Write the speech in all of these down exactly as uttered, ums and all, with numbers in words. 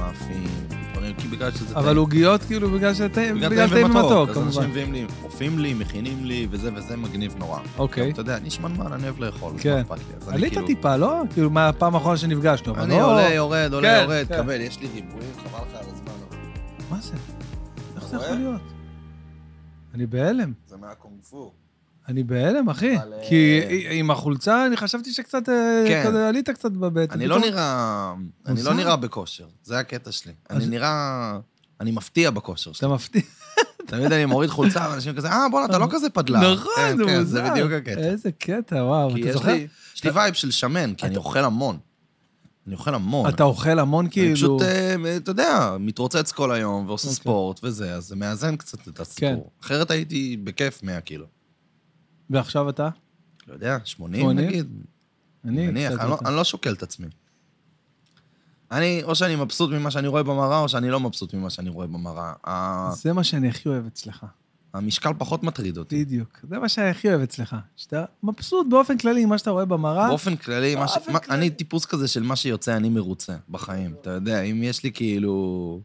מאפים, דברים, כי בגלל שזה טעים. אבל עוגיות כאילו בגלל שזה טעים ומתוק, כמובן. אז אנשים מביאים לי, אופים לי, מכינים לי, וזה וזה מגניב נורא. אוקיי. אתה יודע, אני שמנמן, אני אוהב לאכול, כן. עלית טיפה, לא? כאילו מהפעם האחרונה שנפגשנו, אני עולה, יורד, עולה, יורד, קבל, יש לי ריבועים, חבל לך על הזמן. מה זה? איך זה יכול להיות? אני בהלם. זה מהקונג-פו. אני בהלם, אחי. כי עם החולצה, אני חשבתי שקצת, עלית קצת בבית. אני לא נראה, אני לא נראה בכושר. זה הקטע שלי. אני נראה, אני מפתיע בכושר שלי. אתה מפתיע. תמיד אני מוריד חולצה, ואנשים כזה, אה, בוא, אתה לא כזה פדלה. נכון, זה מוזר. זה בדיוק הקטע. איזה קטע, וואו. כי יש לי, יש לי וייב של שמן, כי אני אוכל המון. אני אוכל המון. אתה אוכל המון כאילו... אני פשוט, אתה יודע, מתרוצץ כל היום, ועושה ספורט וזה, אז זה מאזן קצת את הסיפור. אחרת הייתי בכיף מאה קילו. ועכשיו אתה? לא יודע, שמונים נגיד. אני אני לא שוקל את עצמי. אני, או שאני מבסוט ממה שאני רואה במראה, או שאני לא מבסוט ממה שאני רואה במראה. זה מה שאני הכי אוהב אצלך. המשקל פחות מטריד אותי. בדיוק. זה מה שאני הכי אוהב אצלך. שאתה מבסוט באופן כללי, מה שאתה רואה במראה. באופן כללי, אני טיפוס כזה של מה שיוצא, אני מרוצה בחיים. אתה יודע, אם יש לי כאילו...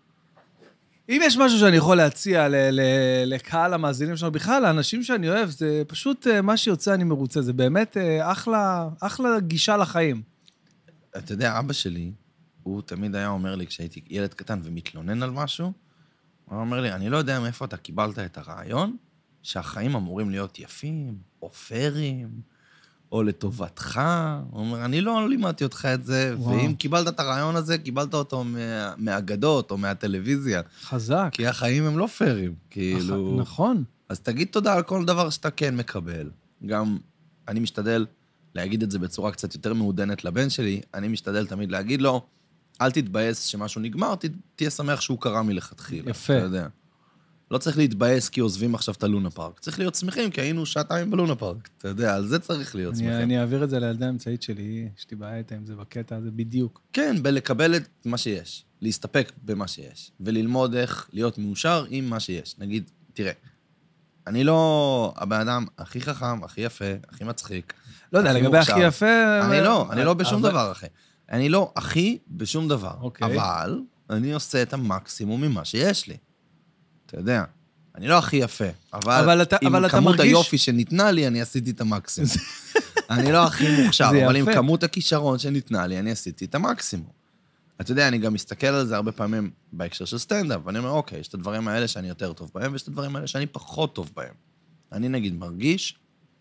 אם יש משהו שאני יכול להציע לקהל המאזינים שלנו, בכלל, לאנשים שאני אוהב, זה פשוט מה שיוצא, אני מרוצה. זה באמת אחלה, אחלה גישה לחיים. אתה יודע, אבא שלי, הוא תמיד היה אומר לי, כשהייתי ילד קטן ומתלונן על משהו, הוא אומר לי, אני לא יודע מאיפה אתה קיבלת את הרעיון, שהחיים אמורים להיות יפים, או פיירים, או לטובתך. הוא אומר, אני לא לימדתי אותך את זה, וואו. ואם קיבלת את הרעיון הזה, קיבלת אותו מה, מהאגדות או מהטלוויזיה. חזק. כי החיים הם לא פיירים, כאילו... נכון. אז תגיד תודה על כל דבר שאתה כן מקבל. גם אני משתדל להגיד את זה בצורה קצת יותר מעודנת לבן שלי, אני משתדל תמיד להגיד לו, אל תתבאס שמשהו נגמר, תהיה שמח שהוא קרה מלכתחילה. יפה. אתה יודע. לא צריך להתבאס כי עוזבים עכשיו את הלונה פארק. צריך להיות שמחים, כי היינו שעתיים בלונה פארק. אתה יודע, על זה צריך להיות שמחים. אני אעביר את זה לילדה האמצעית שלי, שתי בעיה איתה עם זה בקטע הזה בדיוק. כן, בלקבל את מה שיש. להסתפק במה שיש. וללמוד איך להיות מאושר עם מה שיש. נגיד, תראה, אני לא הבן אדם הכי חכם, הכי יפה, הכי מצחיק. לא יודע, לגבי הכי יפה... אני לא, אני לא בשום דבר אחי. אני לא הכי בשום דבר. אבל אני עושה את המקסימום ממה שיש לי. אתה יודע, אני לא הכי יפה, אבל, אבל אתה, עם אבל כמות מרגיש... היופי שניתנה לי, אני עשיתי את המקסימום. אני לא הכי מוכשר, אבל עם כמות הכישרון שניתנה לי, אני עשיתי את המקסימום. אתה יודע, אני גם מסתכל על זה הרבה פעמים בהקשר של סטנדאפ, ואני אומר, אוקיי, יש את הדברים האלה שאני יותר טוב בהם, ויש את הדברים האלה שאני פחות טוב בהם. אני נגיד מרגיש,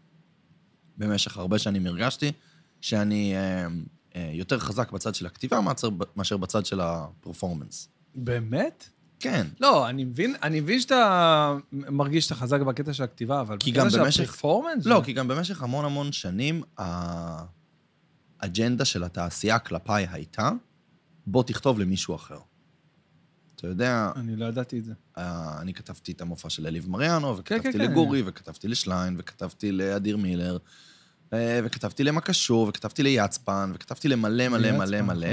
במשך הרבה שנים הרגשתי, שאני אה, אה, יותר חזק בצד של הכתיבה, מאשר, מאשר בצד של הפרפורמנס. באמת? כן. לא, אני מבין, אני מבין שאתה מרגיש שאתה חזק בקטע של הכתיבה, אבל בקטע של הפרפורמנס? לא, כי גם במשך המון המון שנים, האג'נדה של התעשייה כלפיי הייתה, בוא תכתוב למישהו אחר. אתה יודע... אני לא ידעתי את זה. אני כתבתי את המופע של אליב מריאנו, וכתבתי לגורי, וכתבתי לשליין, וכתבתי לאדיר מילר, וכתבתי למקשור, וכתבתי ליצפן, וכתבתי למלא מלא מלא מלא,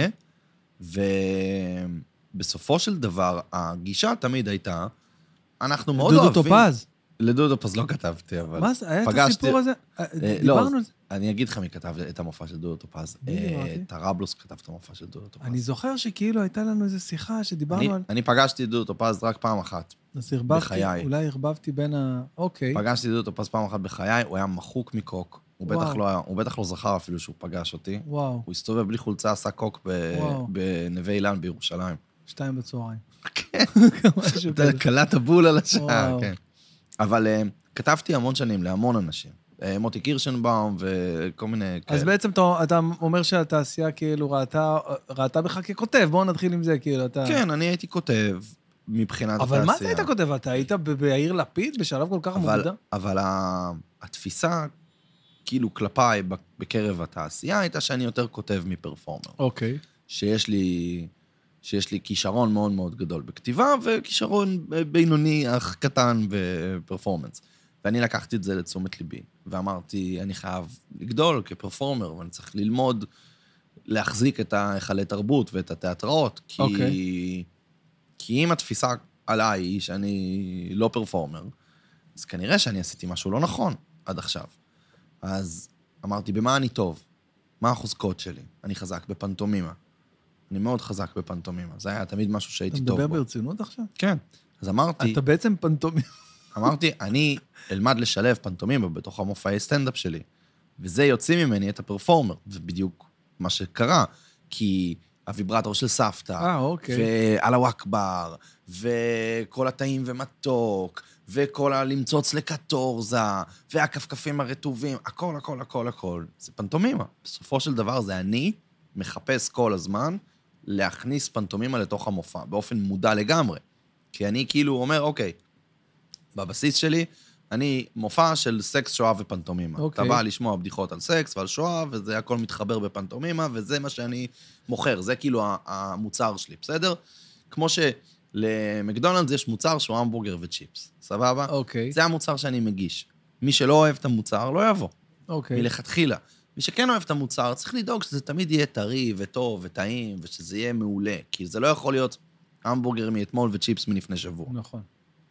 ובסופו של דבר, הגישה תמיד הייתה, אנחנו מאוד אוהבים... לדודו טופז. לדודו טופז לא כתבתי, אבל... מה זה? היה את הסיפור הזה? דיברנו על זה? אני אגיד לך מי כתב את המופע של דודו טופז. טראבלוס כתב את המופע של דודו טופז. אני זוכר שכאילו הייתה לנו איזו שיחה שדיברנו על... אני פגשתי את דודו טופז רק פעם אחת. אז הרבבתי, אולי הרבבתי בין ה... אוקיי. פגשתי את דודו טופז פעם אחת בחיי, הוא היה מחוק מקוק. הוא בטח לא זכר אפילו שהוא פגש אותי. וואו. הוא הסתובב בלי חולצה, עשה קוק בנווה אילן בירושלים. שתיים בצהריים. כן. קלט הבול על השעה, כן. אבל כתבתי המון שנים להמון אנשים. מוטי קירשנבאום וכל מיני... אז בעצם אתה אומר שהתעשייה כאילו ראתה בך ככותב, בואו נתחיל עם זה, כאילו אתה... כן, אני הייתי כותב מבחינת התעשייה. אבל מה אתה היית כותב? אתה היית בעיר לפיד בשלב כל כך מוקדם? אבל התפיסה, כאילו כלפיי בקרב התעשייה, הייתה שאני יותר כותב מפרפורמר. אוקיי. שיש לי... שיש לי כישרון מאוד מאוד גדול בכתיבה, וכישרון בינוני אך קטן בפרפורמנס. ואני לקחתי את זה לתשומת ליבי, ואמרתי, אני חייב לגדול כפרפורמר, ואני צריך ללמוד, להחזיק את ההיכלי תרבות ואת התיאטראות, כי... Okay. כי אם התפיסה עליי היא שאני לא פרפורמר, אז כנראה שאני עשיתי משהו לא נכון עד עכשיו. אז אמרתי, במה אני טוב? מה החוזקות שלי? אני חזק בפנטומימה. אני מאוד חזק בפנטומימה. זה היה תמיד משהו שהייתי טוב בו. אתה מדבר ברצינות עכשיו? כן. אז אמרתי... אתה בעצם פנטומימה. אמרתי, אני אלמד לשלב פנטומימה בתוך המופעי סטנדאפ שלי, וזה יוציא ממני את הפרפורמר. זה בדיוק מה שקרה, כי הוויברטור של סבתא, אה, אוקיי. ואללה אכבר, וכל הטעים ומתוק, וכל הלמצוץ לקטורזה, והכפכפים הרטובים, הכל, הכל, הכל, הכל. זה פנטומימה. בסופו של דבר זה אני מחפש כל הזמן להכניס פנטומימה לתוך המופע, באופן מודע לגמרי. כי אני כאילו אומר, אוקיי, בבסיס שלי, אני מופע של סקס, שואה ופנטומימה. Okay. אתה בא לשמוע בדיחות על סקס ועל שואה, וזה הכל מתחבר בפנטומימה, וזה מה שאני מוכר. זה כאילו המוצר שלי, בסדר? כמו שלמקדונלדס יש מוצר שהוא המבורגר וצ'יפס, סבבה? אוקיי. Okay. זה המוצר שאני מגיש. מי שלא אוהב את המוצר, לא יבוא. אוקיי. Okay. מלכתחילה. מי שכן אוהב את המוצר, צריך לדאוג שזה תמיד יהיה טרי וטוב וטעים, ושזה יהיה מעולה. כי זה לא יכול להיות המבורגר מאתמול וצ'יפס מלפני שבוע. נכון.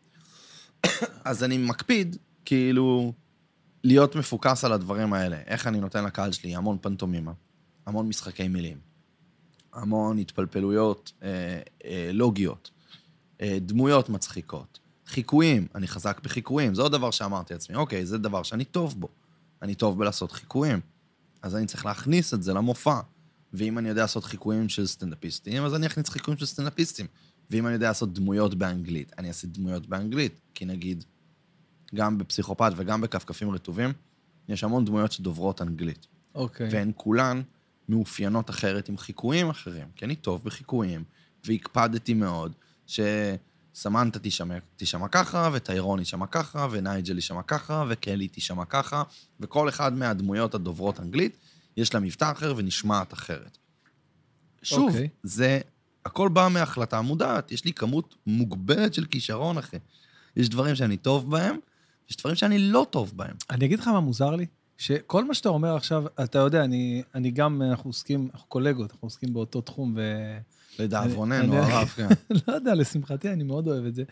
אז אני מקפיד, כאילו, להיות מפוקס על הדברים האלה. איך אני נותן לקהל שלי המון פנטומימה, המון משחקי מילים, המון התפלפלויות אה, אה, לוגיות, אה, דמויות מצחיקות, חיקויים, אני חזק בחיקויים, זה עוד דבר שאמרתי לעצמי, אוקיי, זה דבר שאני טוב בו, אני טוב בלעשות חיקויים, אז אני צריך להכניס את זה למופע, ואם אני יודע לעשות חיקויים של סטנדאפיסטים, אז אני אכניס חיקויים של סטנדאפיסטים. ואם אני יודע לעשות דמויות באנגלית, אני אעשה דמויות באנגלית, כי נגיד, גם בפסיכופת וגם בכפכפים רטובים, יש המון דמויות שדוברות אנגלית. אוקיי. והן כולן מאופיינות אחרת עם חיקויים אחרים, כי אני טוב בחיקויים, והקפדתי מאוד, שסמנטה תשמע, תשמע ככה, וטיירון תשמע ככה, ונייג'ל תשמע ככה, וקלי תשמע ככה, וכל אחד מהדמויות הדוברות אנגלית, יש לה מבטא אחר ונשמעת אחרת. שוב, אוקיי. זה... הכל בא מהחלטה מודעת, יש לי כמות מוגבלת של כישרון, אחי. יש דברים שאני טוב בהם, יש דברים שאני לא טוב בהם. אני אגיד לך מה מוזר לי, שכל מה שאתה אומר עכשיו, אתה יודע, אני, אני גם, אנחנו עוסקים, אנחנו קולגות, אנחנו עוסקים באותו תחום, ו... לדאבוננו, הרב, כן. לא יודע, לשמחתי, אני מאוד אוהב את זה.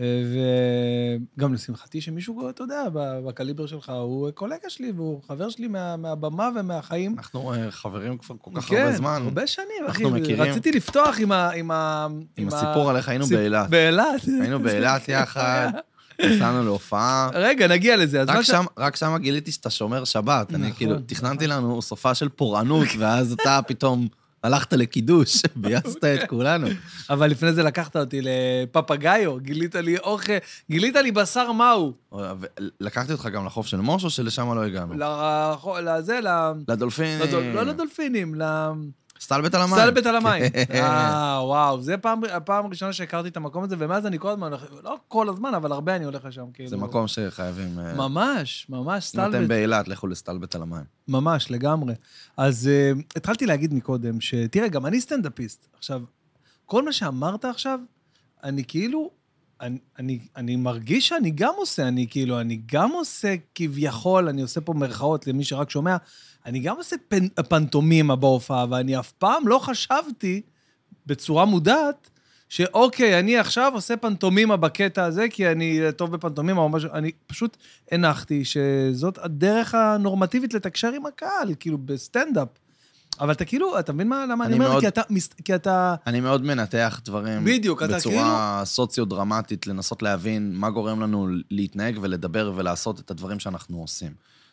וגם לשמחתי שמישהו, אתה יודע, בקליבר שלך, הוא קולגה שלי, והוא חבר שלי מה, מהבמה ומהחיים. אנחנו חברים כבר כל כך כן, הרבה זמן. כן, הרבה שנים, אחי. אנחנו מכירים. רציתי לפתוח עם ה... עם, ה, עם הסיפור עליך, היינו באילת. באילת. היינו באילת יחד, נסענו להופעה. רגע, נגיע לזה. רק שם, רק שם גיליתי שאתה שומר שבת. אני כאילו, תכננתי לנו סופה של פורענות, ואז אתה פתאום... הלכת לקידוש, בייסת את כולנו. אבל לפני זה לקחת אותי לפפגאיו, גילית לי אוכל, גילית לי בשר מהו. לקחתי אותך גם לחוף של מוש, או שלשם לא הגענו? לזה, לדולפינים. לא לדולפינים, סטלבט על המים. סטלבט על המים. אה, וואו, זה הפעם הראשונה שהכרתי את המקום הזה, ומאז אני כל הזמן, לא כל הזמן, אבל הרבה אני הולך לשם. זה מקום שחייבים... ממש, ממש, סטלבט. אם אתם באילת, לכו לסטלבט על המים. ממש, לגמרי. אז התחלתי להגיד מקודם, שתראה, גם אני סטנדאפיסט. עכשיו, כל מה שאמרת עכשיו, אני כאילו, אני, אני, אני מרגיש שאני גם עושה, אני כאילו, אני גם עושה כביכול, אני עושה פה מרכאות למי שרק שומע, אני גם עושה פנ, פנטומימה בהופעה, ואני אף פעם לא חשבתי בצורה מודעת, שאוקיי, אני עכשיו עושה פנטומימה בקטע הזה, כי אני טוב בפנטומימה או משהו, אני פשוט הנחתי שזאת הדרך הנורמטיבית לתקשר עם הקהל, כאילו בסטנדאפ. אבל אתה כאילו, אתה מבין מה, למה אני אומר? כי אתה, כי אתה... אני מאוד מנתח דברים בדיוק, אתה כאילו... בצורה סוציו-דרמטית, לנסות להבין מה גורם לנו להתנהג ולדבר ולעשות את הדברים שאנחנו עושים.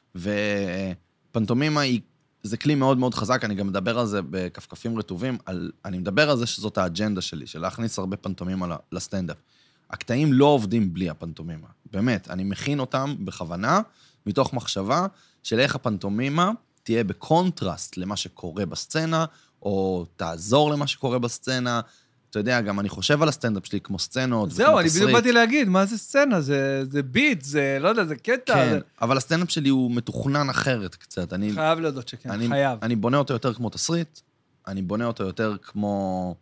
ופנטומימה היא, זה כלי מאוד מאוד חזק, אני גם מדבר על זה בכפכפים רטובים, על, אני מדבר על זה שזאת האג'נדה שלי, של להכניס הרבה פנטומימה לסטנדאפ. הקטעים לא עובדים בלי הפנטומימה, באמת, אני מכין אותם בכוונה, מתוך מחשבה של איך הפנטומימה תהיה בקונטרסט למה שקורה בסצנה, או תעזור למה שקורה בסצנה. אתה יודע, גם אני חושב על הסטנדאפ שלי כמו סצנות. זהו, אני בדיוק באתי להגיד, מה זה סצנה? זה, זה ביט, זה, לא יודע, זה קטע. כן, זה... אבל הסטנדאפ שלי הוא מתוכנן אחרת קצת. אני, חייב להודות שכן, אני, חייב. אני בונה אותו יותר כמו תסריט, אני בונה אותו יותר כמו,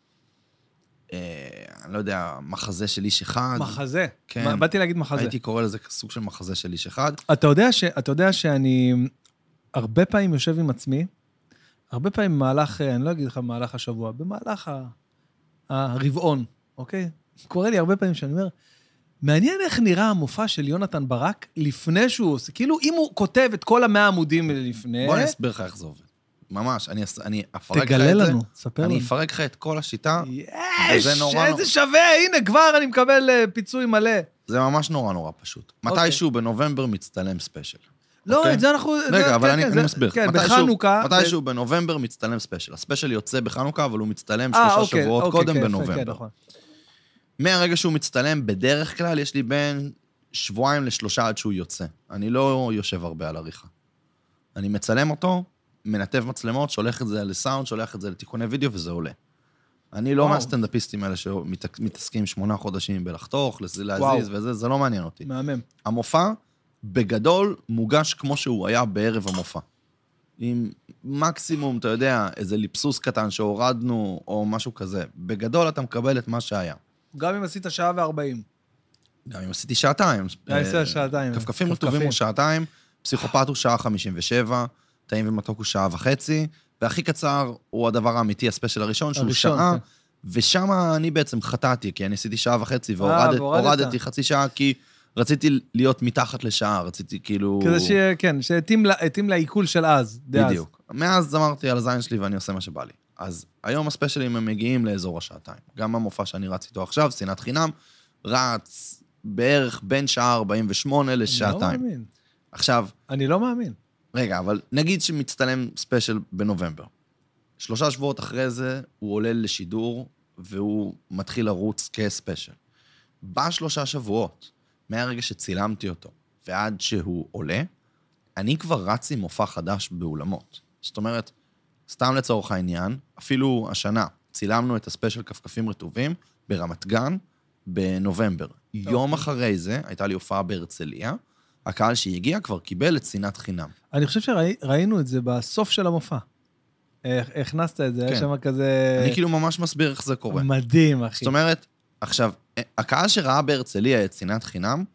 אה, אני לא יודע, מחזה של איש אחד. מחזה. כן. באתי להגיד מחזה. הייתי קורא לזה סוג של מחזה של איש אחד. אתה יודע ש, אתה יודע שאני... הרבה פעמים יושב עם עצמי, הרבה פעמים במהלך, אני לא אגיד לך במהלך השבוע, במהלך הרבעון, אוקיי? קורה לי הרבה פעמים שאני אומר, מעניין איך נראה המופע של יונתן ברק לפני שהוא עושה, כאילו אם הוא כותב את כל המאה עמודים לפני... בוא אני אסביר לך איך זה עובד. ממש, אני, אני אפרק לך את זה. תגלה לנו, ספר לנו. אני אפרק לך את כל השיטה, יש, איזה שווה, הנה, כבר אני מקבל פיצוי מלא. זה ממש נורא נורא פשוט. מתישהו בנובמבר מצטלם ספיישל. לא, את זה אנחנו... רגע, אבל אני מסביר. כן, בחנוכה... מתישהו בנובמבר מצטלם ספיישל. הספיישל יוצא בחנוכה, אבל הוא מצטלם שלושה שבועות קודם בנובמבר. מהרגע שהוא מצטלם, בדרך כלל יש לי בין שבועיים לשלושה עד שהוא יוצא. אני לא יושב הרבה על עריכה. אני מצלם אותו, מנתב מצלמות, שולח את זה לסאונד, שולח את זה לתיקוני וידאו, וזה עולה. אני לא מהסטנדאפיסטים האלה שמתעסקים שמונה חודשים בלחתוך, להזיז וזה, זה לא מעניין אותי. מהמם. המופע, בגדול, מוגש כמו שהוא היה בערב המופע. עם מקסימום, אתה יודע, איזה ליפסוס קטן שהורדנו, או משהו כזה. בגדול אתה מקבל את מה שהיה. גם אם עשית שעה וארבעים. גם אם עשיתי שעתיים. גם עשית שעתיים. כפכפים רטובים הוא שעתיים, פסיכופת הוא שעה חמישים ושבע, טעים ומתוק הוא שעה וחצי, והכי קצר הוא הדבר האמיתי, הספיישל הראשון, שהוא שעה, ושם אני בעצם חטאתי, כי אני עשיתי שעה וחצי, והורדתי חצי שעה, כי רציתי להיות מתחת לשעה, רציתי כאילו... כזה שכן, שהתאים לעיכול של אז, דאז. בדיוק. מאז אמרתי על הזין שלי ואני עושה מה שבא לי. אז היום הספיישלים הם מגיעים לאזור השעתיים. גם המופע שאני רץ איתו עכשיו, שנאת חינם, רץ בערך בין שעה ארבעים ושמונה לשעתיים. אני לא מאמין. עכשיו... אני לא מאמין. רגע, אבל נגיד שמצטלם ספיישל בנובמבר. שלושה שבועות אחרי זה הוא עולה לשידור, והוא מתחיל לרוץ כספיישל. בשלושה שבועות, מהרגע שצילמתי אותו, ועד שהוא עולה, אני כבר רץ עם מופע חדש באולמות. זאת אומרת, סתם לצורך העניין, אפילו השנה, צילמנו את הספיישל כפכפים רטובים, ברמת גן, בנובמבר. יום אחרי זה, הייתה לי הופעה בהרצליה, הקהל שהגיע כבר קיבל את שנאת חינם. אני חושב שראינו את זה בסוף של המופע. הכנסת את זה, היה שם כזה... אני כאילו ממש מסביר איך זה קורה. מדהים, אחי. זאת אומרת, עכשיו, הקהל שראה בהרצליה את שנאת חינם,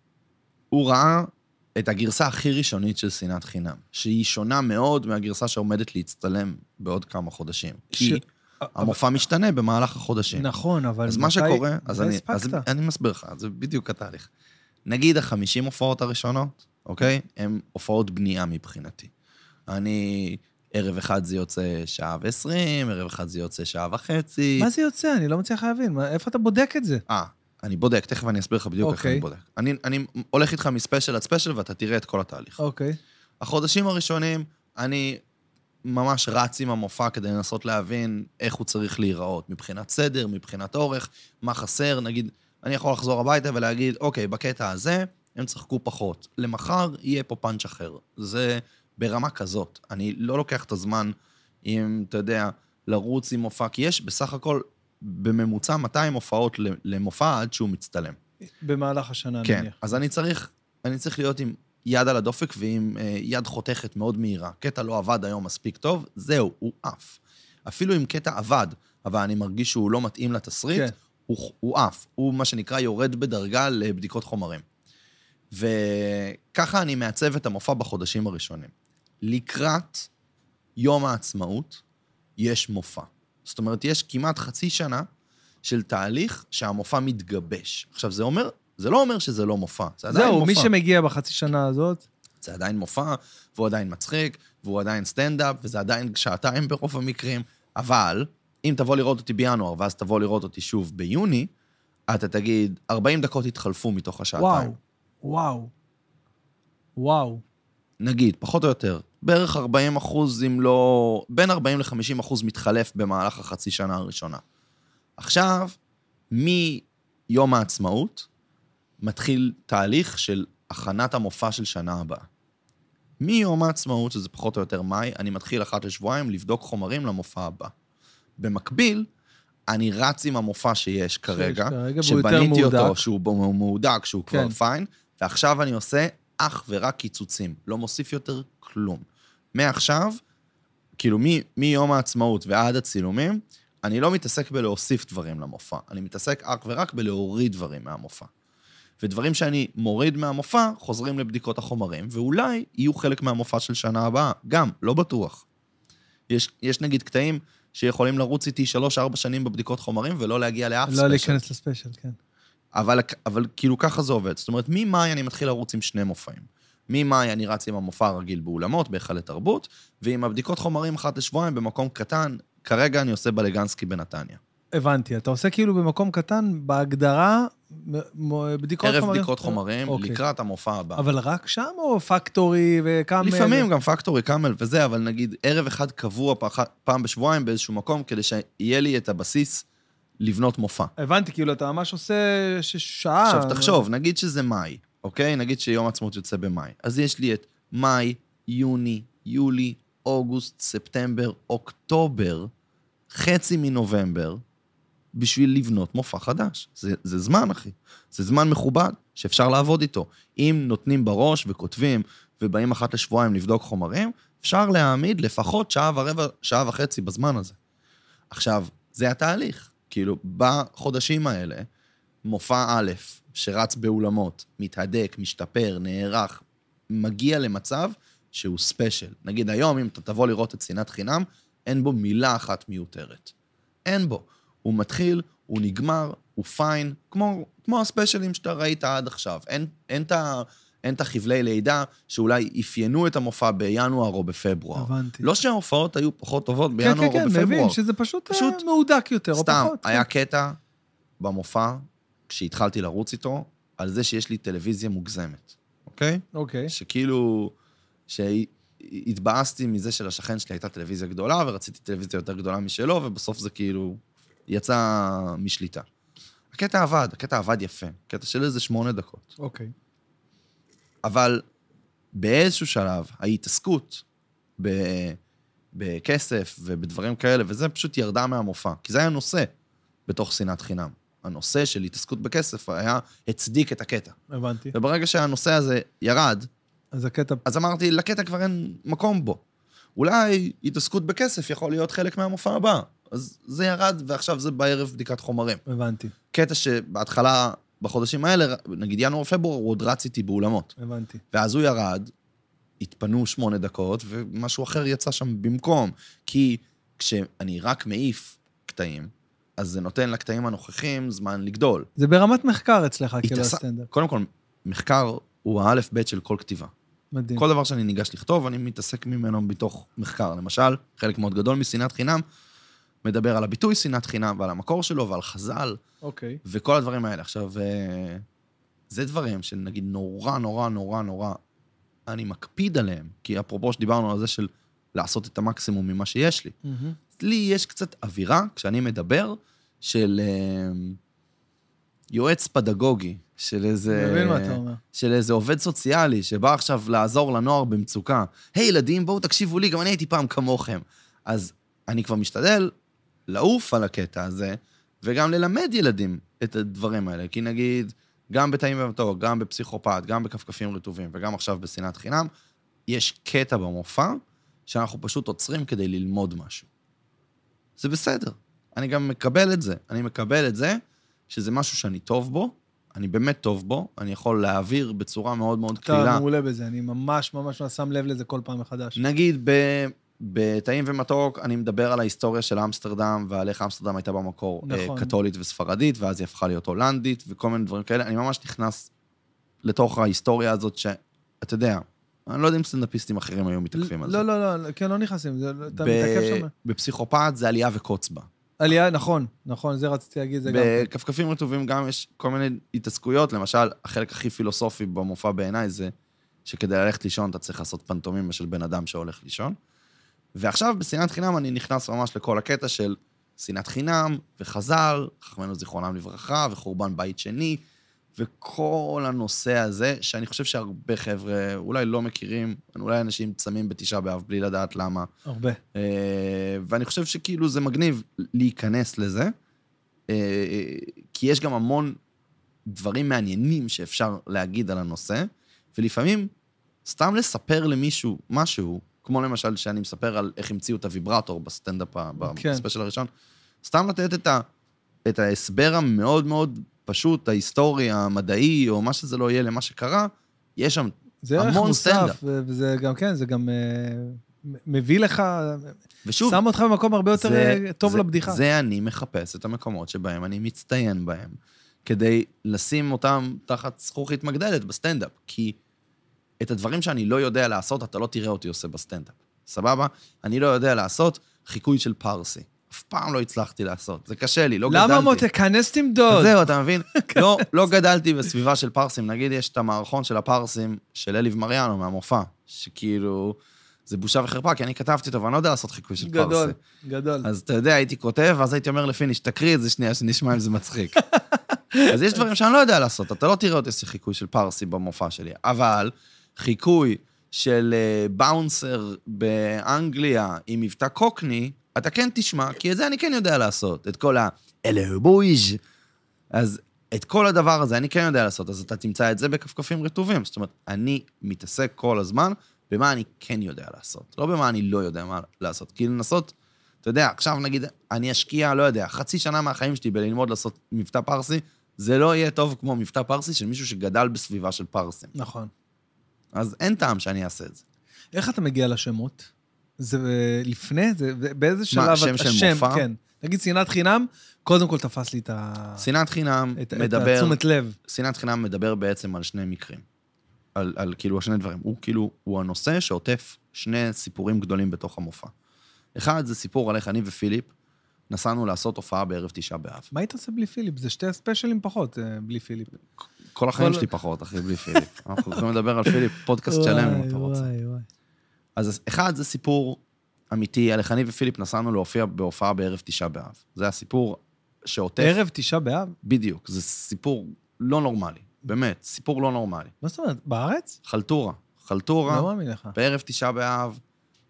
הוא ראה את הגרסה הכי ראשונית של שנאת חינם, שהיא שונה מאוד מהגרסה שעומדת להצטלם בעוד כמה חודשים. כי המופע משתנה במהלך החודשים. נכון, אבל... אז מה שקורה, אז אני מסביר לך, זה בדיוק התהליך. נגיד החמישים הופעות הראשונות, אוקיי? הן הופעות בנייה מבחינתי. אני, ערב אחד זה יוצא שעה ועשרים, ערב אחד זה יוצא שעה וחצי. מה זה יוצא? אני לא מצליח להבין. איפה אתה בודק את זה? אה, אני בודק, תכף אני אסביר לך בדיוק איך אני בודק. אני, אני הולך איתך מספיישל עד ספיישל, ואתה תראה את כל התהליך. אוקיי. החודשים הראשונים, אני ממש רץ עם המופע כדי לנסות להבין איך הוא צריך להיראות, מבחינת סדר, מבחינת אורך, מה חסר, נגיד... אני יכול לחזור הביתה ולהגיד, אוקיי, בקטע הזה, הם צחקו פחות. למחר יהיה פה פאנץ' אחר. זה ברמה כזאת. אני לא לוקח את הזמן, אם אתה יודע, לרוץ עם מופע, כי יש בסך הכל, בממוצע מאתיים הופעות למופע עד שהוא מצטלם. במהלך השנה, כן, נניח. אז אני צריך, אני צריך להיות עם יד על הדופק ועם יד חותכת מאוד מהירה. קטע לא עבד היום מספיק טוב, זהו, הוא אף. אפילו אם קטע עבד, אבל אני מרגיש שהוא לא מתאים לתסריט, כן. הוא, הוא אף, הוא מה שנקרא יורד בדרגה לבדיקות חומרים. וככה אני מעצב את המופע בחודשים הראשונים. לקראת יום העצמאות, יש מופע. זאת אומרת, יש כמעט חצי שנה של תהליך שהמופע מתגבש. עכשיו, זה אומר, זה לא אומר שזה לא מופע, זה עדיין זהו, מופע. מי שמגיע בחצי שנה הזאת... זה עדיין מופע, והוא עדיין מצחיק, והוא עדיין סטנדאפ, וזה עדיין שעתיים ברוב המקרים, אבל... אם תבוא לראות אותי בינואר, ואז תבוא לראות אותי שוב ביוני, אתה תגיד, ארבעים דקות התחלפו מתוך השעתיים. וואו, וואו, וואו. נגיד, פחות או יותר, בערך ארבעים אחוז, אם לא... בין ארבעים ל-חמישים אחוז מתחלף במהלך החצי שנה הראשונה. עכשיו, מיום העצמאות, מתחיל תהליך של הכנת המופע של שנה הבאה. מיום העצמאות, שזה פחות או יותר מאי, אני מתחיל אחת לשבועיים לבדוק חומרים למופע הבא. במקביל, אני רץ עם המופע שיש כרגע, שבניתי אותו, שהוא מעודק, שהוא כבר פיין, ועכשיו אני עושה אך ורק קיצוצים, לא מוסיף יותר כלום. מעכשיו, כאילו מיום העצמאות ועד הצילומים, אני לא מתעסק בלהוסיף דברים למופע, אני מתעסק אך ורק בלהוריד דברים מהמופע. ודברים שאני מוריד מהמופע, חוזרים לבדיקות החומרים, ואולי יהיו חלק מהמופע של שנה הבאה, גם, לא בטוח. יש, יש נגיד קטעים שיכולים לרוץ איתי שלוש, ארבע שנים בבדיקות חומרים, ולא להגיע לאף ספיישל. לא להיכנס לספיישל, כן. אבל, אבל כאילו ככה זה עובד. זאת אומרת, ממאי אני מתחיל לרוץ עם שני מופעים. ממאי אני רץ עם המופע הרגיל באולמות, בהיכלי תרבות, ועם הבדיקות חומרים אחת לשבועיים במקום קטן, כרגע אני עושה בלגנסקי בנתניה. הבנתי, אתה עושה כאילו במקום קטן, בהגדרה, בדיקות ערב חומרים? ערב בדיקות חומרים, אוקיי. לקראת המופע הבא. אבל רק שם או פקטורי וקאמל? לפעמים גם פקטורי, קאמל וזה, אבל נגיד ערב אחד קבוע פעם בשבועיים באיזשהו מקום, כדי שיהיה לי את הבסיס לבנות מופע. הבנתי, כאילו אתה ממש עושה שעה. עכשיו תחשוב, נגיד שזה מאי, אוקיי? נגיד שיום עצמאות יוצא במאי. אז יש לי את מאי, יוני, יולי, אוגוסט, ספטמבר, אוקטובר, חצי מנובמבר, בשביל לבנות מופע חדש. זה, זה זמן, אחי. זה זמן מכובד שאפשר לעבוד איתו. אם נותנים בראש וכותבים ובאים אחת לשבועיים לבדוק חומרים, אפשר להעמיד לפחות שעה ורבע, שעה וחצי בזמן הזה. עכשיו, זה התהליך. כאילו, בחודשים האלה, מופע א', שרץ באולמות, מתהדק, משתפר, נערך, מגיע למצב שהוא ספיישל. נגיד היום, אם אתה תבוא לראות את שנאת חינם, אין בו מילה אחת מיותרת. אין בו. הוא מתחיל, הוא נגמר, הוא פיין, כמו, כמו הספיישלים שאתה ראית עד עכשיו. אין, אין את ה... אין את החבלי לידה שאולי אפיינו את המופע בינואר או בפברואר. הבנתי. לא שההופעות היו פחות טובות בינואר כן, או כן, בפברואר. כן, מבין שזה פשוט, פשוט מהודק יותר או סתם, פחות. היה כן. קטע במופע, כשהתחלתי לרוץ איתו, על זה שיש לי טלוויזיה מוגזמת, אוקיי? אוקיי. שכאילו, שהתבאסתי מזה של השכן שלי הייתה טלוויזיה גדולה, ורציתי טלוויזיה יותר גדולה משלו, ובסוף זה כאילו יצא משליטה. הקטע עבד, הקטע עבד יפה. הקטע של איזה שמונה דקות. אוקיי. אבל באיזשהו שלב, ההתעסקות ב... בכסף ובדברים כאלה, וזה פשוט ירדה מהמופע, כי זה היה נושא בתוך שנאת חינם. הנושא של התעסקות בכסף היה הצדיק את הקטע. הבנתי. וברגע שהנושא הזה ירד, אז הקטע... אז אמרתי, לקטע כבר אין מקום בו. אולי התעסקות בכסף יכול להיות חלק מהמופע הבא. אז זה ירד, ועכשיו זה בערב בדיקת חומרים. הבנתי. קטע שבהתחלה, בחודשים האלה, נגיד ינואר ופברואר, הוא עוד רץ איתי באולמות. הבנתי. ואז הוא ירד, התפנו שמונה דקות, ומשהו אחר יצא שם במקום. כי כשאני רק מעיף קטעים, אז זה נותן לקטעים הנוכחים זמן לגדול. זה ברמת מחקר אצלך, כאילו התעס... הסטנדאפ. קודם כל, מחקר הוא האלף בית של כל כתיבה. מדהים. כל דבר שאני ניגש לכתוב, אני מתעסק ממנו בתוך מחקר. למשל, חלק מאוד גדול משנאת חינם, מדבר על הביטוי שנאת חינם, ועל המקור שלו, ועל חז"ל, אוקיי. וכל הדברים האלה. עכשיו, זה דברים של נגיד נורא, נורא, נורא, נורא, אני מקפיד עליהם, כי אפרופו שדיברנו על זה של לעשות את המקסימום ממה שיש לי. Mm-hmm. לי יש קצת אווירה, כשאני מדבר, של יועץ פדגוגי, של איזה... מבין מה אתה אומר. של איזה עובד סוציאלי, שבא עכשיו לעזור לנוער במצוקה. היי, ילדים, בואו תקשיבו לי, גם אני הייתי פעם כמוכם. אז אני כבר משתדל לעוף על הקטע הזה, וגם ללמד ילדים את הדברים האלה. כי נגיד, גם בתאים ומתוק, גם בפסיכופת, גם בכפכפים רטובים, וגם עכשיו בשנאת חינם, יש קטע במופע, שאנחנו פשוט עוצרים כדי ללמוד משהו. זה בסדר. אני גם מקבל את זה. אני מקבל את זה, שזה משהו שאני טוב בו, אני באמת טוב בו, אני יכול להעביר בצורה מאוד מאוד קלילה. אתה מעולה בזה, אני ממש ממש שם לב לזה כל פעם מחדש. נגיד, בתאים ומתוק, אני מדבר על ההיסטוריה של אמסטרדם, ועל איך אמסטרדם הייתה במקור נכון. קתולית וספרדית, ואז היא הפכה להיות הולנדית, וכל מיני דברים כאלה. אני ממש נכנס לתוך ההיסטוריה הזאת, שאתה יודע, אני לא יודע אם סטנדאפיסטים אחרים היו מתעכבים על זה. לא, לא, לא, כן, לא נכנסים, אתה מתעכב שם. בפסיכופת זה עלייה וקוץ בה. עלייה, נכון, נכון, זה רציתי להגיד, זה גם... בכפכפים רטובים גם יש כל מיני התעסקויות, למשל, החלק הכי פילוסופי במופע בעיניי זה שכדי ללכת לישון אתה צריך לעשות פנטומימה של בן אדם שהולך לישון. ועכשיו בשנאת חינם אני נכנס ממש לכל הקטע של שנאת חינם וחז"ל, חכמינו זיכרונם לברכה וחורבן בית שני, וכל הנושא הזה שאני חושב שהרבה חבר'ה אולי לא מכירים, אולי אנשים צמים בתשעה באב בלי לדעת למה. הרבה. ואני חושב שכאילו זה מגניב להיכנס לזה, כי יש גם המון דברים מעניינים שאפשר להגיד על הנושא, ולפעמים סתם לספר למישהו משהו, כמו למשל שאני מספר על איך המציאו את הוויברטור בסטנדאפ, כן. בספיישל הראשון, סתם לתת את, ה, את ההסבר המאוד מאוד פשוט, ההיסטורי, המדעי, או מה שזה לא יהיה למה שקרה, יש שם המון סטנדאפ. וזה גם כן, זה גם uh, מביא לך, ושוב, שם אותך במקום הרבה יותר זה, טוב זה, לבדיחה. זה אני מחפש את המקומות שבהם אני מצטיין בהם, כדי לשים אותם תחת זכוכית מגדלת בסטנדאפ, כי את הדברים שאני לא יודע לעשות, אתה לא תראה אותי עושה בסטנדאפ. סבבה? אני לא יודע לעשות חיקוי של פרסי. אף פעם לא הצלחתי לעשות. זה קשה לי, לא גדלתי. למה מוטה? כנס תמדוד. זהו, אתה מבין? לא, לא גדלתי בסביבה של פרסים. נגיד, יש את המערכון של הפרסים של אלי ומריאנו מהמופע, שכאילו, זה בושה וחרפה, כי אני כתבתי אותו, ואני לא יודע לעשות חיקוי של פרסי. גדול, גדול. אז אתה יודע, הייתי כותב, ואז הייתי אומר לפיניש, תקריא את זה שנייה, שנשמע אם זה מצחיק. אז יש דברים שאני לא יודע לעשות. אתה לא תראה אותי עושה חיקוי של פרסי במופע שלי, אבל חיקוי של באונסר באנגליה עם מבטא קוקני, אתה כן תשמע, כי את זה אני כן יודע לעשות. את כל ה-אלו בויז'. אז את כל הדבר הזה אני כן יודע לעשות, אז אתה תמצא את זה בכפכפים רטובים. זאת אומרת, אני מתעסק כל הזמן במה אני כן יודע לעשות, לא במה אני לא יודע מה לעשות. כי לנסות, אתה יודע, עכשיו נגיד, אני אשקיע, לא יודע, חצי שנה מהחיים שלי בללמוד לעשות מבטא פרסי, זה לא יהיה טוב כמו מבטא פרסי של מישהו שגדל בסביבה של פרסים. נכון. אז אין טעם שאני אעשה את זה. איך אתה מגיע לשמות? זה לפני? זה באיזה שלב? מה, שם של מופע? כן. נגיד, שנאת חינם, קודם כל תפס לי את ה... שנאת חינם מדבר... את התשומת לב. שנאת חינם מדבר בעצם על שני מקרים. על, על כאילו שני דברים. הוא כאילו, הוא הנושא שעוטף שני סיפורים גדולים בתוך המופע. אחד, זה סיפור על איך אני ופיליפ נסענו לעשות הופעה בערב תשעה באב. מה היית עושה בלי פיליפ? זה שתי ספיישלים פחות, בלי פיליפ. כל החיים שלי פחות, אחי, בלי פיליפ. אנחנו יכולים לדבר על פיליפ, פודקאסט שלם, אם אתה רוצה. אז אחד, זה סיפור אמיתי, על איך אני ופיליפ נסענו להופיע בהופעה בערב תשעה באב. זה הסיפור שעוטף... ערב תשעה באב? בדיוק, זה סיפור לא נורמלי. באמת, סיפור לא נורמלי. מה זאת אומרת? בארץ? חלטורה. חלטורה. לא מאמין לך. בערב תשעה באב.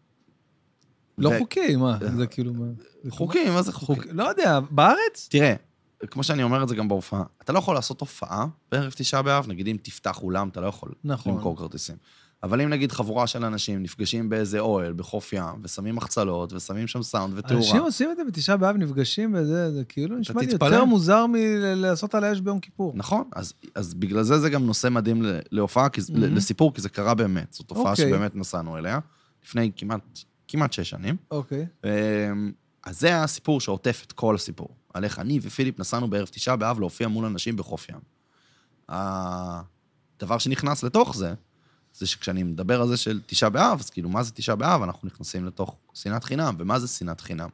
לא חוקי, מה? זה כאילו... חוקי, מה זה חוקי? לא יודע, בארץ? תראה, כמו שאני אומר את זה גם בהופעה, אתה לא יכול לעשות הופעה בערב תשעה באב, נגיד אם תפתח אולם, אתה לא יכול למכור כרטיסים. אבל אם נגיד חבורה של אנשים נפגשים באיזה אוהל, בחוף ים, ושמים מחצלות, ושמים שם סאונד ותאורה. אנשים עושים את זה בתשעה באב, נפגשים וזה, זה כאילו נשמע לי יותר מוזר מלעשות על האש ביום כיפור. נכון, אז, אז בגלל זה זה גם נושא מדהים להופעה, כי, mm-hmm. לסיפור, כי זה קרה באמת. זאת הופעה okay. שבאמת נסענו אליה, לפני כמעט, כמעט שש שנים. אוקיי. Okay. אז זה הסיפור שעוטף את כל הסיפור. על איך אני ופיליפ נסענו בערב תשעה באב להופיע מול אנשים בחוף ים. הדבר שנכנס לתוך זה, זה שכשאני מדבר על זה של תשעה באב, אז כאילו, מה זה תשעה באב? אנחנו נכנסים לתוך שנאת חינם, ומה זה שנאת חינם?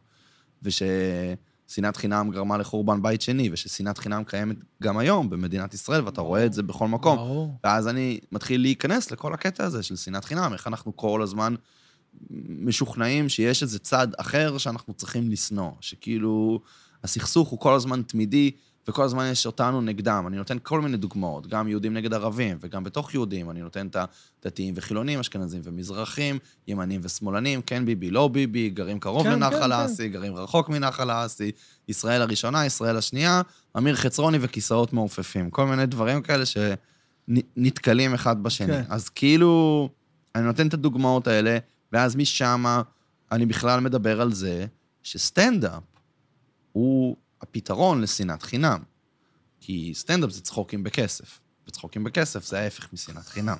וששנאת חינם גרמה לחורבן בית שני, וששנאת חינם קיימת גם היום במדינת ישראל, ואתה רואה את זה בכל מקום. ואז אני מתחיל להיכנס לכל הקטע הזה של שנאת חינם, איך אנחנו כל הזמן משוכנעים שיש איזה צד אחר שאנחנו צריכים לסנוע, שכאילו הסכסוך הוא כל הזמן תמידי, וכל הזמן יש אותנו נגדם. אני נותן כל מיני דוגמאות, גם יהודים נגד ערבים, וגם בתוך יהודים, אני נותן את הדתיים וחילונים, אשכנזים ומזרחים, ימנים ושמאלנים, כן ביבי, לא ביבי, גרים קרוב כן, לנחל כן, האסי, כן. גרים רחוק מנחל האסי, ישראל הראשונה, ישראל השנייה, אמיר חצרוני וכיסאות מעופפים, כל מיני דברים כאלה שנתקלים אחד בשני. כן. אז כאילו, אני נותן את הדוגמאות האלה, ואז משם אני בכלל מדבר על זה, שסטנדאפ הוא הפתרון לשנאת חינם. כי סטנדאפ זה צחוקים בכסף, וצחוקים בכסף זה ההפך משנאת חינם.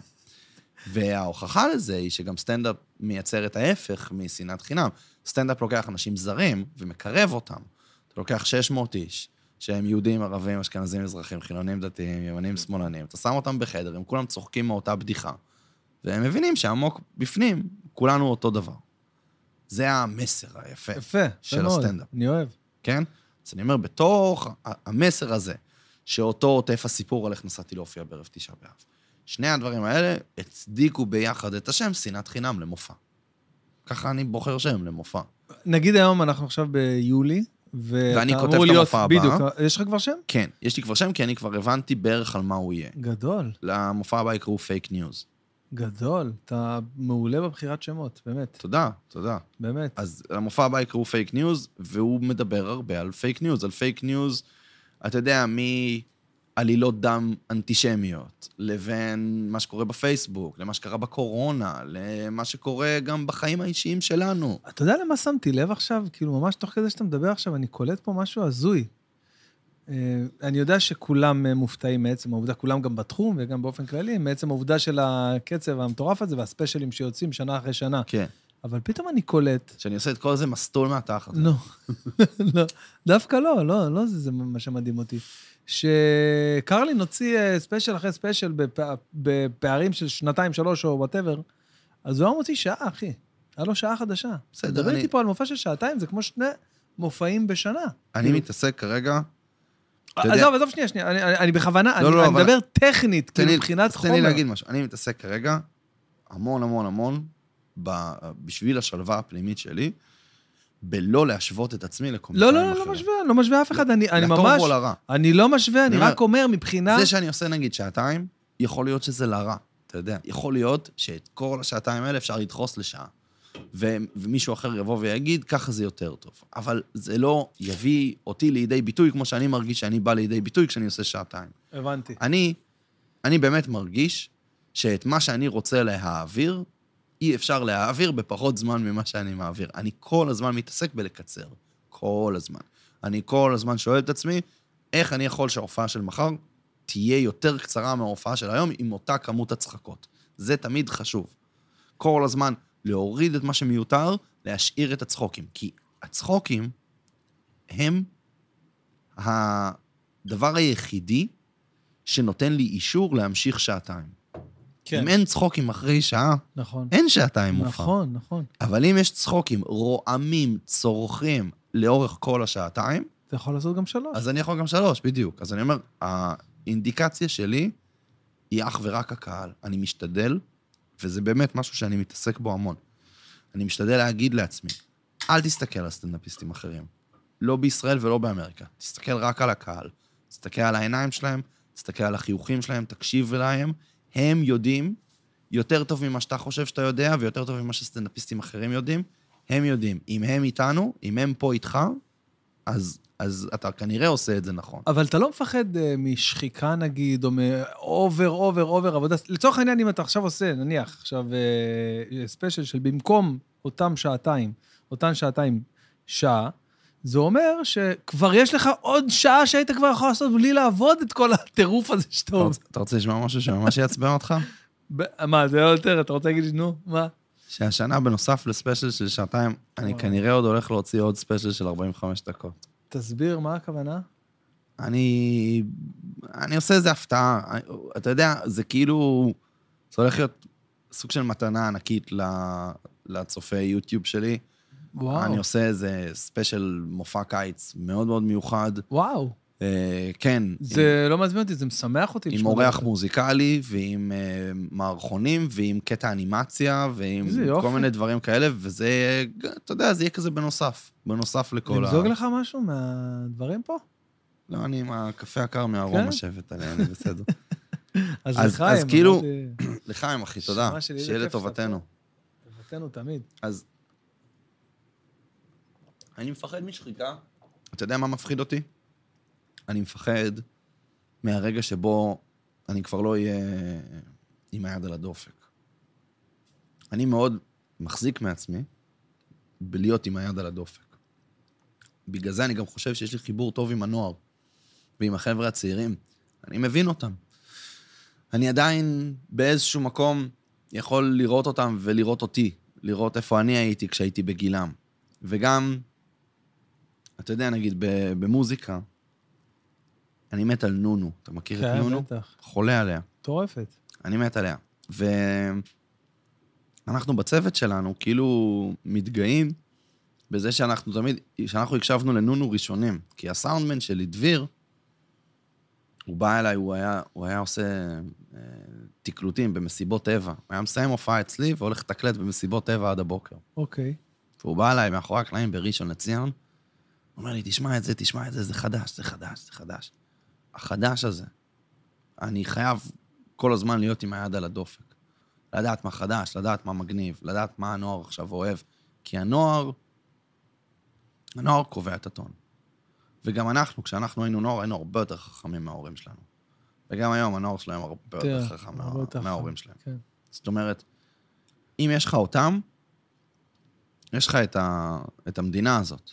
וההוכחה לזה היא שגם סטנדאפ מייצר את ההפך משנאת חינם. סטנדאפ לוקח אנשים זרים ומקרב אותם. אתה לוקח שש מאות איש, שהם יהודים, ערבים, אשכנזים, מזרחים, חילונים, דתיים, ימנים, שמאלנים. אתה שם אותם בחדר, הם כולם צוחקים מאותה בדיחה. והם מבינים שעמוק בפנים, כולנו אותו דבר. זה המסר היפה יפה, של הסטנדאפ. אני אוהב. כן? אז אני אומר, בתוך המסר הזה, שאותו עוטף הסיפור על איך נסעתי להופיע בערב תשעה באב. שני הדברים האלה הצדיקו ביחד את השם שנאת חינם למופע. ככה אני בוחר שם למופע. נגיד היום אנחנו עכשיו ביולי, ואני כותב את המופע הבא. בדיוק, יש לך כבר שם? כן, יש לי כבר שם, כי אני כבר הבנתי בערך על מה הוא יהיה. גדול. למופע הבא יקראו פייק ניוז. גדול, אתה מעולה בבחירת שמות, באמת. תודה, תודה. באמת. אז למופע הבא יקראו פייק ניוז, והוא מדבר הרבה על פייק ניוז. על פייק ניוז, אתה יודע, מעלילות דם אנטישמיות, לבין מה שקורה בפייסבוק, למה שקרה בקורונה, למה שקורה גם בחיים האישיים שלנו. אתה יודע למה שמתי לב עכשיו? כאילו, ממש תוך כדי שאתה מדבר עכשיו, אני קולט פה משהו הזוי. אני יודע שכולם מופתעים מעצם העובדה, כולם גם בתחום וגם באופן כללי, מעצם העובדה של הקצב המטורף הזה והספיישלים שיוצאים שנה אחרי שנה. כן. אבל פתאום אני קולט... שאני עושה את כל זה מסטול מהתחת. לא, לא, דווקא לא, לא, לא, זה מה שמדהים אותי. שקרלין הוציא ספיישל אחרי ספיישל בפערים של שנתיים, שלוש או whatever, אז הוא היה מוציא שעה, אחי. היה לו שעה חדשה. בסדר, אני... דבר איתי פה על מופע של שעתיים, זה כמו שני מופעים בשנה. אני מתעסק כרגע... עזוב, עזוב שנייה, שנייה. אני, אני בכוונה, אני, אני מדבר טכנית, כאילו מבחינת חומר. תן לי להגיד משהו. אני מתעסק כרגע המון, המון, המון, בשביל השלווה הפנימית שלי, בלא להשוות את עצמי לקומיקאים אחרים. לא, לא, לא משווה, לא משווה אף אחד. אני, אני ממש... לטוב או לרע. אני לא משווה, אני רק אומר מבחינה... זה שאני עושה נגיד שעתיים, יכול להיות שזה לרע. אתה יודע, יכול להיות שאת כל השעתיים האלה אפשר לדחוס לשעה. ו- ומישהו אחר יבוא ויגיד, ככה זה יותר טוב. אבל זה לא יביא אותי לידי ביטוי, כמו שאני מרגיש שאני בא לידי ביטוי כשאני עושה שעתיים. הבנתי. אני, אני באמת מרגיש שאת מה שאני רוצה להעביר, אי אפשר להעביר בפחות זמן ממה שאני מעביר. אני כל הזמן מתעסק בלקצר. כל הזמן. אני כל הזמן שואל את עצמי, איך אני יכול שההופעה של מחר תהיה יותר קצרה מההופעה של היום, עם אותה כמות הצחקות. זה תמיד חשוב. כל הזמן להוריד את מה שמיותר, להשאיר את הצחוקים. כי הצחוקים הם הדבר היחידי שנותן לי אישור להמשיך שעתיים. כן. אם אין צחוקים אחרי שעה, נכון. אין שעתיים מופע. נכון, נכון. אבל אם יש צחוקים, רועמים, צורכים, לאורך כל השעתיים, אתה יכול לעשות גם שלוש. אז אני יכול גם שלוש, בדיוק. אז אני אומר, האינדיקציה שלי היא אך ורק הקהל. אני משתדל, וזה באמת משהו שאני מתעסק בו המון. אני משתדל להגיד לעצמי, אל תסתכל על סטנדאפיסטים אחרים. לא בישראל ולא באמריקה. תסתכל רק על הקהל. תסתכל על העיניים שלהם, תסתכל על החיוכים שלהם, תקשיב להם. הם יודעים יותר טוב ממה שאתה חושב שאתה יודע, ויותר טוב ממה שסטנדאפיסטים אחרים יודעים. הם יודעים. אם הם איתנו, אם הם פה איתך, אז, אז אתה כנראה עושה את זה נכון. אבל אתה לא מפחד uh, משחיקה נגיד, או מאובר, אובר, אובר עבודה. לצורך העניין, אם אתה עכשיו עושה, נניח, עכשיו uh, ספיישל של במקום אותם שעתיים, אותן שעתיים שעה, זה אומר שכבר יש לך עוד שעה שהיית כבר יכול לעשות בלי לעבוד את כל הטירוף הזה שאתה עושה. אתה רוצה לשמוע משהו שממש יעצבן אותך? מה, זה לא יותר, אתה רוצה להגיד לי, נו, מה? שהשנה בנוסף לספיישל של שעתיים, אני כנראה עוד הולך להוציא עוד ספיישל של ארבעים וחמש דקות. תסביר, מה הכוונה? אני... אני עושה איזה הפתעה. אתה יודע, זה כאילו... זה הולך להיות סוג של מתנה ענקית לצופי יוטיוב שלי. וואו. אני עושה איזה ספיישל מופע קיץ מאוד מאוד מיוחד. וואו. אה, כן. זה עם, לא מעצבן אותי, זה משמח אותי. עם אורח מוזיקלי, ועם אה, מערכונים, ועם קטע אנימציה, ועם כל מיני דברים כאלה, וזה, אתה יודע, זה יהיה כזה בנוסף. בנוסף לכל ה... למזוג לך משהו מהדברים פה? לא, אני עם הקפה הקר מהרום השבת עליהם, זה בסדר. אז לחיים. אז כאילו, לחיים, אחי, תודה. שיהיה לטובתנו. לטובתנו תמיד. אז... אני מפחד משחיקה. אתה יודע מה מפחיד אותי? אני מפחד מהרגע שבו אני כבר לא אהיה עם היד על הדופק. אני מאוד מחזיק מעצמי בלהיות עם היד על הדופק. בגלל זה אני גם חושב שיש לי חיבור טוב עם הנוער ועם החבר'ה הצעירים. אני מבין אותם. אני עדיין באיזשהו מקום יכול לראות אותם ולראות אותי, לראות איפה אני הייתי כשהייתי בגילם. וגם, אתה יודע, נגיד, במוזיקה, אני מת על נונו. אתה מכיר כן, את נונו? בטח. חולה עליה. טורפת. אני מת עליה. ואנחנו בצוות שלנו כאילו מתגאים בזה שאנחנו תמיד, שאנחנו הקשבנו לנונו ראשונים. כי הסאונדמן שלי, דביר, הוא בא אליי, הוא היה, הוא היה עושה אה, תקלוטים במסיבות טבע. הוא היה מסיים הופעה אצלי והולך לתקלט במסיבות טבע עד הבוקר. אוקיי. והוא בא אליי מאחורי הקלעים בראשון לציון, הוא אומר לי, תשמע את זה, תשמע את זה, זה חדש, זה חדש, זה חדש. החדש הזה, אני חייב כל הזמן להיות עם היד על הדופק. לדעת מה חדש, לדעת מה מגניב, לדעת מה הנוער עכשיו אוהב. כי הנוער, הנוער קובע את הטון. וגם אנחנו, כשאנחנו היינו נוער, היינו הרבה יותר חכמים מההורים שלנו. וגם היום הנוער שלהם הרבה יותר חכם מההורים שלהם. זאת אומרת, אם יש לך אותם, יש לך את, ה, את המדינה הזאת.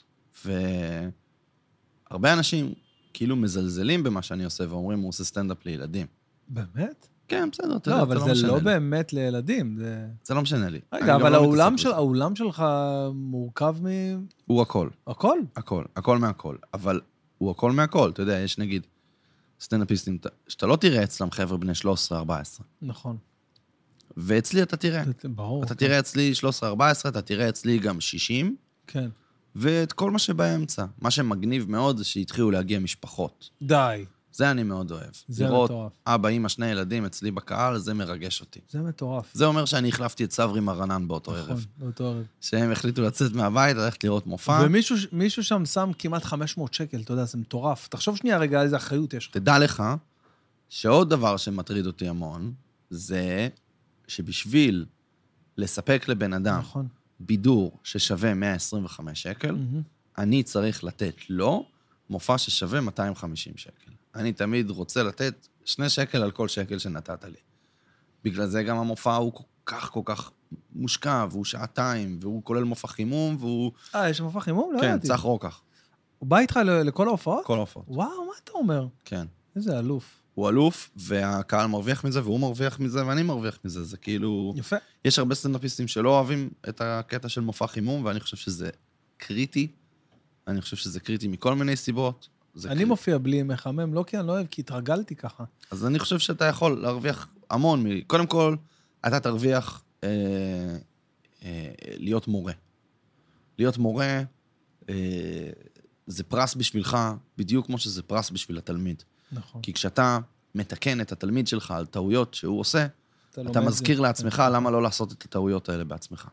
והרבה אנשים כאילו מזלזלים במה שאני עושה, ואומרים, הוא עושה סטנדאפ לילדים. באמת? כן, בסדר. לא, אבל זה לא באמת לילדים. זה לא משנה לי. רגע, אבל האולם שלך מורכב מ... הוא הכל. הכל? הכל, הכל מהכל. אבל הוא הכל מהכל. אתה יודע, יש נגיד סטנדאפיסטים, שאתה לא תראה אצלם חבר'ה בני שלוש עשרה ארבע עשרה. נכון. ואצלי אתה תראה. ברור. אתה תראה אצלי שלוש עשרה ארבע עשרה, אתה תראה אצלי גם שישים. כן. ואת כל מה שבאמצע. מה שמגניב מאוד זה שהתחילו להגיע משפחות. די. זה אני מאוד אוהב. זה לראות מטורף. אבא, אמא, שני ילדים אצלי בקהל, זה מרגש אותי. זה מטורף. זה אומר שאני החלפתי את סברי מרנן באותו נכון, ערב. באותו ערב. שהם החליטו לצאת מהבית, ללכת לראות מופע. ומישהו שם שם כמעט חמש מאות שקל, אתה יודע, זה מטורף. תחשוב שנייה רגע, איזה אחריות יש לך. תדע לך שעוד דבר שמטריד אותי המון, זה שבשביל לספק לבן אדם נכון. בידור ששווה מאה עשרים וחמש שקל, אני צריך לתת לו מופע ששווה מאתיים וחמישים שקל. אני תמיד רוצה לתת שני שקל על כל שקל שנתת לי. בגלל זה גם המופע הוא כל כך, כל כך מושקע, והוא שעתיים, והוא כולל מופע חימום, והוא... אה, יש מופע חימום? לא כן, ידעתי. צח רוקח. הוא בא איתך לכל ההופעות? כל ההופעות. וואו, מה אתה אומר? כן. איזה אלוף. הוא אלוף, והקהל מרוויח מזה, והוא מרוויח מזה, ואני מרוויח מזה. זה כאילו... יפה. יש הרבה סטנדאפיסטים שלא אוהבים את הקטע של מופע חימום, ואני חושב שזה קריטי. אני חושב שזה קריטי מכל מיני סיבות. אני מופיע בלי מחמם, לא כי אני לא אוהב, כי התרגלתי ככה. אז אני חושב שאתה יכול להרוויח המון. קודם כל, אתה תרוויח אה, אה, להיות מורה. להיות מורה אה, זה פרס בשבילך, בדיוק כמו שזה פרס בשביל התלמיד. נכון. כי כשאתה מתקן את התלמיד שלך על טעויות שהוא עושה, אתה, אתה מזכיר זה. לעצמך כן. למה לא לעשות את הטעויות האלה בעצמך.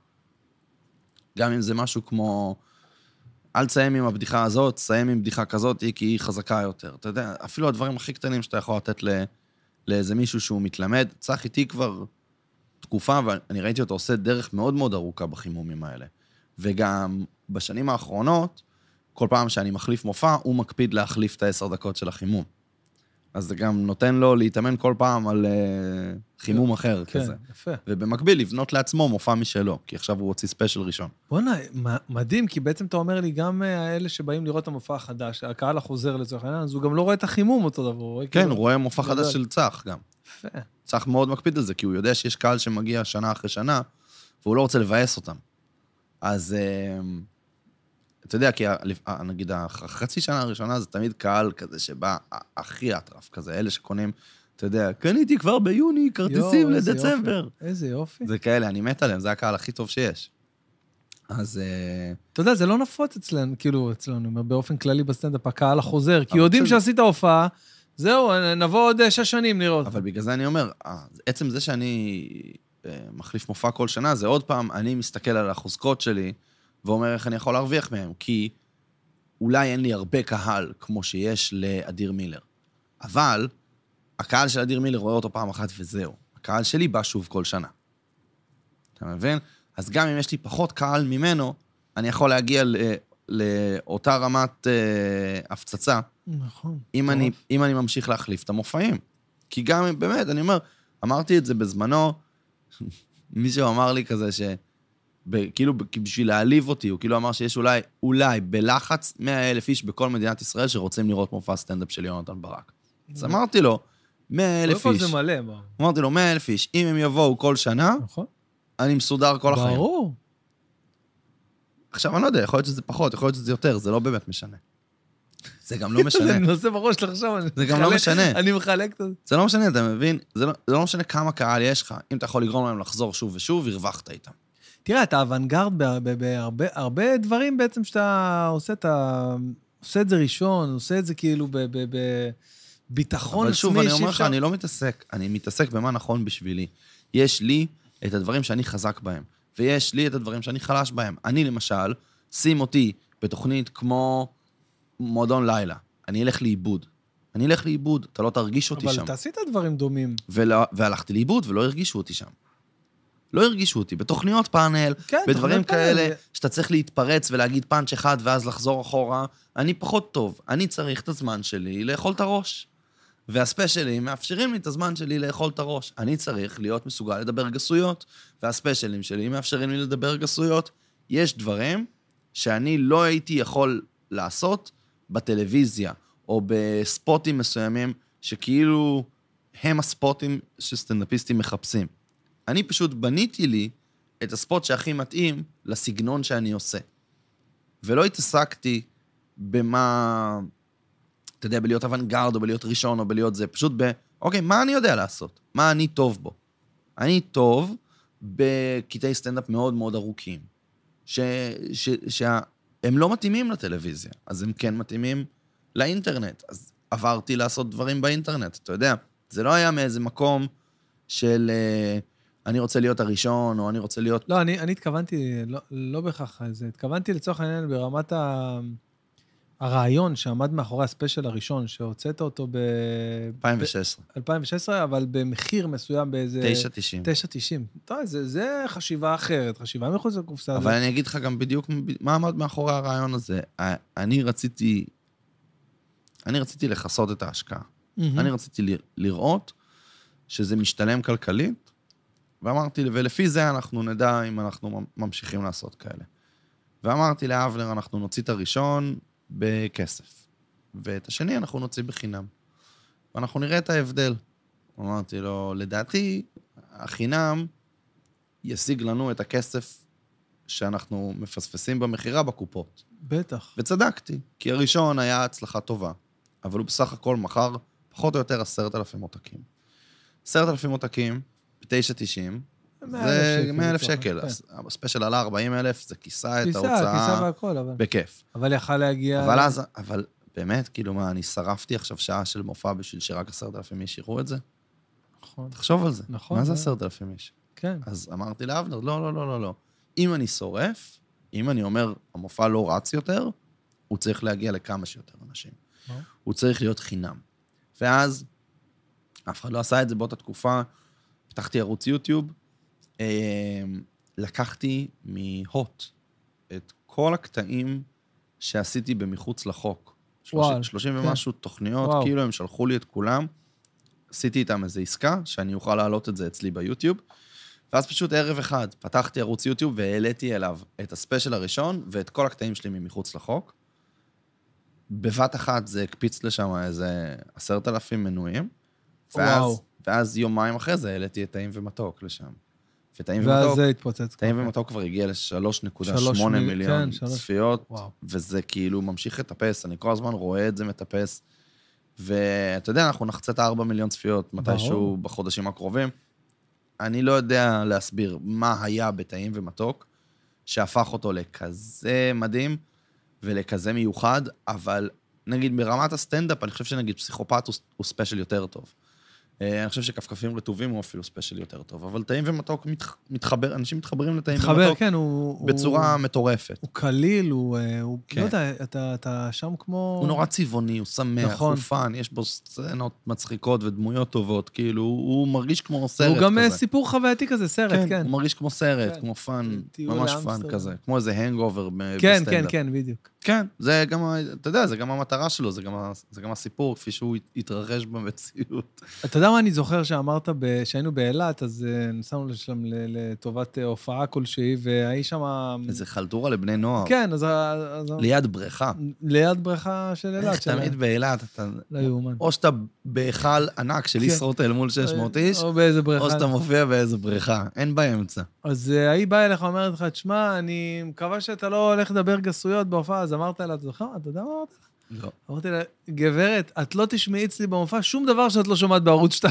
גם אם זה משהו כמו... אל תסיים עם הבדיחה הזאת, תסיים עם בדיחה כזאת, כי היא חזקה יותר. אתה יודע, אפילו הדברים הכי קטנים שאתה יכול לתת ל... לאיזה מישהו שהוא מתלמד, צריך איתי כבר תקופה, ואני ראיתי אותו עושה דרך מאוד מאוד ארוכה בחימומים האלה. וגם בשנים האחרונות, כל פעם שאני מחליף מופע, הוא מקפיד להחליף את העשר דקות של החימום. אז זה גם נותן לו להתאמן כל פעם על uh, חימום אחר כן, כזה. יפה. ובמקביל לבנות לעצמו מופע משלו, כי עכשיו הוא הוציא ספיישל ראשון. בוא'נה, מדהים, כי בעצם אתה אומר לי, גם האלה שבאים לראות את המופע החדש, הקהל החוזר לצורך העניין, אז הוא גם לא רואה את החימום אותו דבר. כן, כאילו, הוא רואה מופע חדש של צח גם. יפה. צח מאוד מקפיד על זה, כי הוא יודע שיש קהל שמגיע שנה אחרי שנה, והוא לא רוצה לבאס אותם. אז... Uh, אתה יודע, כי נגיד, החצי שנה הראשונה זה תמיד קהל כזה שבא הכי אטרף כזה, אלה שקונים, אתה יודע, קניתי כבר ביוני כרטיסים לדצמבר. איזה יופי. זה כאלה, אני מת עליהם, זה הקהל הכי טוב שיש. אז... אתה יודע, זה לא נפוץ אצלנו, כאילו אצלנו, באופן כללי בסטנדאפ, הקהל החוזר, כי יודעים שעשית הופעה, זהו, נבוא עוד שש שנים לראות. אבל בגלל זה אני אומר, עצם זה שאני מחליף מופע כל שנה, זה עוד פעם, אני מסתכל על החוזקות שלי, ואומר איך אני יכול להרוויח מהם, כי אולי אין לי הרבה קהל כמו שיש לאדיר מילר. אבל הקהל של אדיר מילר רואה אותו פעם אחת וזהו. הקהל שלי בא שוב כל שנה. אתה מבין? אז גם אם יש לי פחות קהל ממנו, אני יכול להגיע לאותה רמת אה, הפצצה. נכון. אם אני, אם אני ממשיך להחליף את המופעים. כי גם, באמת, אני אומר, אמרתי את זה בזמנו, מישהו אמר לי כזה ש... כאילו בשביל להעליב אותי, הוא כאילו אמר שיש אולי, אולי בלחץ מאה אלף איש בכל מדינת ישראל שרוצים לראות מופע סטנדאפ של יונתן ברק. אז אמרתי לו, מאה אלף איש. קודם כל זה מלא, מה? אמרתי לו, מאה אלף איש, אם הם יבואו כל שנה, אני מסודר כל החיים. ברור. עכשיו, אני לא יודע, יכול להיות שזה פחות, יכול להיות שזה יותר, זה לא באמת משנה. זה גם לא משנה. אני נושא בראש לחשוב, זה גם לא משנה. אני מחלק את זה. זה לא משנה, אתה מבין? זה לא משנה כמה קהל יש לך. אם אתה יכול לגרום להם לחזור שוב ושוב, הרווחת איתם. תראה, אתה אוונגרד בהרבה דברים בעצם שאתה עושה, אתה עושה את זה ראשון, עושה את זה כאילו בביטחון עצמי. אבל שוב, אני אומר לך, אני לא מתעסק, אני מתעסק במה נכון בשבילי. יש לי את הדברים שאני חזק בהם, ויש לי את הדברים שאני חלש בהם. אני למשל, שים אותי בתוכנית כמו מועדון לילה. אני אלך לאיבוד. אני אלך לאיבוד, אתה לא תרגיש אותי שם. אבל אתה עשית דברים דומים. והלכתי לאיבוד ולא הרגישו אותי שם. לא הרגישו אותי, בתוכניות פאנל, כן, בדברים כאלה, פאנל. שאתה צריך להתפרץ ולהגיד פאנץ' אחד ואז לחזור אחורה, אני פחות טוב, אני צריך את הזמן שלי לאכול את הראש. והספיישלים מאפשרים לי את הזמן שלי לאכול את הראש. אני צריך להיות מסוגל לדבר גסויות, והספיישלים שלי מאפשרים לי לדבר גסויות. יש דברים שאני לא הייתי יכול לעשות בטלוויזיה, או בספוטים מסוימים, שכאילו הם הספוטים שסטנדאפיסטים מחפשים. אני פשוט בניתי לי את הספוט שהכי מתאים לסגנון שאני עושה. ולא התעסקתי במה, אתה יודע, בלהיות אוונגרד, או בלהיות ראשון, או בלהיות זה, פשוט ב, אוקיי, מה אני יודע לעשות? מה אני טוב בו? אני טוב בקטעי סטנדאפ מאוד מאוד ארוכים, ש, ש, שהם לא מתאימים לטלוויזיה, אז הם כן מתאימים לאינטרנט. אז עברתי לעשות דברים באינטרנט, אתה יודע, זה לא היה מאיזה מקום של אני רוצה להיות הראשון, או אני רוצה להיות... לא, אני, אני התכוונתי, לא, לא בכך, אז התכוונתי לצורך העניין ברמת ה... הרעיון שעמד מאחורי הספיישל הראשון, שהוצאת אותו ב... אלפיים ושש עשרה. אלפיים ושש עשרה, אבל במחיר מסוים באיזה... תשע תשעים. תשע תשעים. טוב, זה, זה חשיבה אחרת, חשיבה מחוץ לקופסה. אבל זה... אני אגיד לך גם בדיוק מה עמד מאחורי הרעיון הזה. אני רציתי... אני רציתי לחסות את ההשקעה. Mm-hmm. אני רציתי ל... לראות שזה משתלם כלכלית, ואמרתי, ולפי זה אנחנו נדע אם אנחנו ממשיכים לעשות כאלה. ואמרתי לאבנר, אנחנו נוציא את הראשון בכסף, ואת השני אנחנו נוציא בחינם. ואנחנו נראה את ההבדל. אמרתי לו, לדעתי, החינם ישיג לנו את הכסף שאנחנו מפספסים במחירה בקופות. בטח. וצדקתי, כי הראשון היה הצלחה טובה, אבל הוא בסך הכל מחר פחות או יותר עשרת אלפים עותקים. עשרת אלפים עותקים, ב-תשע תשעים, זה מאה אלף שקל. הספיישל עלה ארבעים אלף, זה כיסה את ההוצאה בכיף. אבל יכל להגיע... אבל אז, אבל באמת, כאילו מה, אני שרפתי עכשיו שעה של מופע בשביל שרק עשרת אלפים איש יראו את זה? נכון. תחשוב על זה. נכון. מה זה עשרת אלפים איש? כן. אז אמרתי לאבנר, לא, לא, לא, לא, לא. אם אני שורף, אם אני אומר, המופע לא רץ יותר, הוא צריך להגיע לכמה שיותר אנשים. הוא צריך להיות חינם. ואז, אף אחד לא עשה את זה באותה תקופה, פתחתי ערוץ יוטיוב, לקחתי מהוט את כל הקטעים שעשיתי במחוץ לחוק. שלושים ומשהו תוכניות, כאילו הם שלחו לי את כולם, עשיתי איתם איזו עסקה, שאני אוכל להעלות את זה אצלי ביוטיוב, ואז פשוט ערב אחד פתחתי ערוץ יוטיוב והעליתי אליו את הספיישל הראשון, ואת כל הקטעים שלי ממחוץ לחוק. בבת אחת זה הקפיץ לשם איזה עשרת אלפים מנויים, ואז, ואז יומיים אחרי זה העליתי את טעים ומתוק לשם. וטעים ומתוק, זה התפוצץ. טעים ומתוק כבר הגיע ל-שלוש נקודה שמונה מיליון צפיות, וזה כאילו ממשיך לטפס, אני כל הזמן רואה את זה מטפס, ואתה יודע, אנחנו נחצה את ארבע מיליון צפיות מתישהו בחודשים הקרובים. אני לא יודע להסביר מה היה בטעים ומתוק, שהפך אותו לכזה מדהים ולכזה מיוחד, אבל נגיד ברמת הסטנדאפ, אני חושב שנגיד פסיכופת הוא, הוא ספיישל יותר טוב. אני חושב שכפכפים רטובים הוא אפילו ספיישל יותר טוב, אבל טעים ומתוק מתחבר, אנשים מתחברים לטעים ומתוק. מתחבר, כן, הוא... בצורה מטורפת. הוא קליל, הוא... לא יודע, אתה שם כמו... הוא נורא צבעוני, הוא שמח, הוא פן, יש בו סצנות מצחיקות ודמויות טובות, כאילו, הוא מרגיש כמו סרט כזה. הוא גם סיפור חווייתי כזה, סרט, כן. הוא מרגיש כמו סרט, כמו פן, ממש פן כזה, כמו איזה הנגאובר בסטנדאפ. כן, כן, כן, בדיוק. כן, זה גם, אתה יודע, זה גם המטרה שלו, זה גם, זה גם הסיפור, כפי שהוא יתרחש במציאות. אתה יודע מה אני זוכר שאמרת, שהיינו באילת, אז נסענו לשם לטובת הופעה כלשהי, והיא שם... איזה חלטורה לבני נוער. כן, אז... ליד בריכה. ליד בריכה של אילת. איך תמיד באילת, אתה... לא יאומן. או שאתה בהיכל ענק של ישרוט אל מול שש מאות איש, או באיזה בריכה. או שאתה מופיע באיזה בריכה. אין באמצע. אז היא באה אליך, אומרת לך, תשמע, אני מקווה שאתה לא הולך לדבר גסויות בהופעה, אז אמרת לה, אתה זוכר, אתה יודע מה אמרת לך? לא. אמרתי לה, גברת, את לא תשמעי אצלי במופע שום דבר שאת לא שומעת בערוץ שתיים.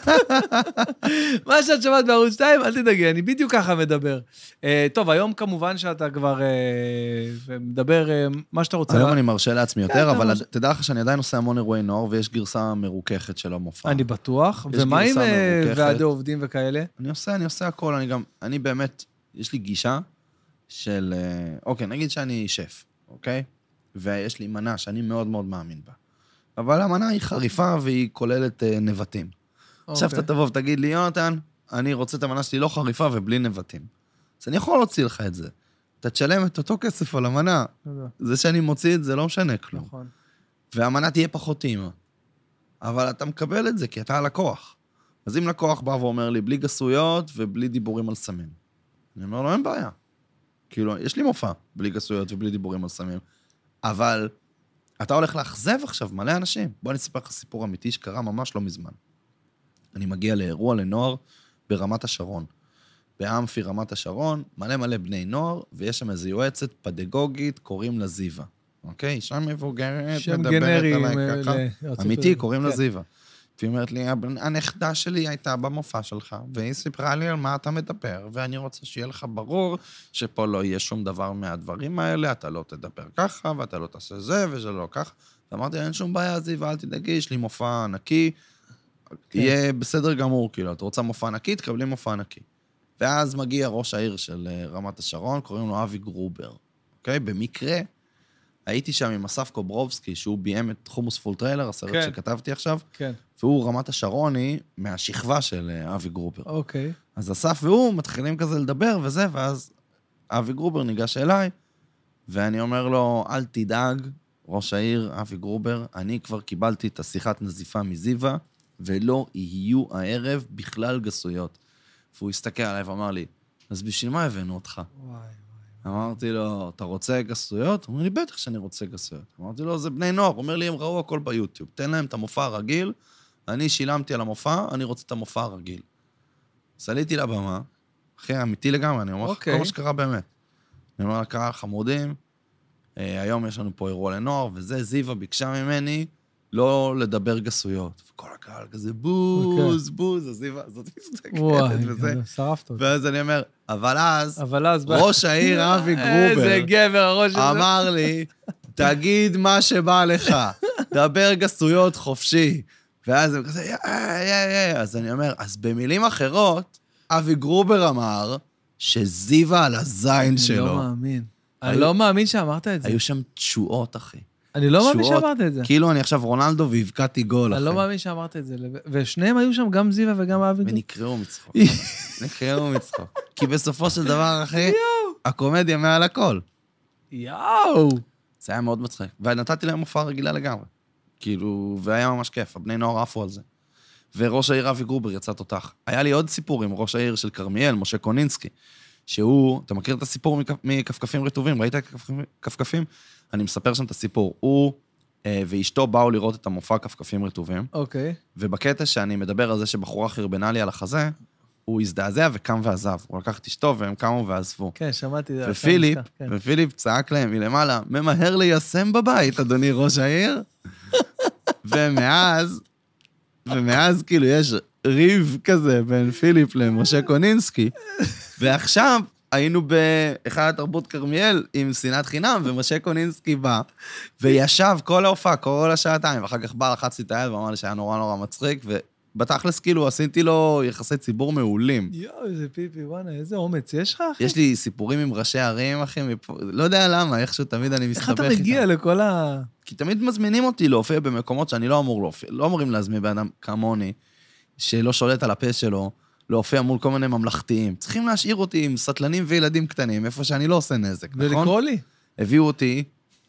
מה שאת שומעת בערוץ שתיים, אל תדאגי, אני בדיוק ככה מדבר. טוב, היום כמובן שאתה כבר מדבר מה שאתה רוצה. היום אני מרשה לעצמי יותר, אבל תדע לך שאני עדיין עושה המון אירועי נוער, ויש גרסה מרוככת של המופע. אני בטוח. ומה עם ועדי עובדים וכאלה? אני עושה, אני עושה הכל, אני גם, אני באמת, יש לי גישה של, אוקיי, נגיד שאני שף, אוקיי? ויש לי מנה שאני מאוד מאוד מאמין בה. אבל המנה היא חריפה והיא כוללת uh, נבטים. Okay. עכשיו אתה תבוא ותגיד לי, יונתן, אני רוצה את המנה שלי לא חריפה ובלי נבטים. אז אני יכול להוציא לך את זה. אתה תשלם את אותו כסף על המנה. Okay. זה שאני מוציא את זה לא משנה כלום. נכון. והמנה תהיה פחות טעימה. אבל אתה מקבל את זה כי אתה הלקוח. אז אם לקוח בא ואומר לי, בלי גסויות ובלי דיבורים על סמים. אני אומר לו, אין בעיה. כאילו, יש לי מופע בלי גסויות ובלי דיבורים על סמים. אבל אתה הולך לאכזב עכשיו מלא אנשים. בוא אני אספר לך סיפור אמיתי שקרה ממש לא מזמן. אני מגיע לאירוע לנוער ברמת השרון. באמפי רמת השרון, מלא מלא בני נוער, ויש שם איזו יועצת פדגוגית, קוראים לה זיווה. אוקיי? שם מבוגרת, מדברת עליי ככה. אמיתי, קוראים לה זיווה. והיא אומרת לי, הנכדה שלי הייתה במופע שלך, והיא סיפרה לי על מה אתה מדבר, ואני רוצה שיהיה לך ברור שפה לא יהיה שום דבר מהדברים האלה, אתה לא תדבר ככה, ואתה לא תעשה זה, וזה לא ככה. ואמרתי, אין שום בעיה, זיווה, אל תדאגי, יש לי מופע ענקי, יהיה בסדר גמור, כאילו, את רוצה מופע ענקי, תקבלי מופע ענקי. ואז מגיע ראש העיר של רמת השרון, קוראים לו אבי גרובר, אוקיי? במקרה, הייתי שם עם אסף קוברובסקי, שהוא ביים את חומוס פול טריילר, הסרט כן. שכתבתי עכשיו, כן. והוא רמת השרוני מהשכבה של אבי גרובר. אוקיי. אז אסף והוא מתחילים כזה לדבר וזה, ואז אבי גרובר ניגש אליי, ואני אומר לו, אל תדאג, ראש העיר, אבי גרובר, אני כבר קיבלתי את השיחת נזיפה מזיווה, ולא יהיו הערב בכלל גסויות. והוא הסתכל עליי ואמר לי, אז בשביל מה הבאנו אותך? וואי. אמרתי לו, אתה רוצה גסויות? הוא אומר לי, בטח שאני רוצה גסויות. אמרתי לו, זה בני נוער. הוא אומר לי, הם ראו הכל ביוטיוב. תן להם את המופע הרגיל, אני שילמתי על המופע, אני רוצה את המופע הרגיל. סליתי לבמה, אחי, אמיתי לגמרי, אני אומר לך, כל מה שקרה באמת. אני אומר לקהל, חמודים, היום יש לנו פה אירוע לנוער, וזה זיווה ביקשה ממני לא לדבר גסויות. וכל הקהל כזה, בוז, בוז, הזיווה הזאת מסתכלת וזה. שרפת אותי. ואז אני אומר, אבל אז, ראש העיר אבי גרובר, איזה גבר הראש הזה. אמר לי, תגיד מה שבא לך, דבר גסויות חופשי. ואז הם כזה, יא, יא, יא. אז אני אומר, אז במילים אחרות, אבי גרובר אמר, שזיווה על הזין שלו. אני לא מאמין. אני לא מאמין שאמרת את זה. היו שם תשועות, אחי. אני לא מאמין שאמרת את זה. כאילו אני עכשיו רונלדו והבקעתי גול, אחי. אני לא מאמין שאמרת את זה. ושניהם היו שם, גם זיווה וגם אבי גרובר. ונקראו מצחוק. נקראו מצחוק. כי בסופו של דבר, אחי, הקומדיה מעל הכל. יאו. זה היה מאוד מצחיק. ונתתי להם מופע רגילה לגמרי. כאילו, והיה ממש כיף. הבני נוער עפו על זה. וראש העיר אבי גרובר יצא תותח. היה לי עוד סיפור עם ראש העיר של כרמיאל, משה קונינסקי, שהוא, אתה מכיר את הסיפור מכפכפים רטובים? ראית כפכפים? אני מספר שם את הסיפור. הוא אה, ואשתו באו לראות את המופע כפכפים רטובים. אוקיי. ובקטע שאני מדבר על זה שבחורה חרבנה לי על החזה, הוא הזדעזע וקם ועזב. הוא לקח את אשתו והם קמו ועזבו. כן, שמעתי. ופיליפ, כן. ופיליפ צעק להם מלמעלה, ממהר ליישם בבית, אדוני ראש העיר. ומאז, ומאז כאילו יש ריב כזה בין פיליפ למשה קונינסקי, ועכשיו היינו באחד התרבות כרמיאל עם שנאת חינם, ומשה קונינסקי בא, וישב כל ההופעה, כל השעתיים, ואחר כך בא לחץ לי את היד ואמר לי שהיה נורא נורא מצחיק, ובתכלס כאילו עשיתי לו יחסי ציבור מעולים. יואו, איזה פיפי, וואנה, איזה אומץ יש לך, אחי? יש לי סיפורים עם ראשי ערים, אחי, לא יודע למה, איכשהו תמיד אני מסתבך איתם. איך אתה מגיע לכל ה... כי תמיד מזמינים אותי להופיע במקומות שאני לא אמור להופיע, לא אמורים להזמין באדם כמוני, שלא שולט על הפה שלו, להופיע מול כל מיני ממלכתיים. צריכים להשאיר אותי עם סטלנים וילדים קטנים, איפה שאני לא עושה נזק, נכון? ולקרוא לי. הביאו אותי,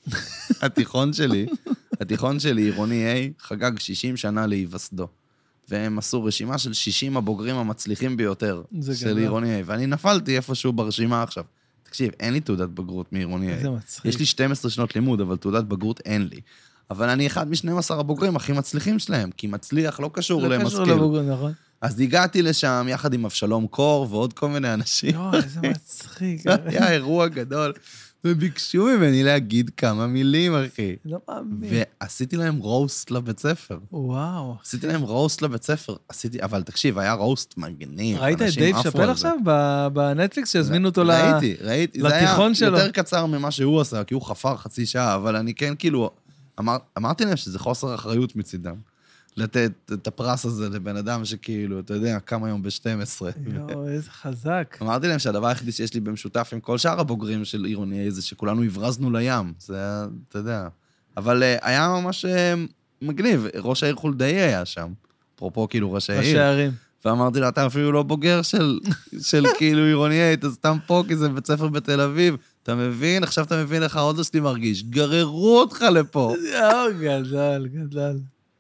התיכון שלי, התיכון שלי, עירוני A, חגג שישים שנה להיווסדו. והם עשו רשימה של שישים הבוגרים המצליחים ביותר של עירוני A, ואני נפלתי איפשהו ברשימה עכשיו. תקשיב, אין לי תעודת בגרות מעירוני A. איזה מצחיק. יש לי שתים עשרה שנות לימוד, אבל תעודת בגרות אין לי. אבל אני אחד מ-שנים עשר הבוגרים הכי מצליחים שלהם, כי מצליח לא קשור למשכיל. לא קשור לבוגרים, נכון. אז הגעתי לשם יחד עם אבשלום קור ועוד כל מיני אנשים. יואו, איזה מצחיק. היה אירוע גדול, וביקשו ממני להגיד כמה מילים, אחי. לא מאמין. ועשיתי להם רוסט לבית ספר. וואו. עשיתי להם רוסט לבית ספר, עשיתי, אבל תקשיב, היה רוסט מגניב. ראית את דייב שאפל עכשיו בנטפליקס שהזמינו אותו ראיתי, ראיתי. לתיכון שלו? זה היה יותר קצר ממה שהוא עשה, כי הוא חפר חצי שעה, אבל אני כן כאילו, אמרתי להם שזה חוסר אחריות מצידם. לתת את הפרס הזה לבן אדם שכאילו, אתה יודע, כמה יום ב-שתים עשרה. יואו, איזה חזק. אמרתי להם שהדבר היחידי שיש לי במשותף עם כל שאר הבוגרים של עירוני זה שכולנו הברזנו לים. זה היה, אתה יודע. אבל היה ממש מגניב. ראש העיר חולדאי היה שם. אפרופו כאילו ראש העיר. ראשי הערים. ואמרתי לו, אתה אפילו לא בוגר של, של כאילו עירוני, אתה סתם פה, כי זה בית ספר בתל אביב. אתה מבין? עכשיו אתה מבין איך האוטו שלי מרגיש. גררו אותך לפה. יואו, גדל, גדל.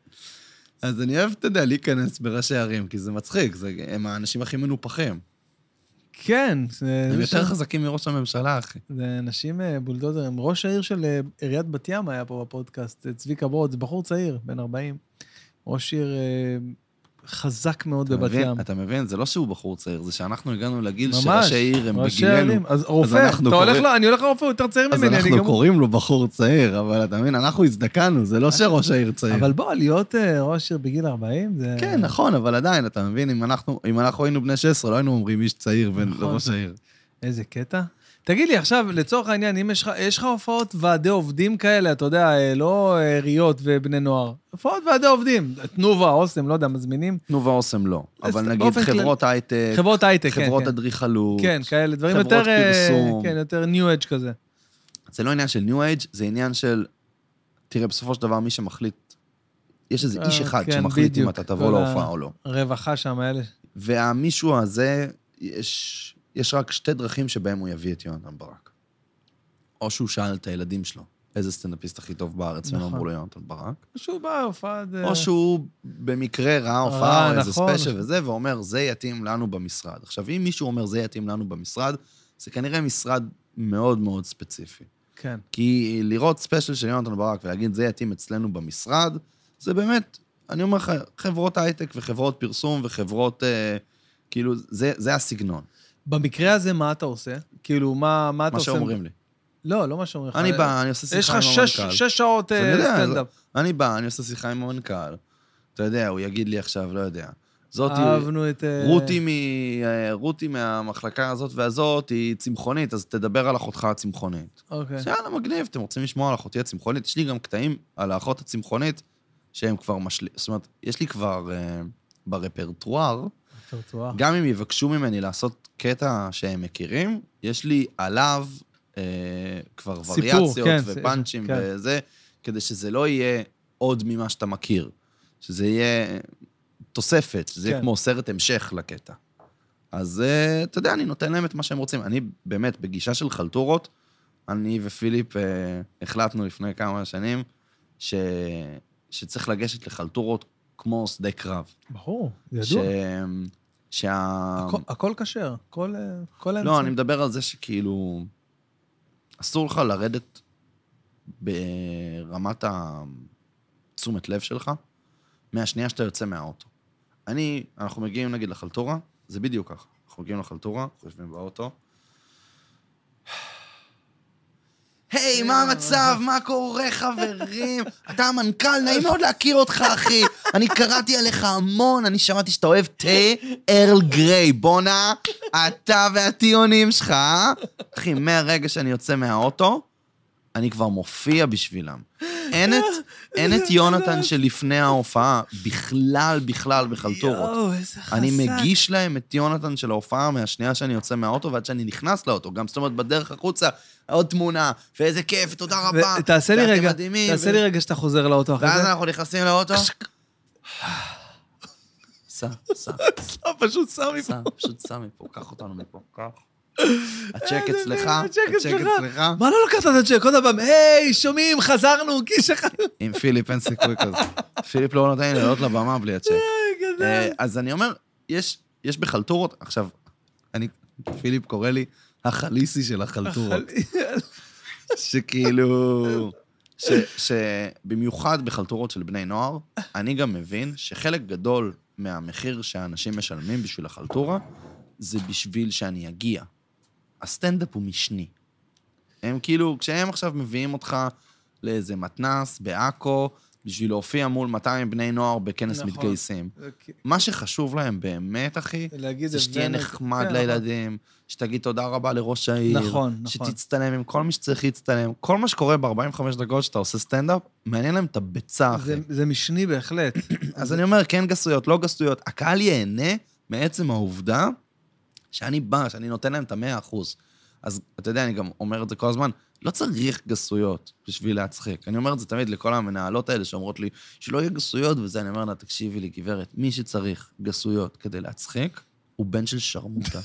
אז אני אוהב, אתה יודע, להיכנס בראשי ערים, כי זה מצחיק, זה, הם האנשים הכי מנופחים. כן. הם יותר חזקים מראש הממשלה, אחי. זה אנשים בולדוזר, הם ראש העיר של עיריית בת ים היה פה בפודקאסט, צביקה ברוט, זה בחור צעיר, בן ארבעים. ראש עיר חזק מאוד בבת ים. אתה מבין? זה לא שהוא בחור צעיר, זה שאנחנו הגענו לגיל שראשי עיר הם בגילנו. אז רופא, אתה הולך לו, אני הולך לרופא, הוא יותר צעיר ממני. אז אנחנו קוראים לו בחור צעיר, אבל אתה מבין, אנחנו הזדקנו, זה לא שראש העיר צעיר. אבל בוא, להיות ראש עיר בגיל ארבעים, זה... כן, נכון, אבל עדיין, אתה מבין, אם אנחנו היינו בני שש עשרה, לא היינו אומרים איש צעיר וראש העיר. איזה קטע. תגיד לי, עכשיו, לצורך העניין, אם יש לך, יש לך הופעות ועדי עובדים כאלה, אתה יודע, לא עיריות ובני נוער, הופעות ועדי עובדים, תנובה, אוסם, לא יודע, מזמינים? תנובה, אוסם, לא. אבל נגיד חברות הייטק, חברות הייטק, כן. חברות אדריכלות. כן, כאלה, דברים יותר... חברות פרסום. כן, יותר ניו אייג' כזה. זה לא עניין של ניו אייג', זה עניין של... תראה, בסופו של דבר, מי שמחליט, יש איזה איש אחד שמחליט אם אתה תבוא להופעה או לא. רווחה שם, האלה. והמישהו הזה, יש... יש רק שתי דרכים שבהם הוא יביא את יונתן ברק. או שהוא שאל את הילדים שלו, איזה סטנדאפיסט הכי טוב בארץ, והם אמרו לו יונתן ברק. או שהוא בא הופעה... או שהוא במקרה ראה הופעה או איזה ספיישל וזה, ואומר, זה יתאים לנו במשרד. עכשיו, אם מישהו אומר, זה יתאים לנו במשרד, זה כנראה משרד מאוד מאוד ספציפי. כן. כי לראות ספיישל של יונתן ברק ולהגיד, זה יתאים אצלנו במשרד, זה באמת, אני אומר לך, חברות הייטק וחברות פרסום וחברות, כאילו, זה, זה הסגנון. במקרה הזה, מה אתה עושה? כאילו, מה, מה אתה עושה? מה שאומרים לי. לא, לא מה שאומרים לך. אני בא, אני עושה שיחה עם המנכ"ל. יש לך שש שעות סטנדאפ. אני בא, אני עושה שיחה עם המנכ"ל. אתה יודע, הוא יגיד לי עכשיו, לא יודע. אהבנו את... רותי מהמחלקה הזאת והזאת היא צמחונית, אז תדבר על אחותך הצמחונית. אוקיי. שיאללה, מגניב, אתם רוצים לשמוע על אחותי הצמחונית? יש לי גם קטעים על האחות הצמחונית, שהם כבר משלים. זאת אומרת, יש לי כבר ברפרטואר, גם אם יבקשו ממני לעשות קטע שהם מכירים, יש לי עליו אה, כבר סיפור, וריאציות כן, ופאנצ'ים כן. וזה, כדי שזה לא יהיה עוד ממה שאתה מכיר. שזה יהיה תוספת, שזה כן. יהיה כמו סרט המשך לקטע. אז אה, אתה יודע, אני נותן להם את מה שהם רוצים. אני באמת, בגישה של חלטורות, אני ופיליפ אה, החלטנו לפני כמה שנים, ש... שצריך לגשת לחלטורות כמו שדה קרב. ברור, ידוע. ש... שה... הכל, הכל קשר, כל, כל האמצע. לא, אני מדבר על זה שכאילו, אסור לך לרדת ברמת התשומת לב שלך, מהשנייה שאתה יוצא מהאוטו. אני, אנחנו מגיעים נגיד לחלטורה, זה בדיוק ככה. אנחנו מגיעים לחלטורה, חושבים באוטו. היי, מה המצב? מה קורה, חברים? אתה המנכ"ל, נעים מאוד להכיר אותך, אחי. אני קראתי עליך המון, אני שמעתי שאתה אוהב תה ארל גריי. בונה, אתה והטיונים שלך, אחי, מהרגע שאני יוצא מהאוטו, אני כבר מופיע בשבילם. אין את, אין את יונתן שלפני ההופעה, בכלל, בכלל בחלטורות. יואו, איזה חזק. אני מגיש להם את יונתן של ההופעה מהשנייה שאני יוצא מהאוטו, ועד שאני נכנס לאוטו. גם זאת אומרת, בדרך החוצה, עוד תמונה, ואיזה כיף, תודה רבה. תעשה לי רגע, תעשה לי רגע שאתה חוזר לאוטו אחרי זה. ואז אנחנו נכנסים לאוטו. סע, סע. סע, פשוט סע מפה. סע, פשוט סע מפה, קח אותנו מפה, קח. הצ'ק אצלך, הצ'ק אצלך. מה לא לקחת את הצ'ק? עוד פעם, היי, שומעים, חזרנו, קיש אחד. עם פיליפ אין סיכוי כזה. פיליפ לא נותן לי לעלות לבמה בלי הצ'ק. אז אני אומר, יש בחלטורות, עכשיו, אני, פיליפ קורא לי החליסי של החלטורות. שכאילו, שבמיוחד בחלטורות של בני נוער, אני גם מבין שחלק גדול מהמחיר שהאנשים משלמים בשביל החלטורה, זה בשביל שאני אגיע. הסטנדאפ הוא משני. הם כאילו, כשהם עכשיו מביאים אותך לאיזה מתנס בעכו, בשביל להופיע מול מאתיים בני נוער בכנס נכון. מתגייסים. Okay. מה שחשוב להם באמת, אחי, זה שתהיה נחמד כן, לילדים, נכון. שתגיד תודה רבה לראש העיר, נכון, נכון. שתצטלם עם כל מי שצריך להצטלם. כל מה שקורה ב-ארבעים וחמש דקות שאתה עושה סטנדאפ, מעניין להם את הביצה, אחי. זה, זה משני בהחלט. אז זה... אני אומר, כן גסויות, לא גסויות. הקהל ייהנה מעצם העובדה שאני בא, שאני נותן להם את המאה אחוז. אז אתה יודע, אני גם אומר את זה כל הזמן, לא צריך גסויות בשביל להצחיק. אני אומר את זה תמיד לכל המנהלות האלה שאומרות לי, שלא יהיה גסויות וזה, אני אומר לה, תקשיבי לי, גברת, מי שצריך גסויות כדי להצחיק, הוא בן של שרמוטה.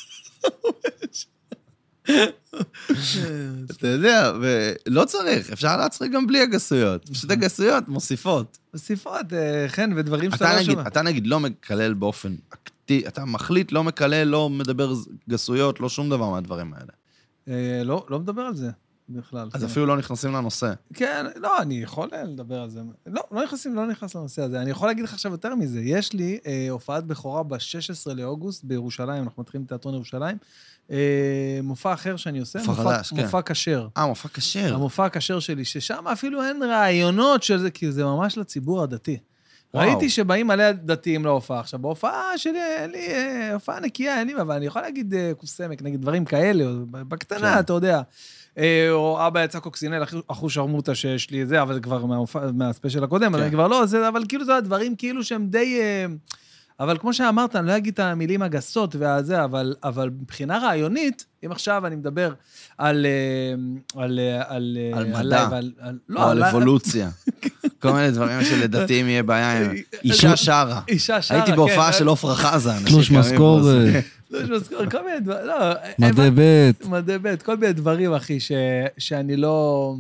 אתה יודע, ולא צריך, אפשר להצחיק גם בלי הגסויות. פשוט הגסויות מוסיפות. מוסיפות, כן, ודברים שאתה לא שומע. אתה נגיד לא מקלל באופן אקטיבי, אתה מחליט, לא מקלל, לא מדבר גסויות, לא שום דבר מהדברים האלה. לא, לא מדבר על זה. בכלל. אז אפילו לא נכנסים לנושא. כן, לא, אני יכול לדבר על זה. לא, לא נכנסים, לא נכנס לנושא הזה. אני יכול להגיד לך עכשיו יותר מזה. יש לי אה, הופעת בכורה ב-שישה עשר לאוגוסט בירושלים, אנחנו מתחילים תיאטרון ירושלים. אה, מופע אחר שאני עושה, מופע מופע, חדש, כן. מופע כשר. אה, מופע כשר. המופע הכשר שלי, ששם אפילו אין רעיונות של זה, כי זה ממש לציבור הדתי. וואו. ראיתי שבאים מלא דתיים להופעה. עכשיו, בהופעה שלי, אין לי, הופעה נקייה, אין לי, אבל אני יכול להגיד קוסמק, נגיד דברים כאלה, או בקטנה, כן. אתה יודע. או אבא יצא קוקסינל, אחו שרמוטה שיש לי את זה, אבל זה כבר מהמופע, מהספיישל הקודם, כן. אז אני כבר לא, זה, אבל כאילו זה הדברים כאילו שהם די... אבל כמו שאמרת, אני לא אגיד את המילים הגסות והזה, אבל, אבל מבחינה רעיונית, אם עכשיו אני מדבר על... על, על, על מדע, ועל, על, לא, או על אבולוציה. כל מיני דברים שלדתיים יהיה בעיה. אישה שרה. אישה שרה, כן. הייתי בהופעה של עופרה חזה. תלוש משכורת. תלוש משכורת, כל מיני דברים, לא. מדי בית. מדי בית, כל מיני דברים, אחי, שאני לא...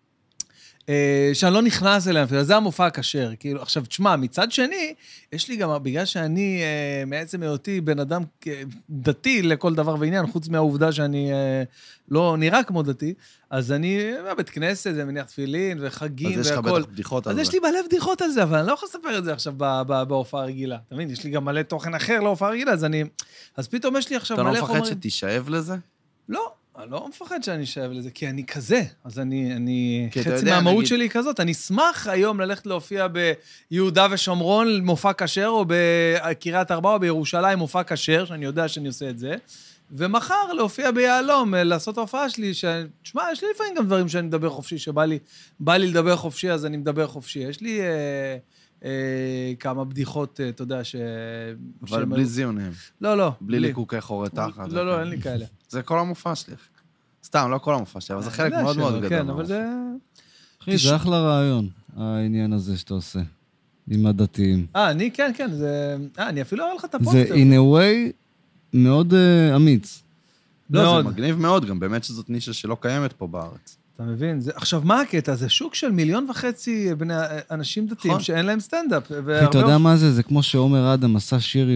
שאני לא נכנס אליהם, זה המופע הכשר, כאילו, עכשיו, תשמע, מצד שני, יש לי גם, בגלל שאני, מעצם היותי בן אדם דתי לכל דבר ועניין, חוץ מהעובדה שאני לא נראה כמו דתי, אז אני בבית כנסת, זה מניח תפילין וחגים והכל. אז יש לך בטח בדיחות על זה. אז יש לי מלא בדיחות על זה, אבל אני לא יכול לספר את זה עכשיו בהופעה הרגילה. אתה מבין, יש לי גם מלא תוכן אחר להופעה הרגילה, אז אני, אז פתאום יש לי עכשיו מלא חומרים. אתה לא מפחד שתישאב לזה? לא. אני לא מפחד שאני אשאב לזה, כי אני כזה, אז אני, אני, חצי מהמהות שלי היא כזאת, אני אשמח היום ללכת להופיע ביהודה ושומרון, מופע כשר, או בקריית ארבע, או בירושלים, מופע כשר, שאני יודע שאני עושה את זה, ומחר להופיע ביעלום, לעשות ההופעה שלי, ששמע, יש לי לפעמים גם דברים שאני מדבר חופשי, שבא לי, בא לי לדבר חופשי, אז אני מדבר חופשי. יש לי אה, אה, כמה בדיחות, אתה יודע, ש... אבל בלי זיונים. לא, לא. בלי ליקוקי חורי תחת. לא, לא, אין לי כאלה. זה כל המופע שלי. סתם, לא כל המופע שלי, אבל זה חלק מאוד מאוד גדול. כן, אבל זה... אחי, זה אחלה רעיון, העניין הזה שאתה עושה, עם הדתיים. אה, אני, כן, כן, זה... אה, אני אפילו אראה לך את הפוסטר. זה, in a way, מאוד אמיץ. לא, זה מגניב מאוד, גם באמת שזאת נישה שלא קיימת פה בארץ. אתה מבין? עכשיו, מה הקטע? זה שוק של מיליון וחצי בני אנשים דתיים שאין להם סטנדאפ. אחי, אתה יודע מה זה? זה כמו שעומר אדם עשה שיר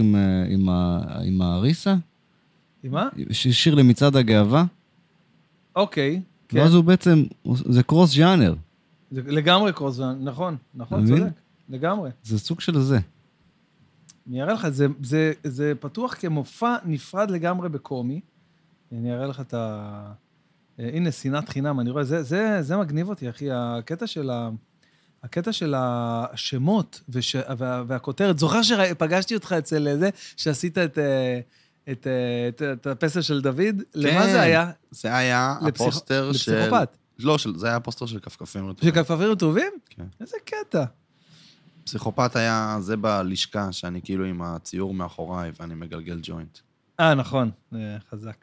עם האריסה. עם מה? שיר למצעד הגאווה. אוקיי, כן. ואז הוא בעצם, זה קרוס ז'אנר. לגמרי קרוס ז'אנר, נכון, נכון, צודק, לגמרי. זה סוג של זה. אני אראה לך, זה, זה, זה פתוח כמופע נפרד לגמרי בקומי. אני אראה לך את ה... הנה, שנאת חינם, אני רואה, זה, זה, זה מגניב אותי, אחי, הקטע של ה... הקטע של השמות וש... וה... והכותרת, זוכר שפגשתי אותך אצל זה, שעשית את... את, את, את הפסל של דוד, כן, למה זה היה? זה היה לפסיכ... הפוסטר של... לפסיכופת. לא, של... זה היה הפוסטר של כפכפים רטובים. של כפכפים רטובים? כן. איזה קטע. פסיכופת היה זה בלשכה, שאני כאילו עם הציור מאחוריי, ואני מגלגל ג'וינט. אה, נכון, חזק.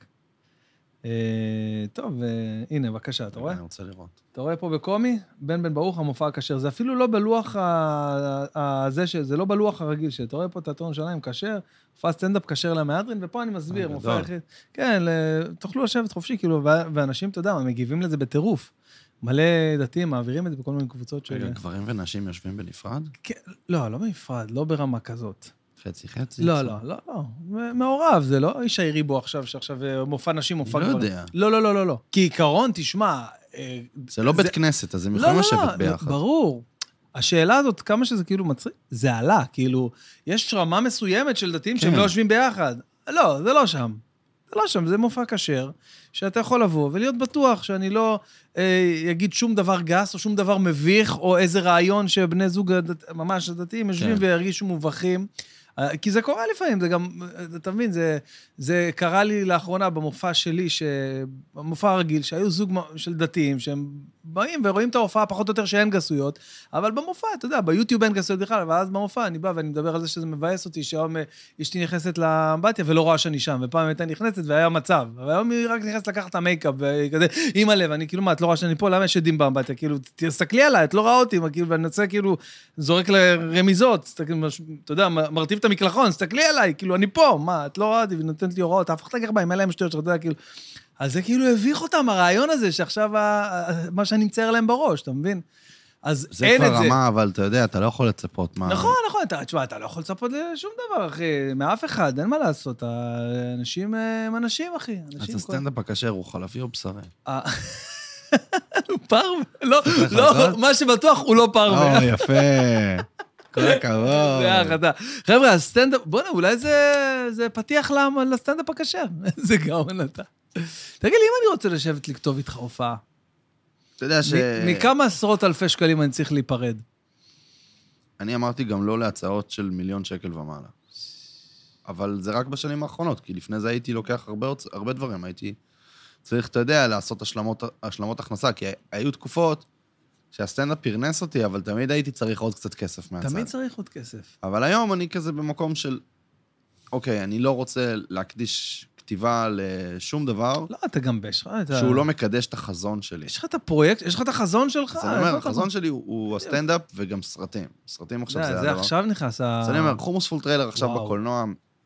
טוב, הנה, בבקשה, אתה רואה? אני רוצה לראות. אתה רואה פה בקומי? בן בן ברוך, המופע הכשר. זה אפילו לא בלוח הזה, זה לא בלוח הרגיל, שאתה רואה פה תיאטרון שלהם כשר, הופעה סטנדאפ כשר למהדרין, ופה אני מסביר, מופע היחיד. כן, תוכלו לשבת חופשי, כאילו, ואנשים, אתה יודע, מגיבים לזה בטירוף. מלא דתיים מעבירים את זה בכל מיני קבוצות של... גברים ונשים יושבים בנפרד? לא, לא בנפרד, לא ברמה כזאת. חצי חצי? לא, לא, לא, לא. מעורב, זה לא איש העירי בו עכשיו, שעכשיו מופע נשים, מופע גברים. לא יודע. לא, לא, לא, לא, לא. כי עיקרון, תשמע... זה לא בית כנסת, אז הם יכולים לשבת ביחד. ברור. השאלה הזאת, כמה שזה כאילו מצחיק, זה עלה, כאילו, יש רמה מסוימת של דתיים שהם לא יושבים ביחד. לא, זה לא שם. זה לא שם, זה מופע כשר, שאתה יכול לבוא ולהיות בטוח שאני לא אגיד שום דבר גס, או שום דבר מביך, או איזה רעיון שבני זוג ממש דתיים יושבים וירגישו מובכים. כי זה קורה לפעמים, זה גם, אתה מבין, זה, זה קרה לי לאחרונה במופע שלי, במופע הרגיל, שהיו זוג של דתיים, שהם באים ורואים את ההופעה פחות או יותר שאין גסויות, אבל במופע, אתה יודע, ביוטיוב אין גסויות בכלל, ואז במופע אני בא ואני מדבר על זה שזה מבאס אותי, שהיום אשתי נכנסת לאמבטיה ולא רואה שאני שם, ופעם הייתה נכנסת והיה מצב, והיום היא רק נכנסת לקחת את המייקאפ, וכזה, אימא לב, אני כאילו, מה, את לא רואה שאני פה, למה יש עדים באמבטיה? כאילו, תסתכלי עליי, את לא רואה אותי, כאילו, ואני רוצה, כאילו, זורק לרמיזות, אתה יודע, מרטיב את המקלחון, תסתכלי עליי, כאילו, אני פה, מה, את לא רואה אותי, ונותנת לי הוראות, תהפוך את הגרביים, אלה הם שטויות שאתה יודע, כאילו, אז זה כאילו הביך אותם, הרעיון הזה, שעכשיו מה שאני מצייר להם בראש, אתה מבין? אז זה כבר רמה, אבל אתה יודע, אתה לא יכול לצפות מה... נכון, נכון, תשמע, אתה לא יכול לצפות לשום דבר, אחי, מאף אחד, אין מה לעשות, האנשים הם אנשים, אחי. אז הסטנדאפ הכשר הוא חלבי או בשרי? הוא פרווה. לא, לא, מה שבטוח הוא לא פרווה. או, יפה. כל הכבוד. זה החדה. חבר'ה, הסטנדאפ, בוא'נה, אולי זה פתיח לסטנדאפ הקשה. איזה גאון אתה. תגיד לי, אם אני רוצה לשבת לכתוב איתך הופעה, אתה יודע ש... מכמה עשרות אלפי שקלים אני צריך להיפרד? אני אמרתי גם לא להצעות של מיליון שקל ומעלה. אבל זה רק בשנים האחרונות, כי לפני זה הייתי לוקח הרבה, הרבה דברים, הייתי צריך, אתה יודע, לעשות השלמות, השלמות הכנסה, כי היו תקופות שהסטנדאפ פרנס אותי, אבל תמיד הייתי צריך עוד קצת כסף מהצד. תמיד צריך עוד כסף. אבל היום אני כזה במקום של, אוקיי, אני לא רוצה להקדיש כתיבה לשום דבר. לא, אתה גם בש... שהוא לא מקדש את החזון שלי. יש לך את הפרויקט, יש לך את החזון שלך. אז אני אומר, החזון שלי הוא הסטנדאפ וגם סרטים. סרטים עכשיו זה הדבר. זה עכשיו נכנס. אז אני אומר, חומוס פול טריילר עכשיו בקולנוע,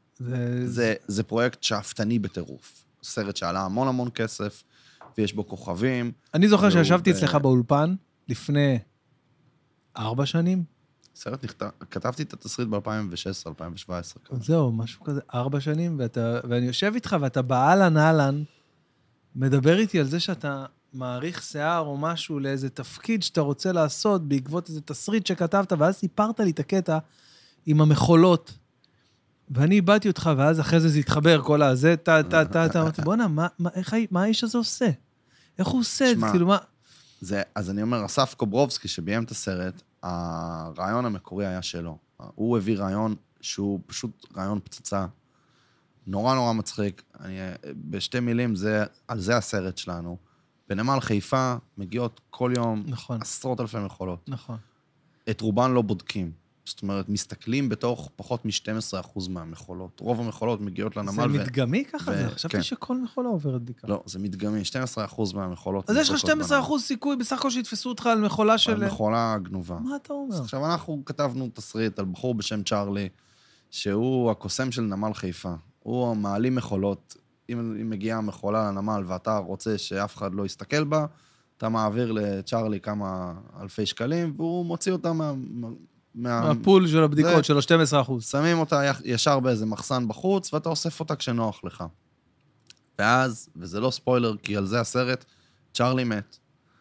זה פרויקט שאפתני בטירוף. סרט שעלה המון המון כסף, ויש בו כוכבים. אני זוכר שישבתי אצלך באולפן לפני ארבע שנים. סרט נכתב, כתבתי את התסריט ב-אלפיים ושש עשרה אלפיים שבע עשרה. זהו, משהו כזה, ארבע שנים, ואתה, ואני יושב איתך, ואתה באלן אלן, מדבר איתי על זה שאתה מעריך שיער או משהו לאיזה תפקיד שאתה רוצה לעשות, בעקבות איזה תסריט שכתבת, ואז סיפרת לי את הקטע עם המחולות, ואני איבדתי אותך, ואז אחרי זה זה התחבר, כל הזה, טה, טה, טה, טה, אמרתי, בוא'נה, מה, מה, איך, מה האיש הזה עושה? איך הוא עושה את זה? כאילו, מה... זה, אז אני אומר, אסף קוברובסקי, שביים את הסרט, הרעיון המקורי היה שלו. הוא הביא רעיון שהוא פשוט רעיון פצצה, נורא נורא מצחיק. אני, בשתי מילים, זה, על זה הסרט שלנו. בנמל חיפה מגיעות כל יום נכון. עשרות אלפי מכולות. נכון. את רובן לא בודקים. זאת אומרת, מסתכלים בתוך פחות מ-שנים עשר אחוז מהמכולות. רוב המכולות מגיעות לנמל. זה ו... מדגמי ככה? ו... זה? חשבתי כן. שכל מכולה עוברת בדיקה. לא, זה מדגמי. שנים עשר אחוז מהמכולות. אז יש לך שנים עשר אחוז סיכוי בסך הכל שיתפסו אותך על מכולה של... על מכולה גנובה. מה אתה אומר? עכשיו, אנחנו כתבנו תסריט על בחור בשם צ'רלי, שהוא הקוסם של נמל חיפה. הוא המעלים מכולות. אם, אם מגיעה מכולה לנמל ואתה רוצה שאף אחד לא יסתכל בה, אתה מעביר לצ'רלי כמה אלפי שקלים, והוא מוציא אותה מה... מהפול של הבדיקות של ה-שנים עשר אחוז. שמים אותה ישר באיזה מחסן בחוץ, ואתה אוסף אותה כשנוח לך. ואז, וזה לא ספוילר, כי על זה הסרט, צ'רלי מת,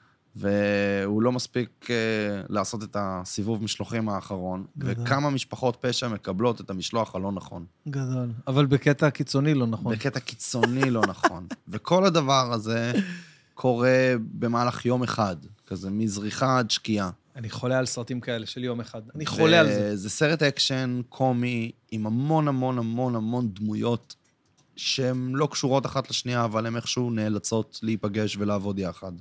והוא לא מספיק לעשות את הסיבוב משלוחים האחרון, וכמה משפחות פשע מקבלות את המשלוח הלא נכון. גדול. אבל בקטע קיצוני לא נכון. בקטע קיצוני לא נכון. וכל הדבר הזה קורה במהלך יום אחד, כזה מזריחה עד שקיעה. אני חולה על סרטים כאלה של יום אחד. אני חולה על זה. זה סרט אקשן קומי עם המון המון המון המון דמויות שהן לא קשורות אחת לשנייה, אבל הן איכשהו נאלצות להיפגש ולעבוד יחד.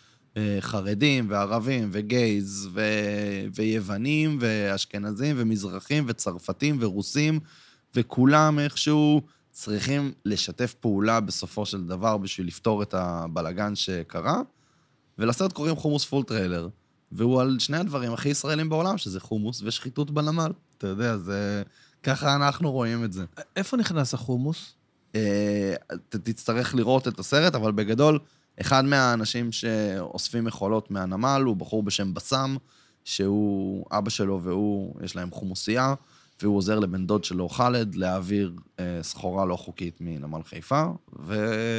חרדים וערבים וגייז ו... ויוונים ואשכנזים ומזרחים וצרפתים ורוסים, וכולם איכשהו צריכים לשתף פעולה בסופו של דבר בשביל לפתור את הבלגן שקרה, ולסרט קוראים חומוס פול טריילר. והוא על שני הדברים הכי ישראלים בעולם, שזה חומוס ושחיתות בנמל. אתה יודע, זה... ככה אנחנו רואים את זה. איפה נכנס החומוס? אתה תצטרך לראות את הסרט, אבל בגדול, אחד מהאנשים שאוספים מכולות מהנמל, הוא בחור בשם בסם, שהוא אבא שלו והוא, יש להם חומוסייה, והוא עוזר לבן דוד שלו חלד להעביר סחורה לא חוקית מנמל חיפה, ו...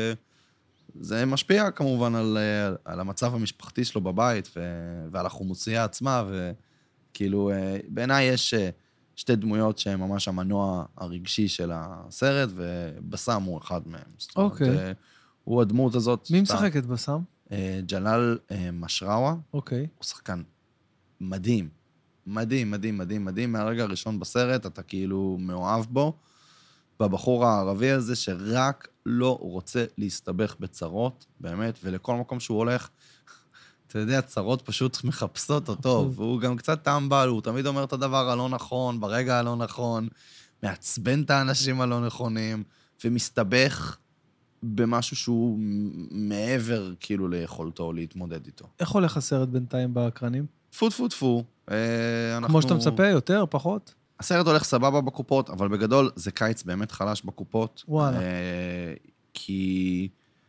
זה משפיע כמובן על, על המצב המשפחתי שלו בבית ו, ועל החומוסייה עצמה, וכאילו בעיניי יש שתי דמויות שהן ממש המנוע הרגשי של הסרט, ובסם הוא אחד מהם. אוקיי. Okay. הוא הדמות הזאת. מי משחק את בסם? ג'לאל משראווה. אוקיי. Okay. הוא שחקן מדהים. מדהים, מדהים, מדהים, מדהים. מהרגע הראשון בסרט אתה כאילו מאוהב בו. בבחור הערבי הזה שרק לא רוצה להסתבך בצרות, באמת, ולכל מקום שהוא הולך, אתה יודע, צרות פשוט מחפשות אותו, והוא גם קצת טמבל, הוא תמיד אומר את הדבר הלא נכון, ברגע הלא נכון, מעצבן את האנשים הלא נכונים, ומסתבך במשהו שהוא מעבר כאילו ליכולתו להתמודד איתו. איך הולך הסרט בינתיים באקרנים? טפו טפו טפו. כמו שאתה מצפה, יותר, פחות? הסרט הולך סבבה בקופות, אבל בגדול זה קיץ באמת חלש בקופות. וואלה. כי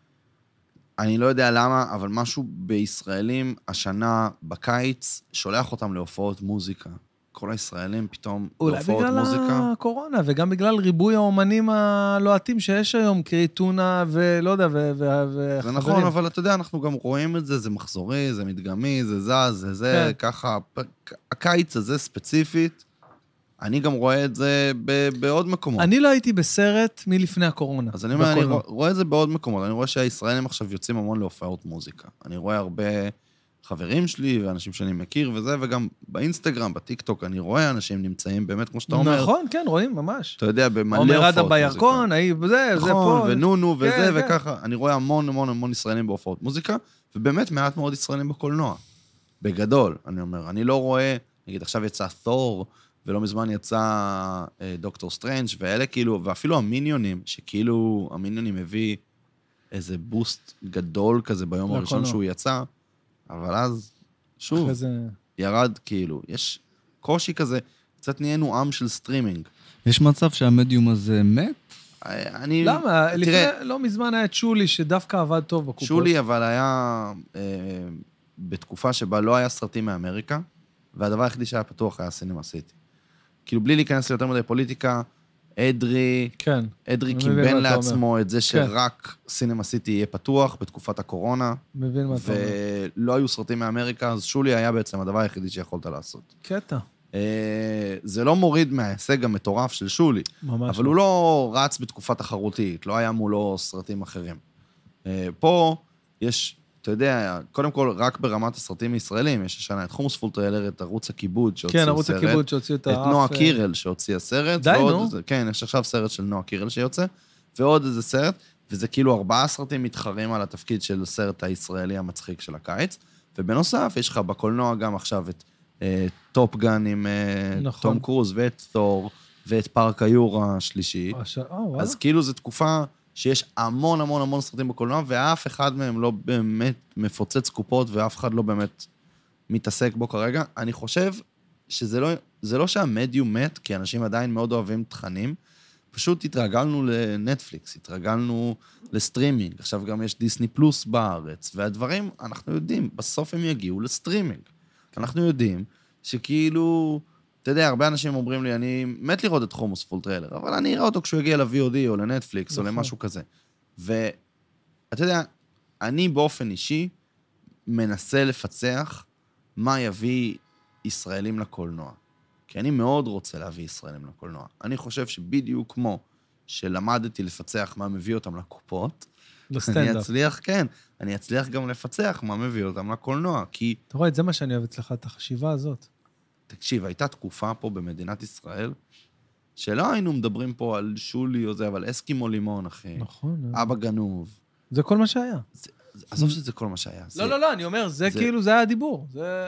אני לא יודע למה, אבל משהו בישראלים השנה בקיץ שולח אותם להופעות מוזיקה. כל הישראלים פתאום בהופעות מוזיקה. אולי בגלל הקורונה, וגם בגלל ריבוי האומנים הלוהטים שיש היום, קרי טונה ולא יודע, וחברים. זה נכון, אבל אתה יודע, אנחנו גם רואים את זה, זה מחזורי, זה מדגמי, זה זז, זה זה, ככה, הקיץ הזה ספציפית, אני גם רואה את זה בעוד מקומות. אני לא הייתי בסרט מלפני הקורונה. אז אני אומר, אני רואה את זה בעוד מקומות, אני רואה שהישראלים עכשיו יוצאים המון להופעות מוזיקה. אני רואה הרבה חברים שלי ואנשים שאני מכיר וזה, וגם באינסטגרם, בטיקטוק, אני רואה אנשים נמצאים באמת, כמו שאתה אומר. נכון, כן, רואים ממש. אתה יודע, במלא הופעות מוזיקה. עומר אדם בירקון, זה, זה פה. נכון, ונונו וזה וככה. אני רואה המון המון המון ישראלים בהופעות מוזיקה, ובאמת מעט מאוד ישראלים בקולנוע. בגדול, אני אומר. אני לא רואה, נגיד, עכשיו יצא תור, ולא מזמן יצא דוקטור סטרנג' ואלה כאילו, ואפילו המיניונים, שכאילו המיניונים הביא איזה בוסט גדול כזה ביום הראשון שהוא יצא, אבל אז, שוב, זה... ירד כאילו, יש קושי כזה, קצת נהיינו עם של סטרימינג. יש מצב שהמדיום הזה מת? אני... למה? תראה, לפני, לא מזמן היה את שולי, שדווקא עבד טוב בקופות. שולי, אבל היה אה, בתקופה שבה לא היה סרטים מאמריקה, והדבר היחידי שהיה פתוח היה סינמה סיטי. כאילו, בלי להיכנס ליותר מדי פוליטיקה, אדרי, כן. אדרי קיבל לעצמו את זה שרק סינמה סיטי יהיה פתוח בתקופת הקורונה. מבין מה אתה אומר. ולא היו סרטים מאמריקה, אז שולי היה בעצם הדבר היחידי שיכולת לעשות. קטע. זה לא מוריד מההישג המטורף של שולי. ממש. אבל הוא לא רץ בתקופה תחרותית, לא היה מולו סרטים אחרים. פה יש, אתה יודע, קודם כל, רק ברמת הסרטים הישראלים, יש השנה את חומוס פול טריילר, את ערוץ הכיבוד שהוציאו סרט. כן, ערוץ הכיבוד שהוציאו את האף. את נועה קירל שהוציאה סרט. די, נו. כן, יש עכשיו סרט של נועה קירל שיוצא, ועוד איזה סרט, וזה כאילו ארבעה סרטים מתחרים על התפקיד של הסרט הישראלי המצחיק של הקיץ, ובנוסף, יש לך בקולנוע גם עכשיו את טופ גן עם תום קרוז, ואת תור, ואת פארק היורה השלישי. אז כאילו זו תקופה שיש המון המון המון סרטים בקולנוע, ואף אחד מהם לא באמת מפוצץ קופות, ואף אחד לא באמת מתעסק בו כרגע. אני חושב שזה לא, זה לא שהמדיום מת, כי אנשים עדיין מאוד אוהבים תכנים, פשוט התרגלנו לנטפליקס, התרגלנו לסטרימינג, עכשיו גם יש דיסני פלוס בארץ, והדברים, אנחנו יודעים, בסוף הם יגיעו לסטרימינג. אנחנו יודעים שכאילו, אתה יודע, הרבה אנשים אומרים לי, אני מת לראות את חומוס פול טריילר, אבל אני אראה אותו כשהוא יגיע ל-וי או די או לנטפליקס או למשהו כזה. ואתה יודע, אני באופן אישי מנסה לפצח מה יביא ישראלים לקולנוע. כי אני מאוד רוצה להביא ישראלים לקולנוע. אני חושב שבדיוק כמו שלמדתי לפצח מה מביא אותם לקופות, אני אצליח, כן, אני אצליח גם לפצח מה מביא אותם לקולנוע, כי... אתה רואה, זה מה שאני אוהב אצלך, את החשיבה הזאת. תקשיב, הייתה תקופה פה במדינת ישראל, שלא היינו מדברים פה על שולי או זה, אבל אסקימו לימון, אחי. נכון. אבא גנוב. זה כל מה שהיה. עזוב שזה כל מה שהיה. לא, לא, לא, אני אומר, זה כאילו, זה היה הדיבור. זה...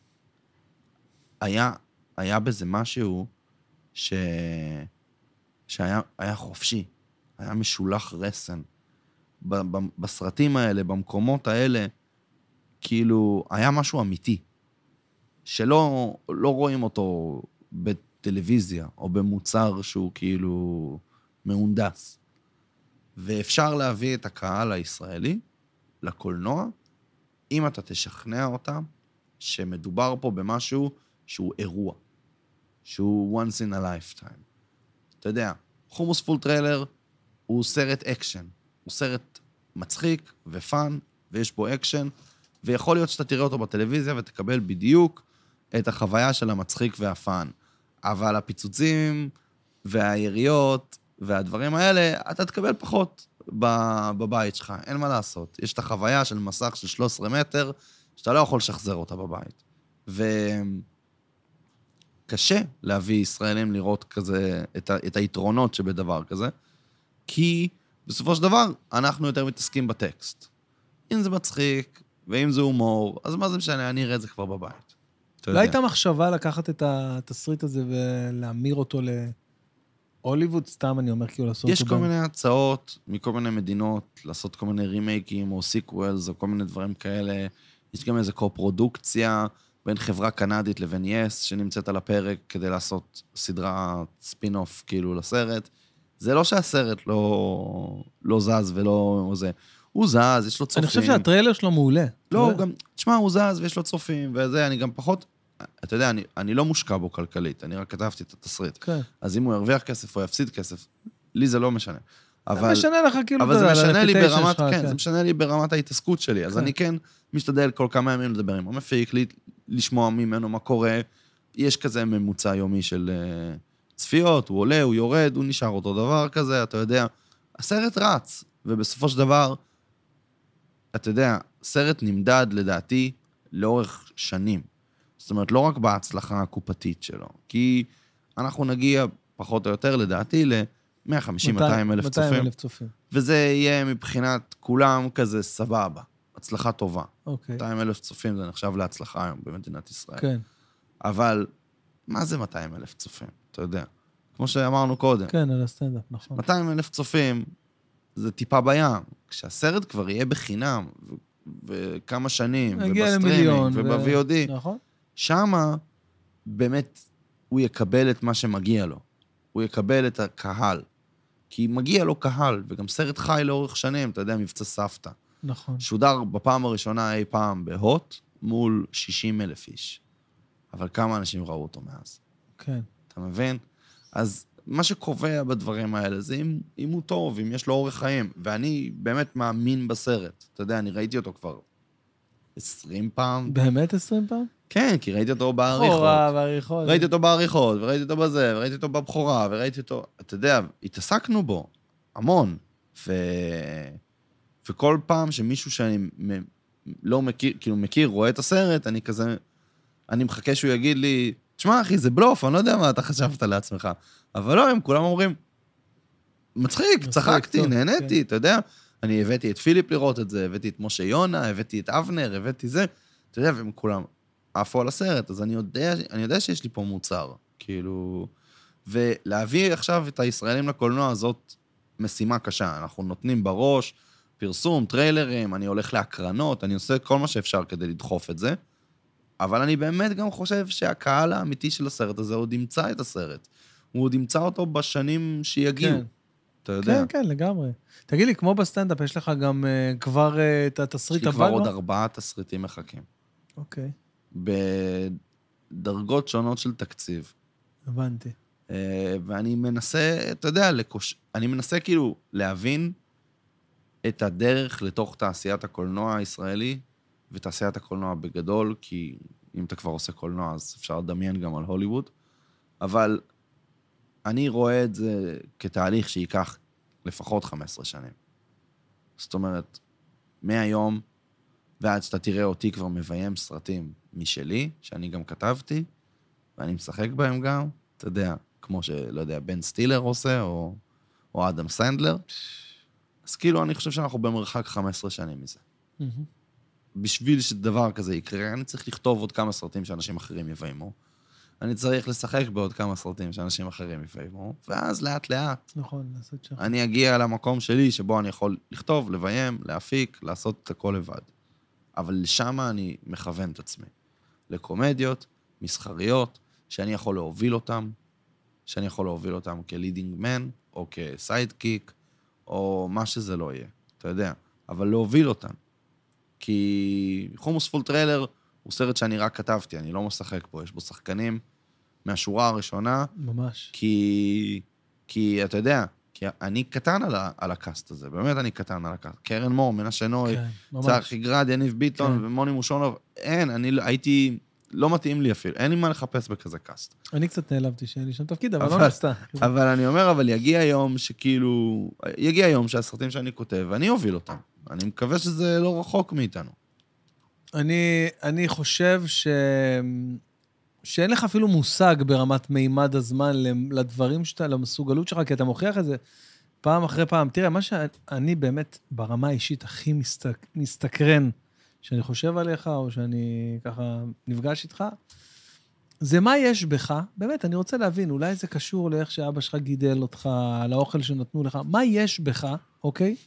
היה, היה בזה משהו ש... שהיה היה חופשי, היה משולח רסן. בסרטים האלה, במקומות האלה, כאילו, היה משהו אמיתי, שלא לא רואים אותו בטלוויזיה, או במוצר שהוא כאילו מהונדס. ואפשר להביא את הקהל הישראלי לקולנוע, אם אתה תשכנע אותם, שמדובר פה במשהו שהוא אירוע, שהוא once in a lifetime. אתה יודע, חומוס פול טריילר הוא סרט אקשן, הוא סרט מצחיק ופן, ויש בו אקשן, ויכול להיות שאתה תראה אותו בטלוויזיה ותקבל בדיוק את החוויה של המצחיק והפן. אבל הפיצוצים והיריות והדברים האלה, אתה תקבל פחות בבית שלך, אין מה לעשות. יש את החוויה של מסך של שלושה עשר מטר, שאתה לא יכול לשחזר אותה בבית. וקשה להביא ישראלים לראות כזה, את, ה... את היתרונות שבדבר כזה, כי בסופו של דבר, אנחנו יותר מתעסקים בטקסט. אם זה מצחיק, ואם זה הומור, אז מה זה משנה? אני אראה את זה כבר בבית. לא הייתה מחשבה לקחת את התסריט הזה ולהמיר אותו להוליווד, סתם אני אומר כאילו לעשות... יש כל מיני הצעות מכל מיני מדינות, לעשות כל מיני רימייקים או סיקוולס או כל מיני דברים כאלה. יש גם איזו קו-פרודוקציה בין חברה קנדית לבין יס, שנמצאת על הפרק כדי לעשות סדרה ספין-אוף כאילו לסרט. זה לא שהסרט לא, לא זז ולא זה. הוא זז, יש לו צופים. אני חושב שהטריילר שלו מעולה. לא, הוא גם, תשמע, הוא זז ויש לו צופים, וזה, אני גם פחות, אתה יודע, אני, אני לא מושקע בו כלכלית, אני רק כתבתי את התסריט. כן. אז אם הוא ירוויח כסף או יפסיד כסף, לי זה לא משנה. אבל, זה משנה לך כאילו... אבל זה משנה לי ברמת, שלך, כן, כן, זה משנה לי ברמת ההתעסקות שלי. אז כן. אני כן משתדל כל כמה ימים לדבר עם המפיק, לשמוע ממנו מה קורה. יש כזה ממוצע יומי של uh, צפיות, הוא עולה, הוא יורד, הוא נשאר אותו דבר כזה, אתה יודע. הסרט רץ, ובסופו של דבר, אתה יודע, סרט נמדד לדעתי לאורך שנים. זאת אומרת, לא רק בהצלחה הקופתית שלו, כי אנחנו נגיע פחות או יותר לדעתי ל-מאה וחמישים מאתיים אלף צופים, צופים, וזה יהיה מבחינת כולם כזה סבבה, הצלחה טובה. אוקיי. מאתיים אלף צופים זה נחשב להצלחה היום במדינת ישראל. כן. אבל מה זה מאתיים אלף צופים? אתה יודע, כמו שאמרנו קודם. כן, על הסטנדאפ, נכון. מאתיים אלף צופים זה טיפה בים. כשהסרט כבר יהיה בחינם, ו- וכמה שנים, ובסטרימינג, וב-וי או די, נכון. שמה באמת הוא יקבל את מה שמגיע לו. הוא יקבל את הקהל. כי מגיע לו קהל, וגם סרט חי לאורך שנים, אתה יודע, מבצע סבתא. נכון. שודר בפעם הראשונה אי פעם בהוט, מול שישים אלף איש. אבל כמה אנשים ראו אותו מאז? כן. אתה מבין? אז מה שקובע בדברים האלה זה אם, אם הוא טוב, אם יש לו אורך חיים. ואני באמת מאמין בסרט. אתה יודע, אני ראיתי אותו כבר עשרים פעם. באמת עשרים פעם? כן, כי ראיתי אותו בעריכות. בחורה, בעריכות. ראיתי אותו בעריכות, וראיתי אותו בזה, וראיתי אותו בבחורה, וראיתי אותו... אתה יודע, התעסקנו בו המון. ו... וכל פעם שמישהו שאני מ... לא מכיר, כאילו מכיר, רואה את הסרט, אני כזה... אני מחכה שהוא יגיד לי, תשמע, אחי, זה בלוף, אני לא יודע מה אתה חשבת לעצמך. אבל לא, הם כולם אומרים, מצחיק, צחקתי, טוב, נהניתי, כן. אתה יודע, אני הבאתי את פיליפ לראות את זה, הבאתי את משה יונה, הבאתי את אבנר, הבאתי זה, אתה יודע, והם כולם עפו על הסרט, אז אני יודע, אני יודע שיש לי פה מוצר, כאילו, ולהביא עכשיו את הישראלים לקולנוע, זאת משימה קשה, אנחנו נותנים בראש, פרסום, טריילרים, אני הולך להקרנות, אני עושה כל מה שאפשר כדי לדחוף את זה, אבל אני באמת גם חושב שהקהל האמיתי של הסרט הזה עוד ימצא את הסרט. הוא עוד ימצא אותו בשנים שיגיעו. כן. אתה יודע. כן, כן, לגמרי. תגיד לי, כמו בסטנדאפ, יש לך גם uh, כבר uh, את התסריט הבא? יש לי כבר עוד ארבעה תסריטים מחכים. אוקיי. בדרגות שונות של תקציב. הבנתי. Uh, ואני מנסה, אתה יודע, לקוש... אני מנסה כאילו להבין את הדרך לתוך תעשיית הקולנוע הישראלי, ותעשיית הקולנוע בגדול, כי אם אתה כבר עושה קולנוע, אז אפשר לדמיין גם על הוליווד, אבל אני רואה את זה כתהליך שיקח לפחות חמש עשרה שנים. זאת אומרת, מהיום ועד שאתה תראה אותי כבר מביים סרטים משלי, שאני גם כתבתי, ואני משחק בהם גם, אתה יודע, כמו שלא יודע, בן סטילר עושה, או, או אדם סנדלר, אז כאילו אני חושב שאנחנו במרחק חמש עשרה שנים מזה. Mm-hmm. בשביל שדבר כזה יקרה, אני צריך לכתוב עוד כמה סרטים שאנשים אחרים יביימו. אני צריך לשחק בעוד כמה סרטים שאנשים אחרים יביימו, ואז לאט לאט. נכון, לעשות שם. אני אגיע למקום שלי, שבו אני יכול לכתוב, לביים, להפיק, לעשות את הכל לבד. אבל לשם אני מכוון את עצמי. לקומדיות, מסחריות, שאני יכול להוביל אותם, שאני יכול להוביל אותם כלידינג מן, או כסיידקיק, או מה שזה לא יהיה. אתה יודע. אבל להוביל אותם. כי חומוס פול טריילר הוא סרט שאני רק כתבתי, אני לא משחק פה, יש בו שחקנים מהשורה הראשונה. ממש. כי, כי אתה יודע, כי אני קטן על, ה, על הקאסט הזה, באמת אני קטן על הקאסט. קרן מור, מנשה נוי, כן, צחי גרד, יניב ביטון, כן. ומוני מושונוב, אין, אני הייתי, לא מתאים לי אפילו, אין לי מה לחפש בכזה קאסט. אני קצת נעלבתי שאין לי שם תפקיד, אבל, אבל לא נסתה. אבל אני אומר, אבל יגיע יום שכאילו, יגיע יום שהסרטים שאני כותב, ואני אוביל אותם. אני מקווה שזה לא רחוק מאיתנו. אני, אני חושב ש... שאין לך אפילו מושג ברמת מימד הזמן לדברים שאתה, למסוגלות שלך, כי אתה מוכיח את זה פעם אחרי פעם. תראה, מה שאני באמת ברמה האישית הכי מסתק... מסתקרן, שאני חושב עליך, או שאני ככה נפגש איתך, זה מה יש בך, באמת, אני רוצה להבין, אולי זה קשור לאיך שאבא שלך גידל אותך, לאוכל שנתנו לך, מה יש בך, אוקיי?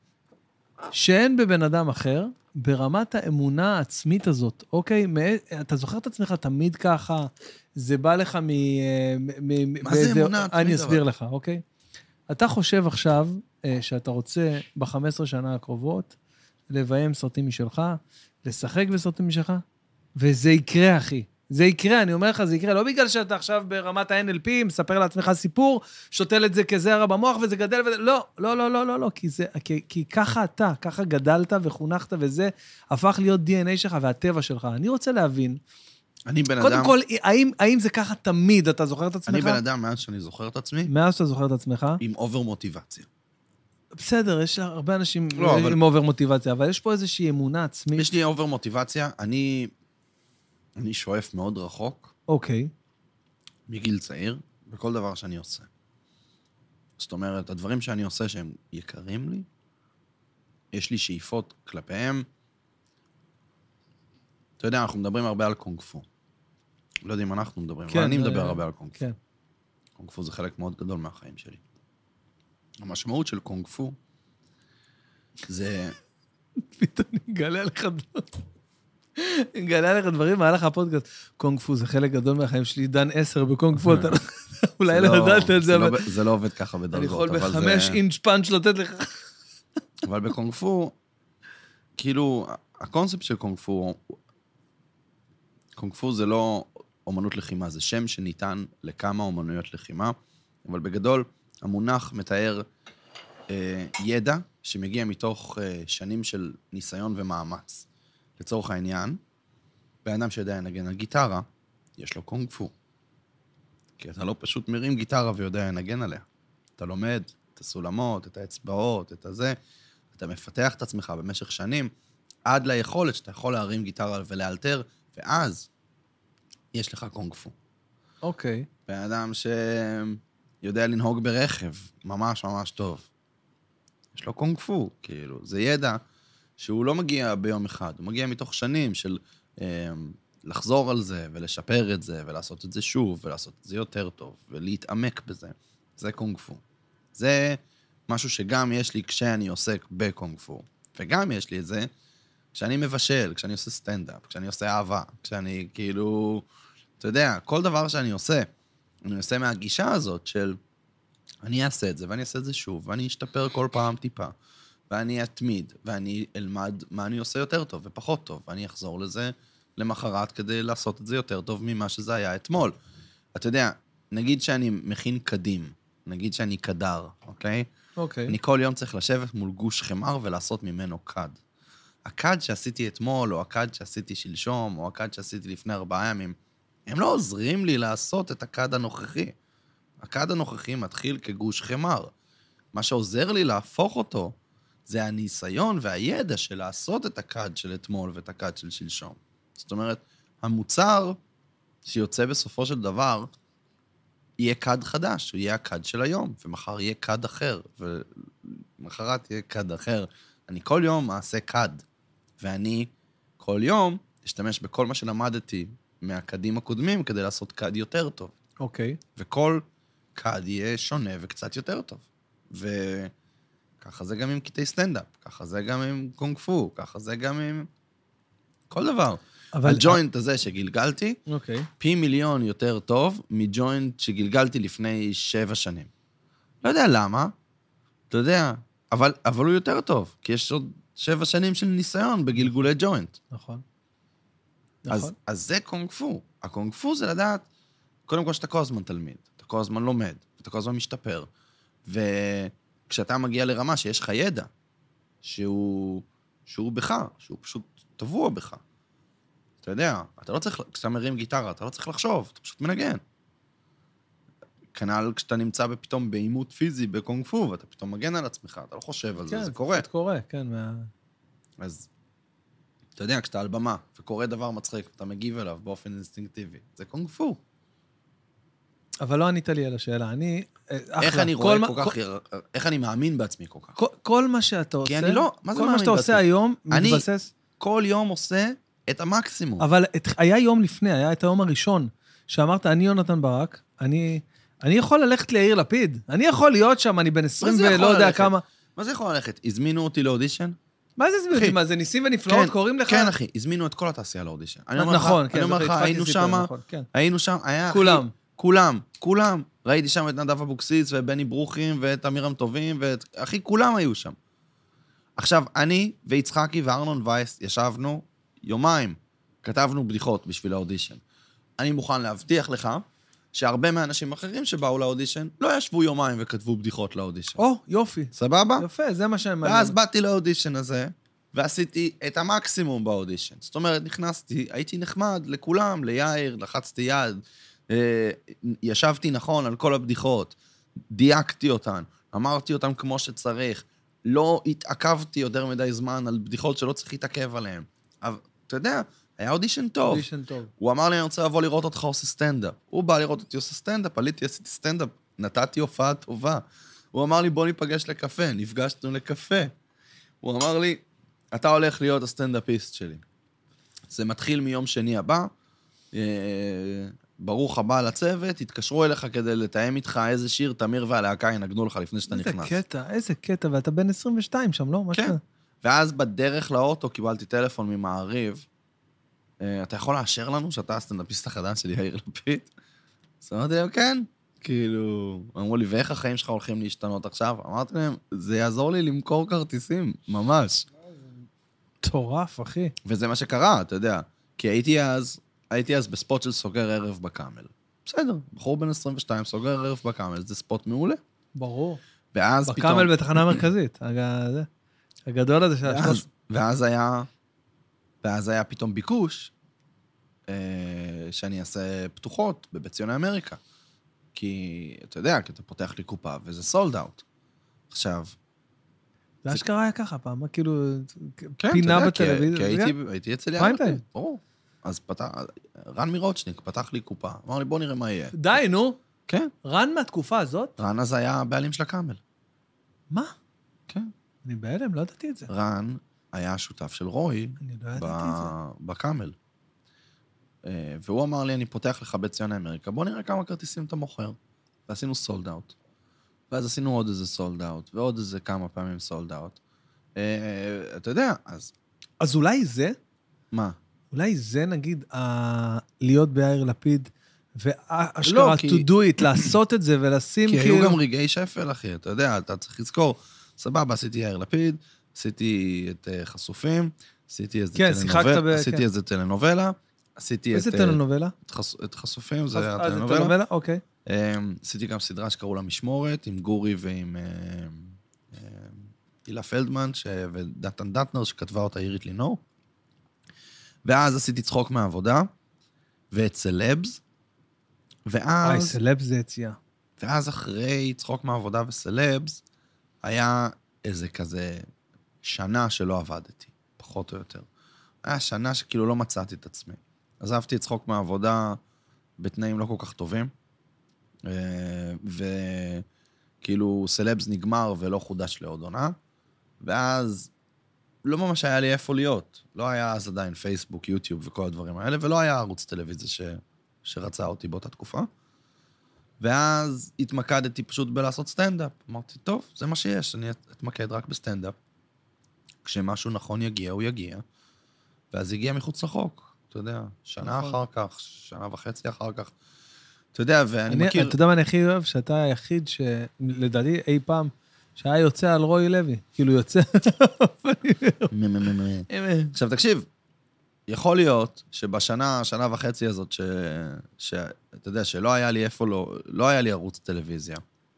שאין בבן אדם אחר, ברמת האמונה העצמית הזאת, אוקיי? אתה זוכר את עצמך תמיד ככה, זה בא לך מ... מה זה אמונה עצמית? אני אסביר לך, אוקיי? אתה חושב עכשיו שאתה רוצה ב-חמש עשרה שנה הקרובות, לביים סרטים משלך, לשחק בסרטים משלך, וזה יקרה, אחי. זה יקרה, אני אומר לך, זה יקרה, לא בגלל שאתה עכשיו ברמת ה-אן אל פי, מספר לעצמך סיפור, שותל את זה כזרע במוח וזה גדל וזה, לא, לא, לא, לא, לא, לא, כי זה, כי, כי ככה אתה, ככה גדלת וחונכת וזה הפך להיות די אן איי שלך והטבע שלך. אני רוצה להבין, אני בן קודם אדם... כל, האם, האם זה ככה תמיד, אתה זוכר את עצמך? אני בן אדם מאז שאני זוכר את עצמי. מאז שאתה זוכר את עצמך? עם אובר מוטיבציה. בסדר, יש הרבה אנשים לא, עם אבל... אובר מוטיבציה, אבל יש פה איזושהי אמונה עצמית. יש לי אובר מוטיבציה, אני, אני שואף מאוד רחוק. אוקיי. מגיל צעיר, בכל דבר שאני עושה. זאת אומרת, הדברים שאני עושה שהם יקרים לי, יש לי שאיפות כלפיהם. אתה יודע, אנחנו מדברים הרבה על קונג פו. לא יודע אם אנחנו מדברים, כן, אבל אני מדבר הרבה על קונג פו. כן. קונג פו זה חלק מאוד גדול מהחיים שלי. המשמעות של קונג פו זה... פתאום נגלה לך דברים. נגלה לך דברים, מה לך הפודקאסט? קונג פו זה חלק גדול מהחיים שלי, דן עשר בקונג פו, אתה אולי לא יודעת את זה. זה לא עובד ככה בדרגות. אני יכול בחמש אינץ' פאנץ' לתת לך. אבל בקונג פו, כאילו, הקונספט של קונג פו, קונג פו זה לא אומנות לחימה, זה שם שניתן לכמה אומנויות לחימה, אבל בגדול, המונח מתאר אה, ידע שמגיע מתוך אה, שנים של ניסיון ומאמץ. לצורך העניין, באדם שיודע לנגן על גיטרה, יש לו קונג פו. כי אתה לא פשוט מרים גיטרה ויודע לנגן עליה. אתה לומד את הסולמות, את האצבעות, את הזה, אתה מפתח את עצמך במשך שנים, עד ליכולת שאתה יכול להרים גיטרה ולאלתר, ואז יש לך קונג פו. אוקיי. באדם שיודע לנהוג ברכב, ממש ממש טוב. יש לו קונג פו, כאילו, זה ידע שהוא לא מגיע ביום אחד, הוא מגיע מתוך שנים של אה, לחזור על זה ולשפר את זה ולעשות את זה שוב ולעשות את זה יותר טוב ולהתעמק בזה. זה קונג פו. זה משהו שגם יש לי כשאני עוסק בקונג פו, וגם יש לי את זה כשאני מבשל, כשאני עושה סטנדאפ, כשאני עושה אהבה, כשאני כאילו, אתה יודע, כל דבר שאני עושה, אני עושה מהגישה הזאת של אני אעשה את זה ואני אעשה את זה שוב ואני אשתפר כל פעם טיפה. ואני אתמיד, ואני אלמד מה אני עושה יותר טוב ופחות טוב, ואני אחזור לזה למחרת כדי לעשות את זה יותר טוב ממה שזה היה אתמול. אתה יודע, נגיד שאני מכין קדים, נגיד שאני קדר, אוקיי? אוקיי. אני כל יום צריך לשבת מול גוש חמר ולעשות ממנו קד. הקד שעשיתי אתמול, או הקד שעשיתי שלשום, או הקד שעשיתי לפני ארבעה ימים, הם לא עוזרים לי לעשות את הקד הנוכחי. הקד הנוכחי מתחיל כגוש חמר. מה שעוזר לי להפוך אותו, זה הניסיון והידע של לעשות את הקד של אתמול ואת הקד של שלשום. זאת אומרת, המוצר שיוצא בסופו של דבר, יהיה קד חדש, הוא יהיה הקד של היום, ומחר יהיה קד אחר, ומחרת יהיה קד אחר. אני כל יום אעשה קד, ואני כל יום אשתמש בכל מה שלמדתי מהקדים הקודמים, כדי לעשות קד יותר טוב. אוקיי. וכל קד יהיה שונה וקצת יותר טוב. ו... ככה זה גם עם קטעי סטנדאפ, ככה זה גם עם קונג פו, ככה זה גם עם כל דבר. אבל... הג'וינט הזה שגלגלתי, okay. פי מיליון יותר טוב מג'וינט שגלגלתי לפני שבע שנים. לא יודע למה, אתה יודע, אבל, אבל הוא יותר טוב, כי יש עוד שבע שנים של ניסיון בגלגולי ג'וינט. נכון. אז, נכון. אז זה קונג פו. הקונג פו זה לדעת, קודם כל שאתה כל הזמן תלמיד, אתה כל הזמן לומד, אתה כל הזמן משתפר, ו... כשאתה מגיע לרמה שיש לך ידע, שהוא, שהוא בך, שהוא פשוט טבוע בך. אתה יודע, אתה לא צריך, כשאתה מרים גיטרה, אתה לא צריך לחשוב, אתה פשוט מנגן. כנ"ל כשאתה נמצא פתאום באימות פיזי בקונג פו, ואתה פתאום מגן על עצמך, אתה לא חושב על זה, כן, זה קורה. זה קורה, כן. מה... אז, אתה יודע, כשאתה על במה, וקורה דבר מצחיק, אתה מגיב אליו באופן אינסטינקטיבי, זה קונג פו. אבל לא ענית לי על השאלה, אני... איך אני רואה כל כך, איך אני מאמין בעצמי כל כך. כל מה שאתה עושה... כי אני לא, מה זה מאמין בעצמי? כל מה שאתה עושה היום מתבסס... אני כל יום עושה את המקסימום. אבל היה יום לפני, היה את היום הראשון, שאמרת, אני יונתן ברק, אני יכול ללכת ליאיר לפיד, אני יכול להיות שם, אני בן עשרים ולא יודע כמה... מה זה יכול ללכת? הזמינו אותי לאודישן? מה זה הזמינו אותי? מה זה ניסים ונפלאות קוראים לך? כן, אחי, הזמינו את כל התעשייה לאודישן. נכון, אני אומר לך, היינו שם, היינו שם, היה... כולם. כולם, כולם. ראיתי שם את נדב אבוקסיס ובני ברוכים ואת אמירם טובים, ואת... אחי, כולם היו שם. עכשיו, אני ויצחקי וארנון וייס ישבנו יומיים, כתבנו בדיחות בשביל האודישן. אני מוכן להבטיח לך שהרבה מהאנשים אחרים שבאו לאודישן לא ישבו יומיים וכתבו בדיחות לאודישן. או, יופי. סבבה? יפה, זה מה שאני... ואז באתי לאודישן הזה, ועשיתי את המקסימום באודישן. זאת אומרת, נכנסתי, הייתי נחמד לכולם, ליאיר, לחצתי יד, ישבתי נכון על כל הבדיחות, דייקתי אותן, אמרתי אותן כמו שצריך, לא התעכבתי יותר מדי זמן על בדיחות שלא צריך להתעכב עליהן. אבל, אתה יודע, היה אודישן טוב. אודישן טוב. הוא אמר לי, אני רוצה לבוא לראות אותך עושה סטנדאפ. הוא בא לראות אותי עושה סטנדאפ, עליתי, עשיתי סטנדאפ, נתתי הופעה טובה. הוא אמר לי, בוא ניפגש לקפה, נפגשנו לקפה. הוא אמר לי, אתה הולך להיות הסטנדאפיסט שלי. זה מתחיל מיום שני הבא, ברוך הבא לצוות, התקשרו אליך כדי לתאם איתך איזה שיר תמיר והלהקה ינגנו לך לפני שאתה נכנס. איזה קטע, איזה קטע, ואתה בן עשרים ושתיים שם, לא? כן. ואז בדרך לאוטו קיבלתי טלפון ממעריב, אתה יכול לאשר לנו שאתה הסטנדאפיסט החדש של יאיר לפיד? אז אמרתי להם, כן. כאילו, אמרו לי, ואיך החיים שלך הולכים להשתנות עכשיו? אמרתי להם, זה יעזור לי למכור כרטיסים, ממש. מטורף, אחי. וזה מה שקרה, אתה יודע. כי הייתי אז, הייתי אז בספוט של סוגר ערב בקאמל. בסדר, בחור בן עשרים ושתיים, סוגר ערב בקאמל, זה ספוט מעולה. ברור. ואז פתאום... בקאמל בתחנה מרכזית, הגדול הזה של השלוש. ואז היה, ואז היה פתאום ביקוש, שאני אעשה פתוחות בבית ציוני אמריקה. כי, אתה יודע, כי אתה פותח לי קופה, וזה סולד אאוט. עכשיו... זה אשכרה היה ככה פעם, כאילו, פינה בטלוויזיה. כי הייתי אצל יאיר לפיד. ברור. אז פתח... רן מירוטשניק פתח לי קופה, אמר לי, בוא נראה מה יהיה. די, נו. כן. רן מהתקופה הזאת? רן אז היה הבעלים של הקאמל. מה? כן. אני בהלם, לא ידעתי את זה. רן היה השותף של רוי בקאמל. והוא אמר לי, אני פותח לך בית ציוני אמריקה, בוא נראה כמה כרטיסים אתה מוכר. ועשינו סולד אאוט. ואז עשינו עוד איזה סולד אאוט, ועוד איזה כמה פעמים סולד אאוט. אתה יודע, אז... אז אולי זה? מה? אולי זה, נגיד, להיות ביאיר לפיד, ואשכרה to do it, לעשות את זה ולשים כאילו... כי היו גם רגעי שפל, אחי, אתה יודע, אתה צריך לזכור, סבבה, עשיתי יאיר לפיד, עשיתי את חשופים, עשיתי איזה טלנובלה, עשיתי איזה טלנובלה? את חשופים, זה היה טלנובלה. אה, זה טלנובלה? אוקיי. עשיתי גם סדרה שקראו לה משמורת, עם גורי ועם הילה פלדמן, ודתן דטנר, שכתבה אותה עירית לינור. ואז עשיתי צחוק מהעבודה, ואת סלבס, ואז... אוי, סלבס זה יציאה. ואז אחרי צחוק מהעבודה וסלבס, היה איזה כזה שנה שלא עבדתי, פחות או יותר. היה שנה שכאילו לא מצאתי את עצמי. עזבתי את צחוק מהעבודה בתנאים לא כל כך טובים, וכאילו סלבס נגמר ולא חודש לעוד עונה, ואז לא ממש היה לי איפה להיות. לא היה אז עדיין פייסבוק, יוטיוב וכל הדברים האלה, ולא היה ערוץ טלוויזיה ש... שרצה אותי באותה תקופה. ואז התמקדתי פשוט בלעשות סטנדאפ. אמרתי, טוב, זה מה שיש, אני אתמקד רק בסטנדאפ. כשמשהו נכון יגיע, הוא יגיע. ואז הגיע מחוץ לחוק, אתה יודע, שנה אחר כך, שנה וחצי אחר כך. אתה יודע, ואני מכיר... אתה יודע מה אני הכי אוהב? שאתה היחיד שלדעתי אי פעם, שהיה יוצא על רוי לוי. כאילו יוצא... עכשיו תקשיב, יכול להיות שבשנה, שנה וחצי הזאת, שאתה יודע, שלא היה לי איפה לא, לא היה לי ערוץ טלוויזיה.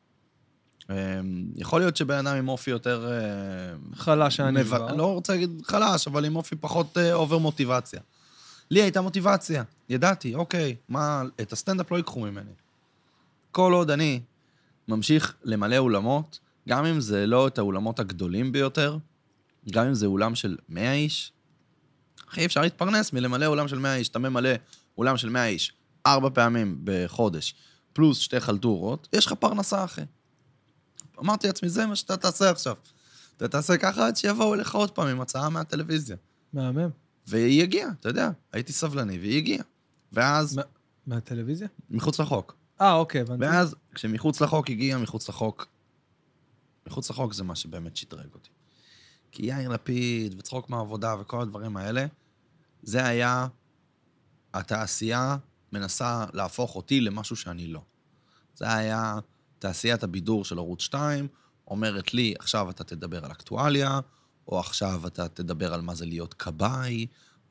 יכול להיות שבן אדם עם אופי יותר... חלש, אני כבר. לא רוצה להגיד חלש, אבל עם אופי פחות אובר מוטיבציה. לי הייתה מוטיבציה, ידעתי, אוקיי, מה, את הסטנדאפ לא ייקחו ממני. כל עוד אני ממשיך למלא אולמות, גם אם זה לא את האולמות הגדולים ביותר, גם אם זה אולם של מאה איש, אחי, אפשר להתפרנס מלמלא אולם של מאה איש, אתה ממלא אולם של מאה איש, ארבע פעמים בחודש, פלוס שתי חלטורות, יש לך פרנסה, אחי. אמרתי לעצמי, זה מה שאתה תעשה עכשיו. אתה תעשה ככה עד שיבואו אליך עוד פעם עם הצעה מהטלוויזיה. מהמם. והיא הגיעה, אתה יודע, הייתי סבלני, והיא הגיעה. ואז... מהטלוויזיה? מחוץ לחוק. אה, אוקיי, הבנתי. ואז, כשמחוץ לחוק הגיע, מחוץ לחוק, מחוץ לחוק זה מה שבאמת שדרג אותי. כי יאיר לפיד וצחוק מהעבודה וכל הדברים האלה, זה היה, התעשייה מנסה להפוך אותי למשהו שאני לא. זה היה תעשיית הבידור של ערוץ שתיים, אומרת לי, עכשיו אתה תדבר על אקטואליה, או עכשיו אתה תדבר על מה זה להיות קבאי,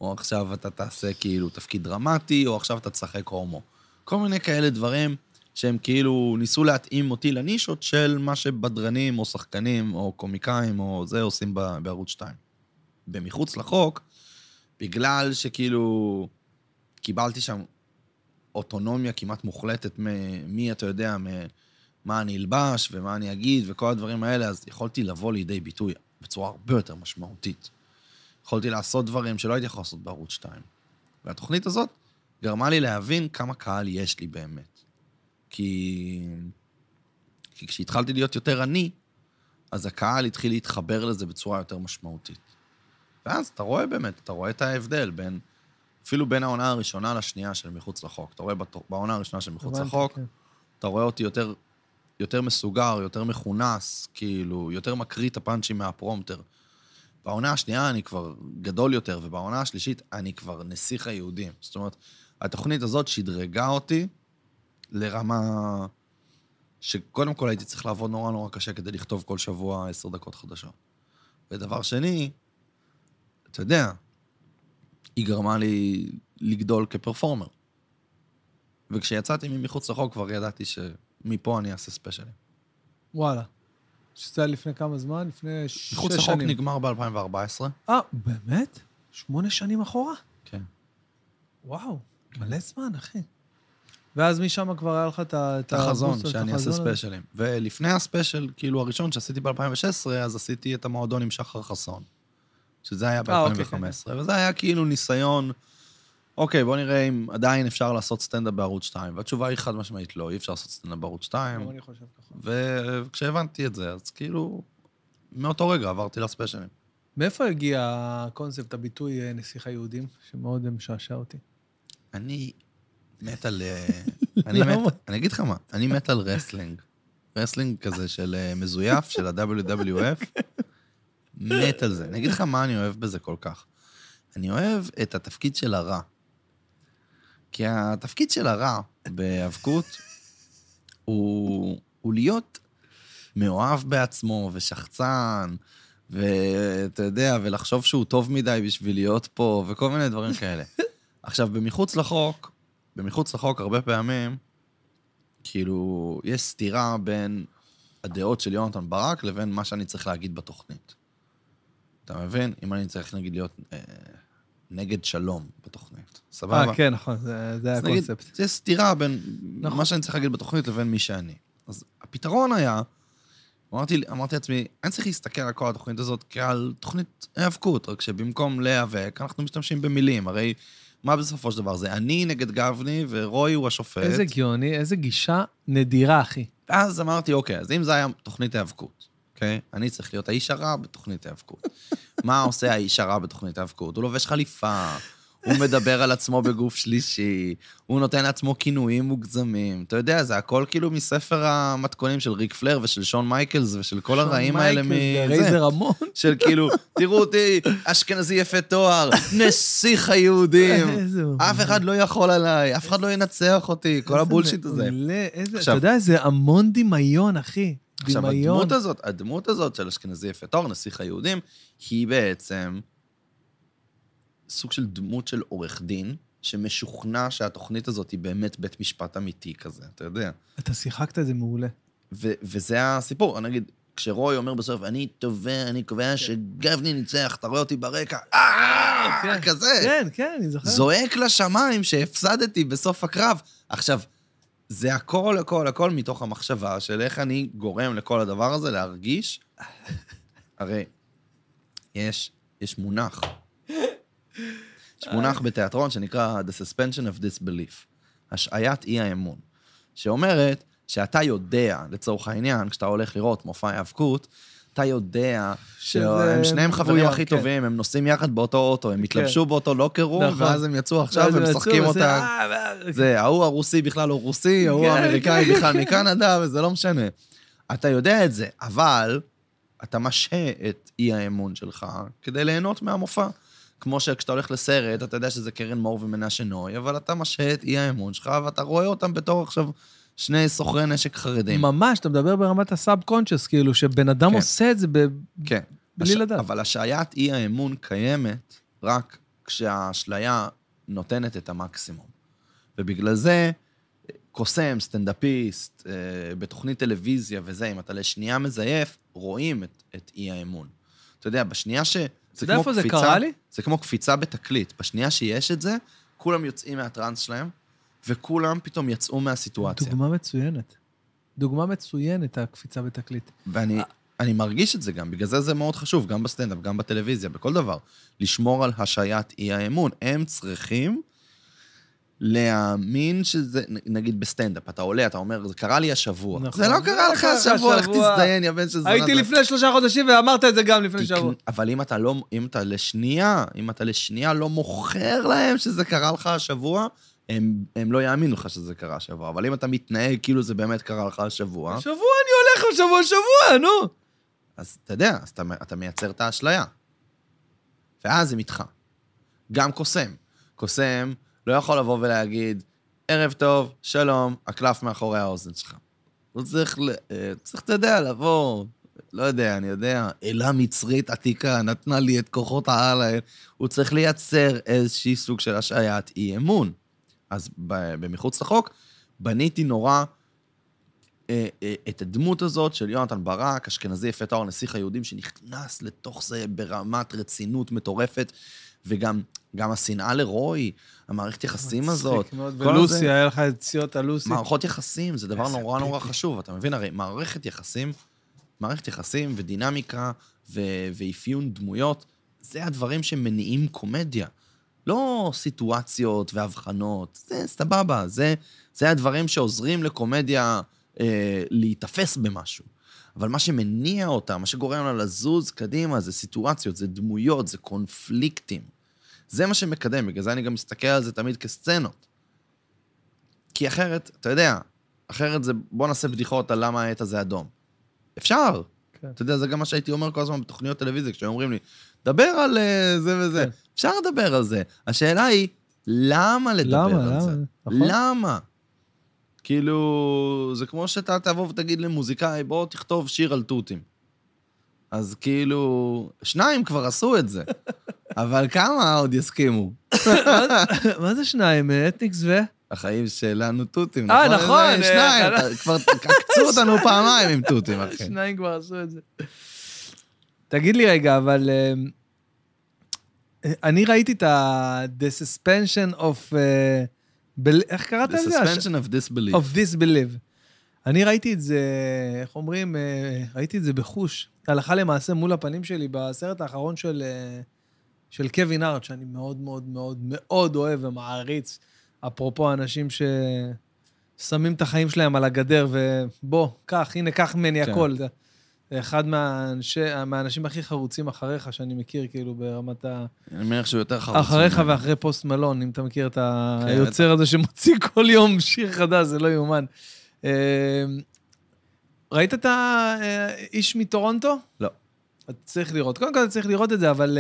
או עכשיו אתה תעשה כאילו תפקיד דרמטי, או עכשיו אתה תשחק הומו. כל מיני כאלה דברים שהם כאילו ניסו להתאים אותי לנישות של מה שבדרנים, או שחקנים, או קומיקאים, או זה עושים בערוץ שתיים. במחוץ לחוק, בגלל שכאילו קיבלתי שם אוטונומיה כמעט מוחלטת ממי אתה יודע, מה אני אלבש ומה אני אגיד וכל הדברים האלה, אז יכולתי לבוא לידי ביטוי בצורה הרבה יותר משמעותית. יכולתי לעשות דברים שלא הייתי יכול לעשות בערוץ שתיים. והתוכנית הזאת גרמה לי להבין כמה קהל יש לי באמת. כי, כי כשהתחלתי להיות יותר עני, אז הקהל התחיל להתחבר לזה בצורה יותר משמעותית. ואז אתה רואה באמת, אתה רואה את ההבדל בין, אפילו בין העונה הראשונה לשנייה של מחוץ לחוק. אתה רואה בעונה הראשונה של מחוץ לחוק, אתה רואה אותי יותר, יותר מסוגר, יותר מכונס, כאילו, יותר מקריא את הפאנצ'ים מהפרומטר. בעונה השנייה אני כבר גדול יותר, ובעונה השלישית אני כבר נסיך היהודים. זאת אומרת, התוכנית הזאת שדרגה אותי לרמה שקודם כל הייתי צריך לעבוד נורא נורא קשה כדי לכתוב כל שבוע עשר דקות חדשות. ודבר שני, אתה יודע, היא גרמה לי לגדול כפרפורמר. וכשיצאתי ממחוץ לחוק כבר ידעתי שמפה אני אעשה ספיישלים. וואלה. שזה היה לפני כמה זמן? לפני שש שנים. מחוץ לחוק נגמר ב-אלפיים וארבע עשרה. אה, באמת? שמונה שנים אחורה? כן. וואו, מלא זמן, אחי. ואז משם כבר היה לך את החזון, שאני אעשה ספיישלים. ולפני הספיישל, כאילו הראשון שעשיתי ב-אלפיים ושש עשרה, אז עשיתי את המועדון עם שחר חסון. שזה היה ב-אלפיים וחמש עשרה. וזה היה כאילו ניסיון, אוקיי, בוא נראה אם עדיין אפשר לעשות סטנדאפ בערוץ שתיים. והתשובה היא חד משמעית לא, אי אפשר לעשות סטנדאפ בערוץ שתיים. גם אני חושב ככה. וכשהבנתי את זה, אז כאילו, מאותו רגע עברתי לספיישלים. מאיפה הגיע הקונספט, הביטוי נסיך היהודים, שמאוד משעשע אותי? אני מת על... אני אגיד לך מה, אני מת על רסלינג. רסלינג כזה של מזויף, של ה-דאבליו דאבליו אף. מת על זה. אני אגיד לך מה אני אוהב בזה כל כך. אני אוהב את התפקיד של הרע. כי התפקיד של הרע בהאבקות הוא, הוא להיות מאוהב בעצמו ושחצן, ואתה יודע, ולחשוב שהוא טוב מדי בשביל להיות פה, וכל מיני דברים כאלה. עכשיו, במחוץ לחוק, במחוץ לחוק הרבה פעמים, כאילו, יש סתירה בין הדעות של יונתן ברק לבין מה שאני צריך להגיד בתוכנית. אתה מבין? אם אני צריך, נגיד, להיות אה, נגד שלום בתוכנית. סבבה? אה, כן, נכון, זה, זה הקונספט. נגיד, זה סתירה בין נכון. מה שאני צריך להגיד בתוכנית לבין מי שאני. אז הפתרון היה, אמרתי, אמרתי לעצמי, אני צריך להסתכל על כל התוכנית הזאת כעל תוכנית האבקות, רק שבמקום להיאבק, אנחנו משתמשים במילים. הרי מה בסופו של דבר? זה אני נגד גבני, ורוי הוא השופט. איזה גיוני, איזה גישה נדירה, אחי. אז אמרתי, אוקיי, אז אם זה היה תוכנית האבקות, אוקיי? אני צריך להיות האיש הרע בתוכנית האבקות. מה עושה האיש הרע בתוכנית האבקות? הוא לובש חליפה, הוא מדבר על עצמו בגוף שלישי, הוא נותן לעצמו כינויים מוגזמים. אתה יודע, זה הכל כאילו מספר המתכונים של ריק פלר ושל שון מייקלס ושל כל הרעים האלה מזה. רייזר המון. של כאילו, תראו אותי, אשכנזי יפה תואר, נסיך היהודים. אף אחד לא יכול עליי, אף אחד לא ינצח אותי, כל הבולשיט הזה. אתה יודע, זה המון דמיון, אחי. עכשיו, הדמות הזאת, הדמות הזאת של אשכנזי יפה תואר, נסיך היהודים, היא בעצם סוג של דמות של עורך דין, שמשוכנע שהתוכנית הזאת היא באמת בית משפט אמיתי כזה, אתה יודע. אתה שיחקת את זה מעולה. ו- וזה הסיפור, אני אגיד, כשרוי אומר בסוף, אני תובע, אני קובע שגבני ניצח, אתה רואה אותי ברקע, אה, כזה. כן, כן, אני זוכר. זועק לשמיים שהפסדתי בסוף הקרב. עכשיו, זה הכל, הכל, הכל מתוך המחשבה של איך אני גורם לכל הדבר הזה להרגיש. הרי יש, יש מונח. יש מונח בתיאטרון שנקרא The Suspension of Disbelief, השעיית אי האמון, שאומרת שאתה יודע, לצורך העניין, כשאתה הולך לראות מופע האבקות, אתה יודע שהם שניהם חברים הכי טובים, הם נוסעים יחד באותו אוטו, הם התלבשו באותו לוקרום, ואז הם יצאו עכשיו והם משחקים אותה. זה, ההוא הרוסי בכלל לא רוסי, ההוא האמריקאי בכלל מקנדה, וזה לא משנה. אתה יודע את זה, אבל אתה משהה את אי האמון שלך כדי ליהנות מהמופע. כמו שכשאתה הולך לסרט, אתה יודע שזה קרן מור ומנשה נוי, אבל אתה משהה את אי האמון שלך, ואתה רואה אותם בתור עכשיו שני סוחרי נשק חרדים. ממש, אתה מדבר ברמת הסאב-קונצ'ס, כאילו, שבן אדם כן. עושה את זה ב... כן. בלי הש... לדעת. אבל השעיית אי האמון קיימת רק כשהאשליה נותנת את המקסימום. ובגלל זה, קוסם, סטנדאפיסט, בתוכנית טלוויזיה וזה, אם אתה לשנייה מזייף, רואים את, את אי האמון. אתה יודע, בשנייה ש... אתה יודע איפה זה קרה לי? זה כמו קפיצה בתקליט. בשנייה שיש את זה, כולם יוצאים מהטרנס שלהם, וכולם פתאום יצאו מהסיטואציה. דוגמה מצוינת. דוגמה מצוינת, הקפיצה בתקליט. ואני אני מרגיש את זה גם, בגלל זה זה מאוד חשוב, גם בסטנדאפ, גם בטלוויזיה, בכל דבר. לשמור על השעיית אי האמון. הם צריכים להאמין שזה, נגיד בסטנדאפ, אתה עולה, אתה אומר, זה קרה לי השבוע. נכון. זה לא קרה לך השבוע, איך תזדיין, יא בן של זונה. הייתי לפני שלושה חודשים ואמרת את זה גם לפני שבוע. אבל אם אתה לא, אם אתה לשנייה, אם אתה לשנייה לא מוכר להם שזה קרה לך השבוע, הם, הם לא יאמינו לך שזה קרה השבוע. אבל אם אתה מתנהג כאילו זה באמת קרה לך השבוע... השבוע אני הולך השבוע, שבוע, נו. אז אתה יודע, אז אתה, אתה מייצר את האשליה. ואז זה מתחה. גם קוסם. קוסם לא יכול לבוא ולהגיד, ערב טוב, שלום, הקלף מאחורי האוזן שלך. הוא צריך, צריך, אתה יודע, לבוא, לא יודע, אני יודע, אלה מצרית עתיקה, נתנה לי את כוחות העל, הוא צריך לייצר איזושהי סוג של השעיית אי אמון. אז במחוץ לחוק, בניתי נורא את הדמות הזאת של יונתן ברק, אשכנזי יפה תואר, נסיך היהודים, שנכנס לתוך זה ברמת רצינות מטורפת, וגם גם השנאה לרוי, המערכת יחסים הזאת. ולוסי, היה לך את ציוט הלוסי. מערכות יחסים, זה דבר נורא נורא חשוב, אתה מבין? הרי מערכת יחסים, מערכת יחסים ודינמיקה ואפיון דמויות, זה הדברים שמניעים קומדיה. לא סיטואציות והבחנות, זה סבבה, זה, זה הדברים שעוזרים לקומדיה אה, להתאפס במשהו. אבל מה שמניע אותה, מה שגורם לה לזוז קדימה, זה סיטואציות, זה דמויות, זה קונפליקטים. זה מה שמקדם, בגלל זה אני גם מסתכל על זה תמיד כסצנות. כי אחרת, אתה יודע, אחרת זה, בוא נעשה בדיחות על למה העט הזה אדום. אפשר. כן. אתה יודע, זה גם מה שהייתי אומר כל הזמן בתוכניות טלוויזיה, כשהם אומרים לי, דבר על זה וזה. כן. אפשר לדבר על זה. השאלה היא, למה לדבר למה, על למה? זה? נכון? למה? כאילו, זה כמו שאתה תבוא ותגיד למוזיקאי, בוא תכתוב שיר על תותים. אז כאילו, שניים כבר עשו את זה. אבל כמה עוד יסכימו? מה זה שניים? אתניקס ו? החיים שלנו תותים, נכון? אה, נכון. שניים, כבר קצו אותנו פעמיים עם תותים, אחי. שניים כבר עשו את זה. תגיד לי רגע, אבל... אני ראיתי את ה-The Suspension of... איך קראת לזה? The Suspension of Disbelief. Of Disbelief. אני ראיתי את זה, איך אומרים, ראיתי את זה בחוש, הלכה למעשה מול הפנים שלי, בסרט האחרון של, של קווין הארט, שאני מאוד מאוד מאוד מאוד אוהב ומעריץ, אפרופו אנשים ששמים את החיים שלהם על הגדר, ובוא, קח, הנה, קח ממני הכל. זה אחד מהאנשי, מהאנשים הכי חרוצים אחריך, שאני מכיר, כאילו, ברמת ה... אני מניח שהוא יותר חרוץ. אחריך ואחרי פוסט מלון, אם אתה מכיר את היוצר הזה שמוציא כל יום שיר חדש, זה לא יאומן. ראית את האיש מטורונטו? לא. אתה צריך לראות. קודם כל אתה צריך לראות את זה, אבל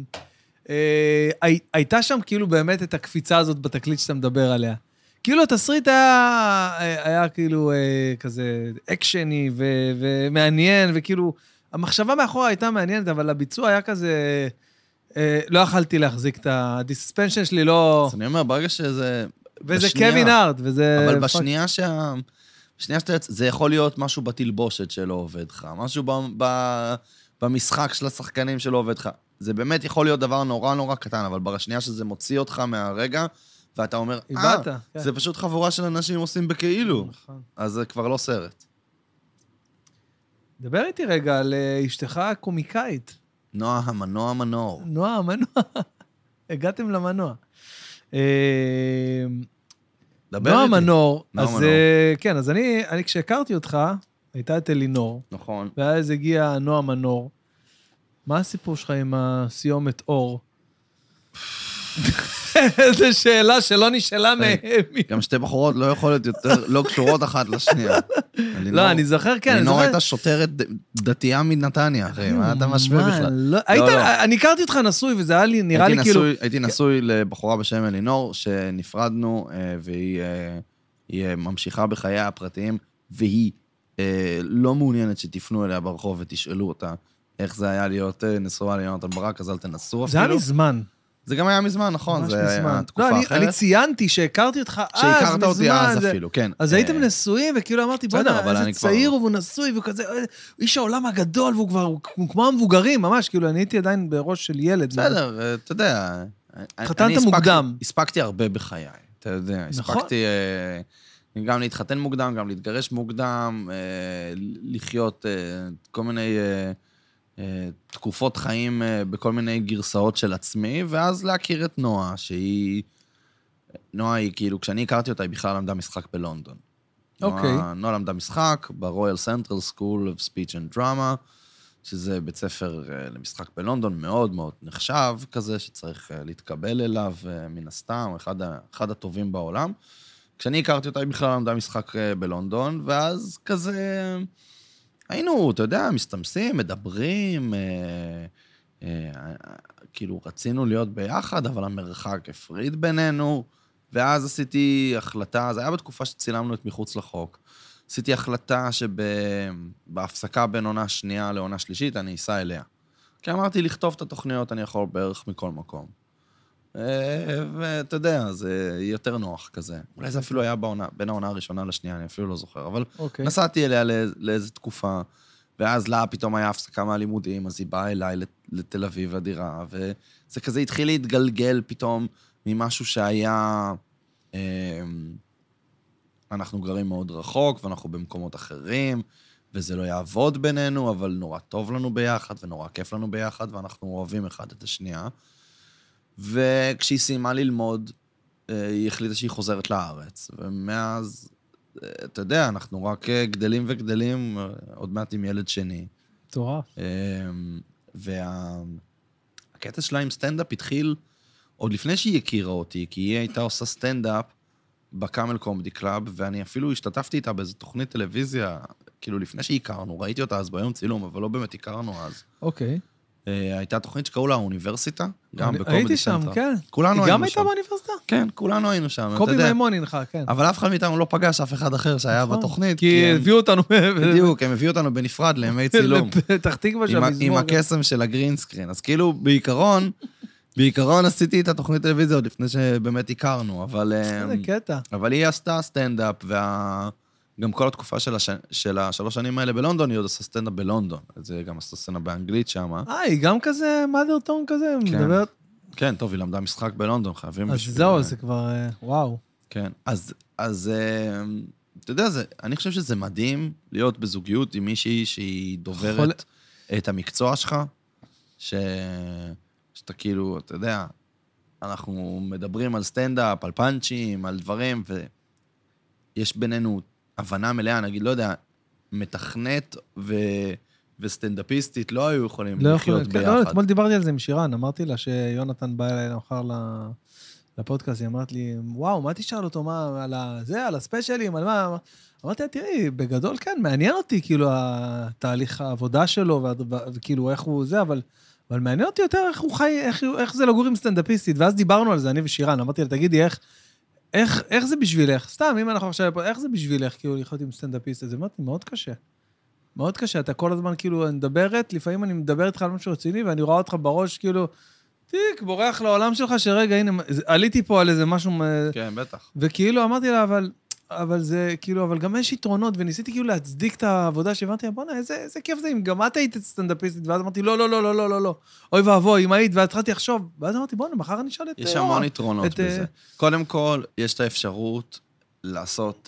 הייתה שם כאילו באמת את הקפיצה הזאת בתקליט שאתה מדבר עליה. כאילו התסריט היה, היה כאילו כזה אקשני ומעניין, וכאילו המחשבה מאחורה הייתה מעניינת, אבל הביצוע היה כזה, לא יכלתי להחזיק את הדיספנשן שלי, לא... אז אני אומר, ברגע שזה... וזה קווין הארט, וזה... אבל בשנייה שה... בשנייה שאתה יצא, זה יכול להיות משהו בתלבושת שלא עובד לך, משהו ב... ב... במשחק של השחקנים שלא עובד לך. זה באמת יכול להיות דבר נורא נורא קטן, אבל בשנייה שזה מוציא אותך מהרגע, ואתה אומר, אה, זה פשוט חבורה של אנשים עושים בכאילו. אז זה כבר לא סרט. דבר איתי רגע על אשתך הקומיקאית. נועה המנוע מנור. נועה המנוע. הגעתם למנוע. נועה מנור, אז כן, אז אני, אני כשהכרתי אותך, הייתה את אלינור. נכון. ואז הגיע נועה מנור. מה הסיפור שלך עם הסיומת אור? איזו שאלה שלא נשאלה מהם. גם שתי בחורות לא יכולות יותר, לא קשורות אחת לשנייה. לא, אני זוכר, כן. אלינור הייתה שוטרת דתייה מנתניה, אחי. מה אתה משווה בכלל? אני הכרתי אותך נשוי, וזה היה לי, נראה לי כאילו... הייתי נשוי לבחורה בשם אלינור, שנפרדנו, והיא ממשיכה בחייה הפרטיים, והיא לא מעוניינת שתפנו אליה ברחוב ותשאלו אותה איך זה היה להיות נשואה ליונתן ברק, אז אל תנסו אפילו. זה היה לי זמן. זה גם היה מזמן, נכון, זה היה תקופה לא, אחרת. אני ציינתי שהכרתי אותך אז, מזמן. שהכרת אותי אז אפילו, כן. אז הייתם נשואים, וכאילו אמרתי, בוא'נה, איזה צעיר והוא נשוי, והוא כזה, איש העולם הגדול, והוא כבר, הוא כמו המבוגרים, ממש, כאילו, אני הייתי עדיין בראש של ילד. בסדר, אתה יודע. חתנת מוקדם. הספקתי הרבה בחיי, אתה יודע. הספקתי גם להתחתן מוקדם, גם להתגרש מוקדם, לחיות כל מיני תקופות חיים בכל מיני גרסאות של עצמי, ואז להכיר את נועה, שהיא... נועה היא כאילו, כשאני הכרתי אותה, היא בכלל למדה משחק בלונדון. אוקיי. נועה, נועה למדה משחק ברויאל סנטרל סקול of Speech and Drama, שזה בית ספר למשחק בלונדון, מאוד מאוד נחשב כזה, שצריך להתקבל אליו מן הסתם, אחד, אחד הטובים בעולם. כשאני הכרתי אותה, היא בכלל למדה משחק בלונדון, ואז כזה... היינו, אתה יודע, מסתמסים, מדברים, אה, אה, כאילו רצינו להיות ביחד, אבל המרחק הפריד בינינו, ואז עשיתי החלטה, זה היה בתקופה שצילמנו את מחוץ לחוק, עשיתי החלטה שבהפסקה בין עונה שנייה לעונה שלישית, אני אסע אליה. כי אמרתי, לכתוב את התוכניות, אני יכול בערך מכל מקום. ואתה יודע, זה יותר נוח כזה. אולי זה אפילו היה בעונה, בין העונה הראשונה לשנייה, אני אפילו לא זוכר, אבל okay. נסעתי אליה לאיזו תקופה, ואז לה פתאום היה הפסקה מהלימודים, אז היא באה אליי לתל אביב הדירה, וזה כזה התחיל להתגלגל פתאום ממשהו שהיה... אנחנו גרים מאוד רחוק, ואנחנו במקומות אחרים, וזה לא יעבוד בינינו, אבל נורא טוב לנו ביחד, ונורא כיף לנו ביחד, ואנחנו אוהבים אחד את השנייה. וכשהיא סיימה ללמוד, היא החליטה שהיא חוזרת לארץ. ומאז, אתה יודע, אנחנו רק גדלים וגדלים, עוד מעט עם ילד שני. טורף. והקטע שלה עם סטנדאפ התחיל עוד לפני שהיא הכירה אותי, כי היא הייתה עושה סטנדאפ בקאמל קומדי קלאב, ואני אפילו השתתפתי איתה באיזו תוכנית טלוויזיה, כאילו לפני שהכרנו, ראיתי אותה אז ביום צילום, אבל לא באמת הכרנו אז. אוקיי. הייתה תוכנית שקראו לה האוניברסיטה, גם בקומדי סנטרל. הייתי שם, כן. כולנו היינו שם. היא גם הייתה באוניברסיטה? כן, כולנו היינו שם. קובי מימון הנחה, כן. אבל אף אחד מאיתנו לא פגש אף אחד אחר שהיה בתוכנית. כי הביאו אותנו... בדיוק, הם הביאו אותנו בנפרד לימי צילום. פתח תקווה שם מזמור. עם הקסם של הגרינסקרין. אז כאילו, בעיקרון, בעיקרון עשיתי את התוכנית טלוויזיה עוד לפני שבאמת הכרנו, אבל... זה קטע. אבל היא עשתה סטנדאפ, וה... גם כל התקופה של, הש... של השלוש שנים האלה בלונדון, היא עוד עושה סטנדאפ בלונדון. זה גם עשתה סצנה באנגלית שם. אה, היא גם כזה מאדרטון כזה, כן. מדברת... כן, טוב, היא למדה משחק בלונדון, חייבים... אז בשביל... זהו, זה כבר... וואו. כן, אז, אז אתה יודע, זה, אני חושב שזה מדהים להיות בזוגיות עם מישהי שהיא דוברת יכול... את המקצוע שלך, ש... שאתה כאילו, אתה יודע, אנחנו מדברים על סטנדאפ, על פאנצ'ים, על דברים, ויש בינינו... הבנה מלאה, נגיד, לא יודע, מתכנת ו... וסטנדאפיסטית לא היו יכולים לא לחיות יכול... ביחד. לא, אתמול דיברתי על זה עם שירן, אמרתי לה שיונתן בא אליי לאחר לפודקאסט, היא אמרת לי, וואו, מה תשאל אותו, מה, על זה, על הספיישלים, על מה? אמרתי לה, תראי, בגדול כן, מעניין אותי, כאילו, התהליך העבודה שלו, וכאילו, איך הוא זה, אבל, אבל מעניין אותי יותר איך הוא חי, איך, איך זה לגור עם סטנדאפיסטית, ואז דיברנו על זה, אני ושירן, אמרתי לה, תגידי, איך, איך, איך זה בשבילך? סתם, אם אנחנו עכשיו פה, איך זה בשבילך, כאילו, לחיות עם סטנדאפיסט? זה מאוד קשה. מאוד קשה. אתה כל הזמן, כאילו, אני מדברת, לפעמים אני מדבר איתך על משהו רציני, ואני רואה אותך בראש, כאילו, תיק, בורח לעולם שלך, שרגע, הנה, עליתי פה על איזה משהו... כן, בטח. וכאילו, אמרתי לה, אבל, אבל זה, כאילו, אבל גם יש יתרונות, וניסיתי כאילו להצדיק את העבודה, שהבנתי, בוא'נה, איזה, איזה כיף זה, אם גם את היית סטנדאפיסטית, ואז אמרתי, לא, לא, לא, לא, לא, לא, לא. אוי ואבוי, אם היית, והתחלתי לחשוב, ואז אמרתי, בוא'נה, מחר אני אשאל את... יש המון יתרונות בזה. קודם כל, יש את האפשרות לעשות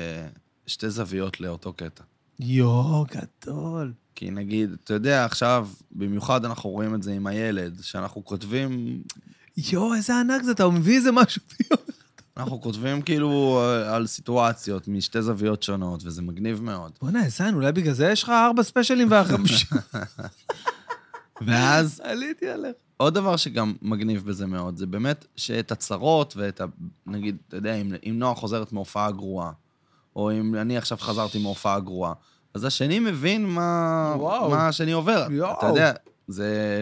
שתי זוויות לאותו קטע. יו, גדול. כי נגיד, אתה יודע, עכשיו, במיוחד אנחנו רואים את זה עם הילד, שאנחנו כותבים... יו, איזה ענק זה, אתה מביא איזה משהו ביום. אנחנו כותבים כאילו על סיטואציות משתי זוויות שונות, וזה מגניב מאוד. בוא'נה, איזן, אולי בגלל זה יש לך ארבע ספיישלים והחמישה. ואז... עליתי עליך. עוד דבר שגם מגניב בזה מאוד, זה באמת שאת הצרות ואת ה... נגיד, אתה יודע, אם, אם נועה חוזרת מהופעה גרועה, או אם אני עכשיו חזרתי מהופעה גרועה, אז השני מבין מה, מה השני עובר. יואו. אתה יודע, זה...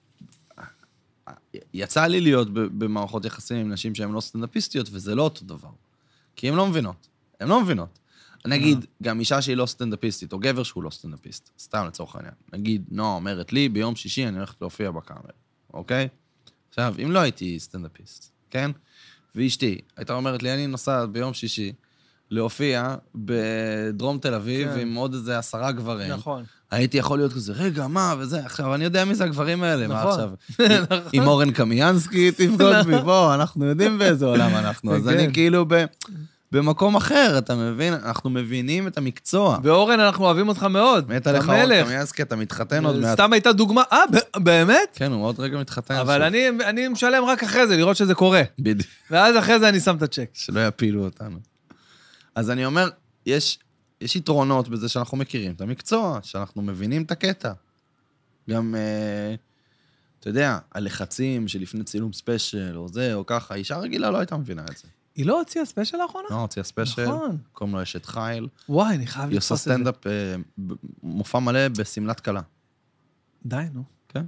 יצא לי להיות במערכות יחסים עם נשים שהן לא סטנדאפיסטיות, וזה לא אותו דבר. כי הן לא מבינות. הן לא מבינות. נגיד, גם אישה שהיא לא סטנדאפיסטית, או גבר שהוא לא סטנדאפיסט, סתם לצורך העניין. נגיד, נועה אומרת לי, ביום שישי אני הולכת להופיע בקאמל, אוקיי? עכשיו, אם לא הייתי סטנדאפיסט, כן? ואשתי, הייתה אומרת לי, אני נוסעת ביום שישי להופיע בדרום תל אביב עם עוד איזה עשרה גברים. נכון. הייתי יכול להיות כזה, רגע, מה, וזה, עכשיו, אני יודע מי זה הגברים האלה, מה עכשיו? עם אורן קמיאנסקי, תבגוד בי, בוא, אנחנו יודעים באיזה עולם אנחנו, אז אני כאילו במקום אחר, אתה מבין? אנחנו מבינים את המקצוע. ואורן, אנחנו אוהבים אותך מאוד. מת עליך אורן קמיאנסקי, אתה מתחתן עוד מעט. סתם הייתה דוגמה, אה, באמת? כן, הוא עוד רגע מתחתן. אבל אני משלם רק אחרי זה, לראות שזה קורה. בדיוק. ואז אחרי זה אני שם את הצ'ק. שלא יפילו אותנו. אז אני אומר, יש... יש יתרונות בזה שאנחנו מכירים את המקצוע, שאנחנו מבינים את הקטע. גם, אה, אתה יודע, הלחצים שלפני צילום ספיישל, או זה, או ככה, אישה רגילה לא הייתה מבינה את זה. היא לא הוציאה ספיישל לאחרונה? לא, הוציאה ספיישל. נכון. קוראים לו אשת חיל. וואי, אני חייב לתפוס את זה. היא עושה סטנדאפ, אה, מופע מלא בסמלת קלה. די, נו. כן.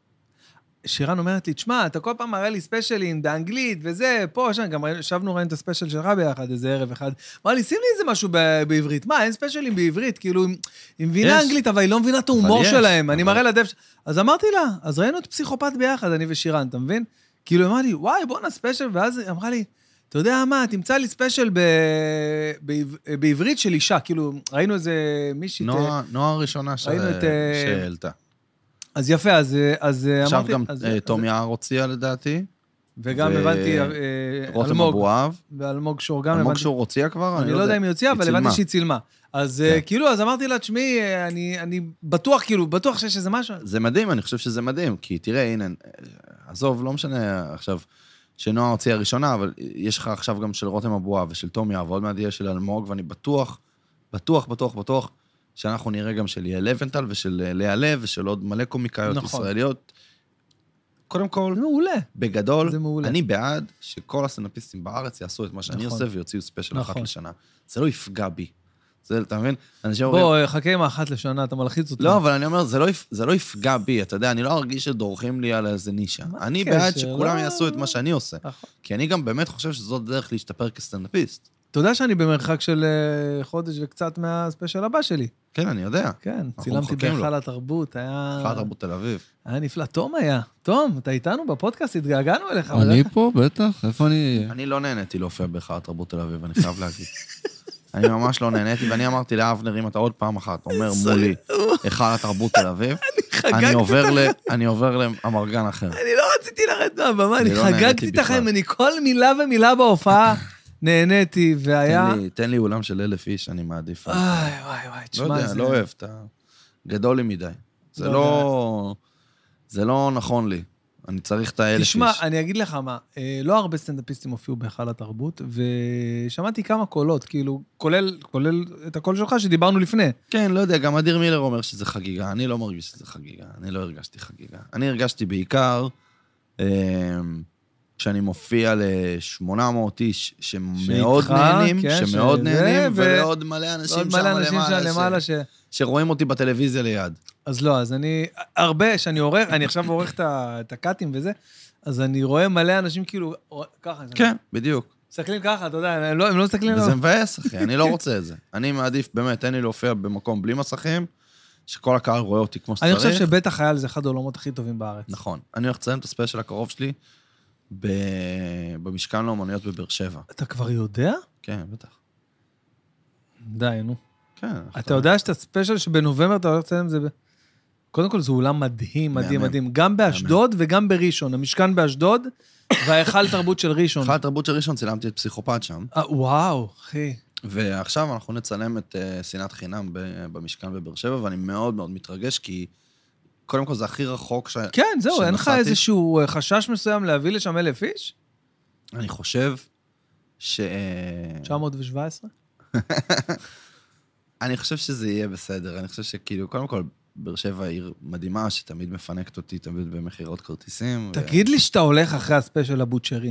שירן אומרת לי, תשמע, אתה כל פעם מראה לי ספיישלים באנגלית וזה, פה, שם, גם שבנו ראינו את הספיישל שלך ביחד, איזה ערב אחד. אמר לי, שים לי איזה משהו בעברית. מה, אין ספיישלים בעברית? כאילו, היא מבינה אנגלית, אבל היא לא מבינה את ההומור שלהם. אני מראה לדף... אז אמרתי לה, אז ראינו את פסיכופת ביחד, אני ושירן, אתה מבין? כאילו, אמרה לי, וואי, בוא נספיישל, ואז אמרה לי, אתה יודע מה, תמצא לי ספיישל בעברית של אישה, כאילו, ראינו איזה מישהי... נועה הראשונה שהעלתה. אז יפה, אז, אז עכשיו אמרתי... גם אז, תום יער הוציאה לדעתי. וגם ו... הבנתי... רותם אבואב. ואלמוג שור גם... אלמוג שור הוציאה כבר? אני לא יודע אם היא הוציאה, אבל הבנתי שהיא צילמה. אז כן. כאילו, אז אמרתי לה, תשמעי, אני, אני בטוח, כאילו, בטוח שיש איזה משהו. זה מדהים, אני חושב שזה מדהים, כי תראה, הנה, עזוב, לא משנה עכשיו, שנועה הוציאה הראשונה, אבל יש לך עכשיו גם של רותם אבואב ושל תום יער, ועוד מעט יהיה של אלמוג, ואני בטוח, בטוח, בטוח, בטוח, שאנחנו נראה גם של יעל לבנטל ושל לאה לב ושל עוד מלא קומיקאיות נכון. ישראליות. קודם כל, מעולה. בגדול, אני בעד שכל הסטנדאפיסטים בארץ יעשו את מה שאני נכון. עושה ויוציאו ספיישל נכון. אחת לשנה. זה לא יפגע בי. זה, אתה מבין? בוא, אומרים, חכה עם האחת לשנה, אתה מלחיץ אותי. לא, אבל אני אומר, זה לא, זה לא יפגע בי, אתה יודע, אני לא ארגיש שדורכים לי על איזה נישה. אני בעד שכולם לא... יעשו את מה שאני עושה. נכון. כי אני גם באמת חושב שזאת דרך להשתפר כסטנדאפיסט. אתה יודע שאני במרחק של חודש וקצת מהספיישל הבא שלי. כן, אני יודע. כן, צילמתי בהיכל התרבות, היה... היכל התרבות תל אביב. היה נפלא. תום היה. תום, אתה איתנו בפודקאסט, התגעגענו אליך. אני פה, בטח, איפה אני אהיה? אני לא נהניתי להופיע בהיכל התרבות תל אביב, אני חייב להגיד. אני ממש לא נהניתי, ואני אמרתי לאבנר, אם אתה עוד פעם אחת אומר מולי, היכל התרבות תל אביב, אני עובר לאמרגן אחר. אני לא רציתי לרדת מהבמה, אני חגגתי את החיים, אני כל מילה ומילה בהופעה נהניתי, והיה... תן לי אולם של אלף איש, אני מעדיף. וואי, וואי, וואי, תשמע, לא יודע, לא אוהב, אתה גדול לי מדי. זה לא... זה לא נכון לי. אני צריך את האלף איש. תשמע, אני אגיד לך מה, לא הרבה סטנדאפיסטים הופיעו בהיכל התרבות, ושמעתי כמה קולות, כאילו, כולל, כולל את הקול שלך שדיברנו לפני. כן, לא יודע, גם אדיר מילר אומר שזה חגיגה, אני לא מרגיש שזה חגיגה, אני לא הרגשתי חגיגה. אני הרגשתי בעיקר, כשאני מופיע ל-שמונה מאות איש שמאוד נהנים, שמאוד נהנים, ולעוד מלא אנשים שם למעלה, שרואים אותי בטלוויזיה ליד. אז לא, אז אני, הרבה, שאני עורך, אני עכשיו עורך את הקאטים וזה, אז אני רואה מלא אנשים כאילו, ככה. כן, בדיוק. מסתכלים ככה, אתה יודע, הם לא מסתכלים... וזה מבאס, אחי, אני לא רוצה את זה. אני מעדיף, באמת, תן לי להופיע במקום בלי מסכים, שכל הקהל רואה אותי כמו שצריך. אני חושב שבטח היה לזה אחד העולמות הכי טובים בארץ. נכון. אני הולך לציין את הספיישל הקרוב שלי, במשכן לאומנויות בבאר שבע. אתה כבר יודע? כן, בטח. די, נו. כן. אתה יודע שאתה ספיישל שבנובמבר אתה הולך לציין את זה ב... קודם כל, זה אולם מדהים, מדהים, מדהים. גם באשדוד וגם בראשון. המשכן באשדוד, וההיכל תרבות של ראשון. ההיכל תרבות של ראשון, צילמתי את פסיכופת שם. וואו, אחי. ועכשיו אנחנו נצלם את שנאת חינם במשכן בבאר שבע, ואני מאוד מאוד מתרגש, כי קודם כל זה הכי רחוק ש... כן, זהו, אין לך איזשהו חשש מסוים להביא לשם אלף איש? אני חושב ש... תשע מאות שבע עשרה? אני חושב שזה יהיה בסדר. אני חושב שכאילו, קודם כל, באר שבע עיר מדהימה, שתמיד מפנקת אותי, תמיד במחירות כרטיסים. תגיד לי שאתה הולך אחרי הספיישל הבוטשרי.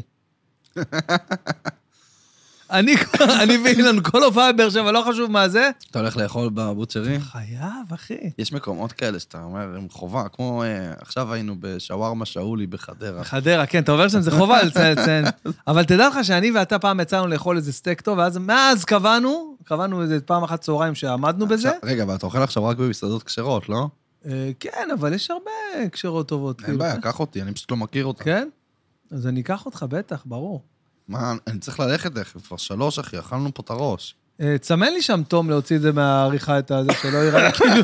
אני ואילן, כל הופעה בבאר שבע, לא חשוב מה זה. אתה הולך לאכול בבוטשרי? חייב, אחי. יש מקומות כאלה שאתה אומר, הם חובה, כמו עכשיו היינו בשווארמה שאולי בחדרה. בחדרה, כן, אתה אומר שם, זה חובה לציין. אבל תדע לך שאני ואתה פעם יצאנו לאכול איזה סטייק טוב, ואז מאז קבענו, קבענו איזה פעם אחת צהריים שעמדנו בזה. רגע, אבל אתה אוכל עכשיו רק במסעדות כשרות, לא? כן, אבל יש הרבה כשרות טובות. אין בעיה, קח אותי, אני פשוט לא מכיר אותה. כן? אז אני אקח אותך, בטח, ברור. מה, אני צריך ללכת תכף, כבר שלוש, אחי, אכלנו פה את הראש. צמן לי שם תום להוציא את זה מהעריכה, את הזה, שלא יראה כאילו...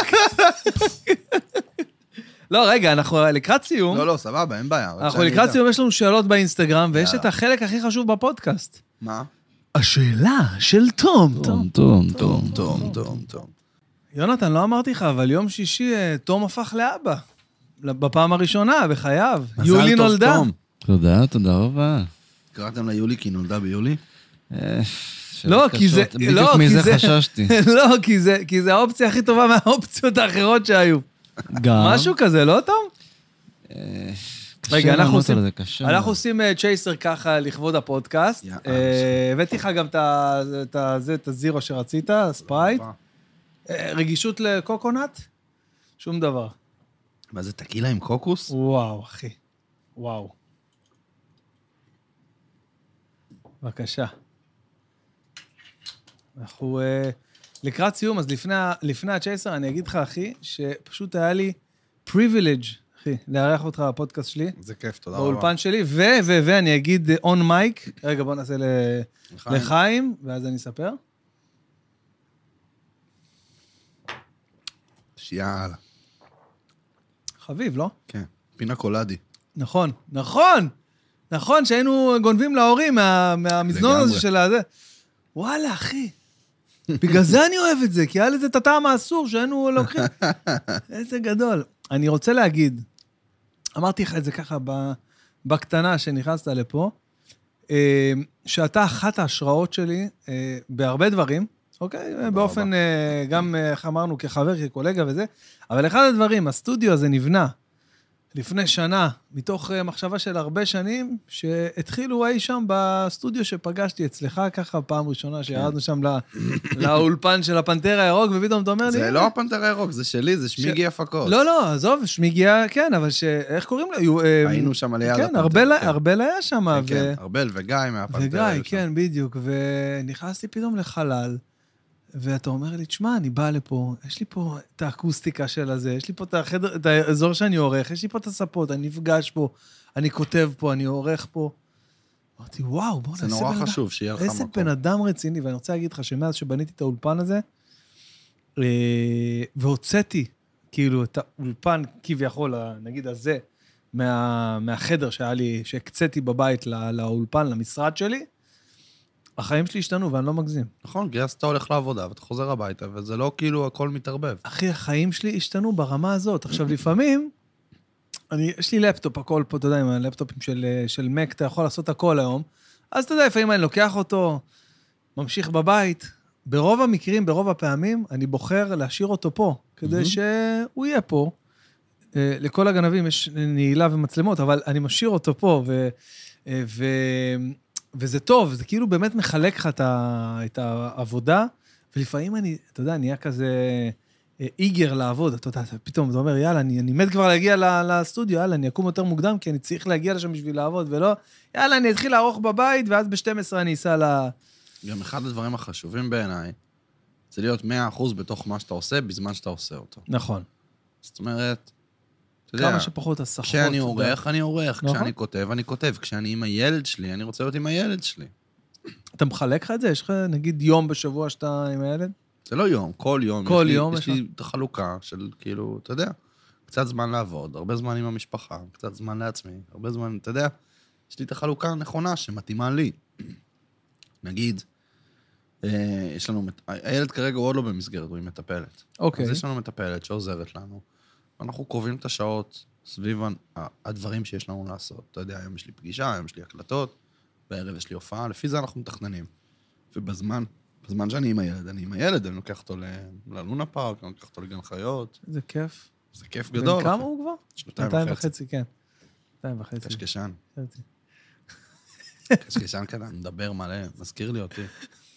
לא, רגע, אנחנו לקראת סיום. לא, לא, סבבה, אין בעיה. אנחנו לקראת סיום, יש לנו שאלות באינסטגרם, ויש את החלק הכי חשוב בפודקאסט. מה? השאלה של תום. תום, תום, תום, תום, תום, תום. יונתן, לא אמרתי לך, אבל יום שישי תום הפך לאבא. בפעם הראשונה, בחייו. יולי נולדה. תודה, תודה רבה. קראתם לה יולי כי היא נולדה ביולי? לא, כי זה... בדיוק מזה חששתי. לא, כי זה האופציה הכי טובה מהאופציות האחרות שהיו. גם. משהו כזה, לא תום? רגע, אנחנו עושים, אנחנו עושים צ'ייסר ככה לכבוד הפודקאסט. הבאתי לך גם את הזירו שרצית, ספרייט. רגישות לקוקונט? שום דבר. מה זה, טקילה עם קוקוס? וואו, אחי. וואו. בבקשה. אנחנו לקראת סיום, אז לפני הצ'ייסר אני אגיד לך, אחי, שפשוט היה לי פריבילג' אחי, לארח אותך בפודקאסט שלי. זה כיף, תודה רבה. באולפן שלי, ו, ו, ואני אגיד און מייק. רגע, בוא נעשה לחיים, ואז אני אספר. שיאללה. חביב, לא? כן, פינה קולדי. נכון, נכון! נכון, שהיינו גונבים להורים מהמזנון הזה של הזה. וואלה, אחי. בגלל זה אני אוהב את זה, כי היה לזה את הטעם האסור שהיינו לוקחים. איזה גדול. אני רוצה להגיד, אמרתי לך את זה ככה בקטנה שנכנסת לפה, שאתה אחת ההשראות שלי בהרבה דברים, אוקיי? באופן, גם איך אמרנו, כחבר, כקולגה וזה, אבל אחד הדברים, הסטודיו הזה נבנה לפני שנה, מתוך מחשבה של הרבה שנים, שהתחילו אי שם בסטודיו שפגשתי אצלך ככה, פעם ראשונה שירדנו שם לאולפן של הפנתר הירוק, ופתאום אתה אומר לי... זה לא הפנתר הירוק, זה שלי, זה שמיגי הפקות. לא, לא, עזוב, שמיגי, כן, אבל איך קוראים לו? היינו שם ליד הפנתר. כן, ארבל היה שם. כן, ארבל וגיא מהפנתר. וגיא, כן, בדיוק, ונכנסתי פתאום לחלל, ואתה אומר לי, תשמע, אני בא לפה, יש לי פה את האקוסטיקה של הזה, יש לי פה את החדר, את האזור שאני עורך, יש לי פה את הספות, אני נפגש פה, אני כותב פה, אני עורך פה. אמרתי, וואו, בוא נעשה בן אדם. זה נורא חשוב, שיהיה לך מקום. איזה בן אדם רציני, ואני רוצה להגיד לך שמאז שבניתי את האולפן הזה, והוצאתי, כאילו, את האולפן כביכול, נגיד הזה, מהחדר שהיה לי, שהקציתי בבית לאולפן, למשרד שלי, החיים שלי השתנו, ואני לא מגזים. נכון, כי אז אתה הולך לעבודה, ואתה חוזר הביתה, וזה לא כאילו הכל מתערבב. אחי, החיים שלי השתנו ברמה הזאת. עכשיו, לפעמים, אני, יש לי לפטופ, הכל פה, אתה יודע, עם הלפטופים של, של Mac, אתה יכול לעשות הכל היום, אז אתה יודע, לפעמים אני לוקח אותו, ממשיך בבית, ברוב המקרים, ברוב הפעמים, אני בוחר להשאיר אותו פה, כדי שהוא יהיה פה. לכל הגנבים יש נעילה ומצלמות, אבל אני משאיר אותו פה, ו... ו וזה טוב, זה כאילו באמת מחלק לך את העבודה, ולפעמים אני, אתה יודע, נהיה כזה איגר לעבוד, אתה יודע, פתאום אתה אומר, יאללה, אני, אני מת כבר להגיע לסטודיו, יאללה, אני אקום יותר מוקדם, כי אני צריך להגיע לשם בשביל לעבוד, ולא, יאללה, אני אתחיל לערוך בבית, ואז ב-שתים עשרה אני אסע ל... גם אחד הדברים החשובים בעיניי, זה להיות מאה אחוז בתוך מה שאתה עושה, בזמן שאתה עושה אותו. נכון. זאת אומרת, כמה שפחות הסחות. כשאני עורך, אני עורך. כשאני כותב, אני כותב. כשאני עם הילד שלי, אני רוצה להיות עם הילד שלי. אתה מחלק לך את זה? יש לך, נגיד, יום בשבוע שאתה עם הילד? זה לא יום, כל יום. כל יום. יש לי את החלוקה של, כאילו, אתה יודע, קצת זמן לעבוד, הרבה זמן עם המשפחה, קצת זמן לעצמי, הרבה זמן, אתה יודע, יש לי את החלוקה הנכונה שמתאימה לי. נגיד, יש לנו, הילד כרגע הוא עוד לא במסגרת, הוא עם מטפלת. אוקיי. אז יש לנו מטפלת שעוזרת לנו. אנחנו קובעים את השעות סביב הדברים שיש לנו לעשות. אתה יודע, היום יש לי פגישה, היום יש לי הקלטות, בערב יש לי הופעה, לפי זה אנחנו מתכננים. ובזמן, בזמן שאני עם הילד, אני עם הילד, אני לוקח אותו ללונה פארק, אני לוקח אותו לגן חיות. זה כיף. זה כיף גדול. כמה הוא כבר? שנתיים וחצי. כן. שנתיים וחצי. קשקשן. קשקשן כזה, מדבר מלא, מזכיר לי אותי.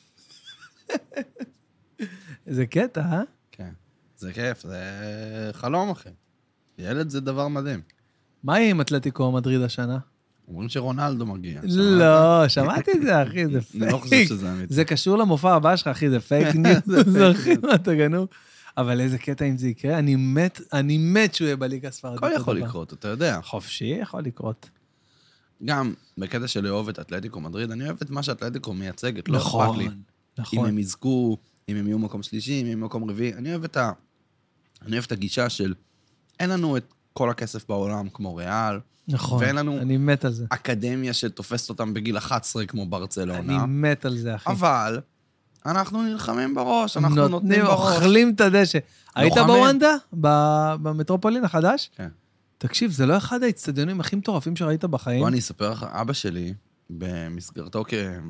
זה קטע, אה? כן. זה כיף, זה חלום, אחי. ילד זה דבר מדהים. מה יהיה עם אתלטיקו מדריד השנה? אומרים שרונלדו מגיע. לא, שמעתי את זה, אחי, זה פייק. אני לא חושב שזה אמיתי. זה קשור למופע הבא שלך, אחי, זה פייק ניוז. זוכרים מה אתה גנוב? אבל איזה קטע אם זה יקרה, אני מת, אני מת שהוא יהיה בליגה הספרדית. הכל יכול לקרות, אתה יודע. חופשי יכול לקרות. גם בקטע של לאהוב את אתלטיקו מדריד, אני אוהב את מה שאתלטיקו מייצגת, לא אכפת לי. נכון. אם הם יזכו, אם הם יהיו מקום שלישי, אם הם יהיו מקום רביעי, אני אוהב את ה... אני אוהב את הגישה של... אין לנו את כל הכסף בעולם כמו ריאל. נכון, ואין לנו אני מת על זה. אקדמיה שתופסת אותם בגיל אחת עשרה כמו ברצלונה. אני מת על זה, אחי. אבל אנחנו נלחמים בראש, אנחנו נותנים בראש. אוכלים את הדשא. היית בוונדה? במטרופולין החדש? כן. תקשיב, זה לא אחד האצטדיונים הכי מטורפים שראית בחיים? בוא אני אספר לך, אבא שלי, במסגרתו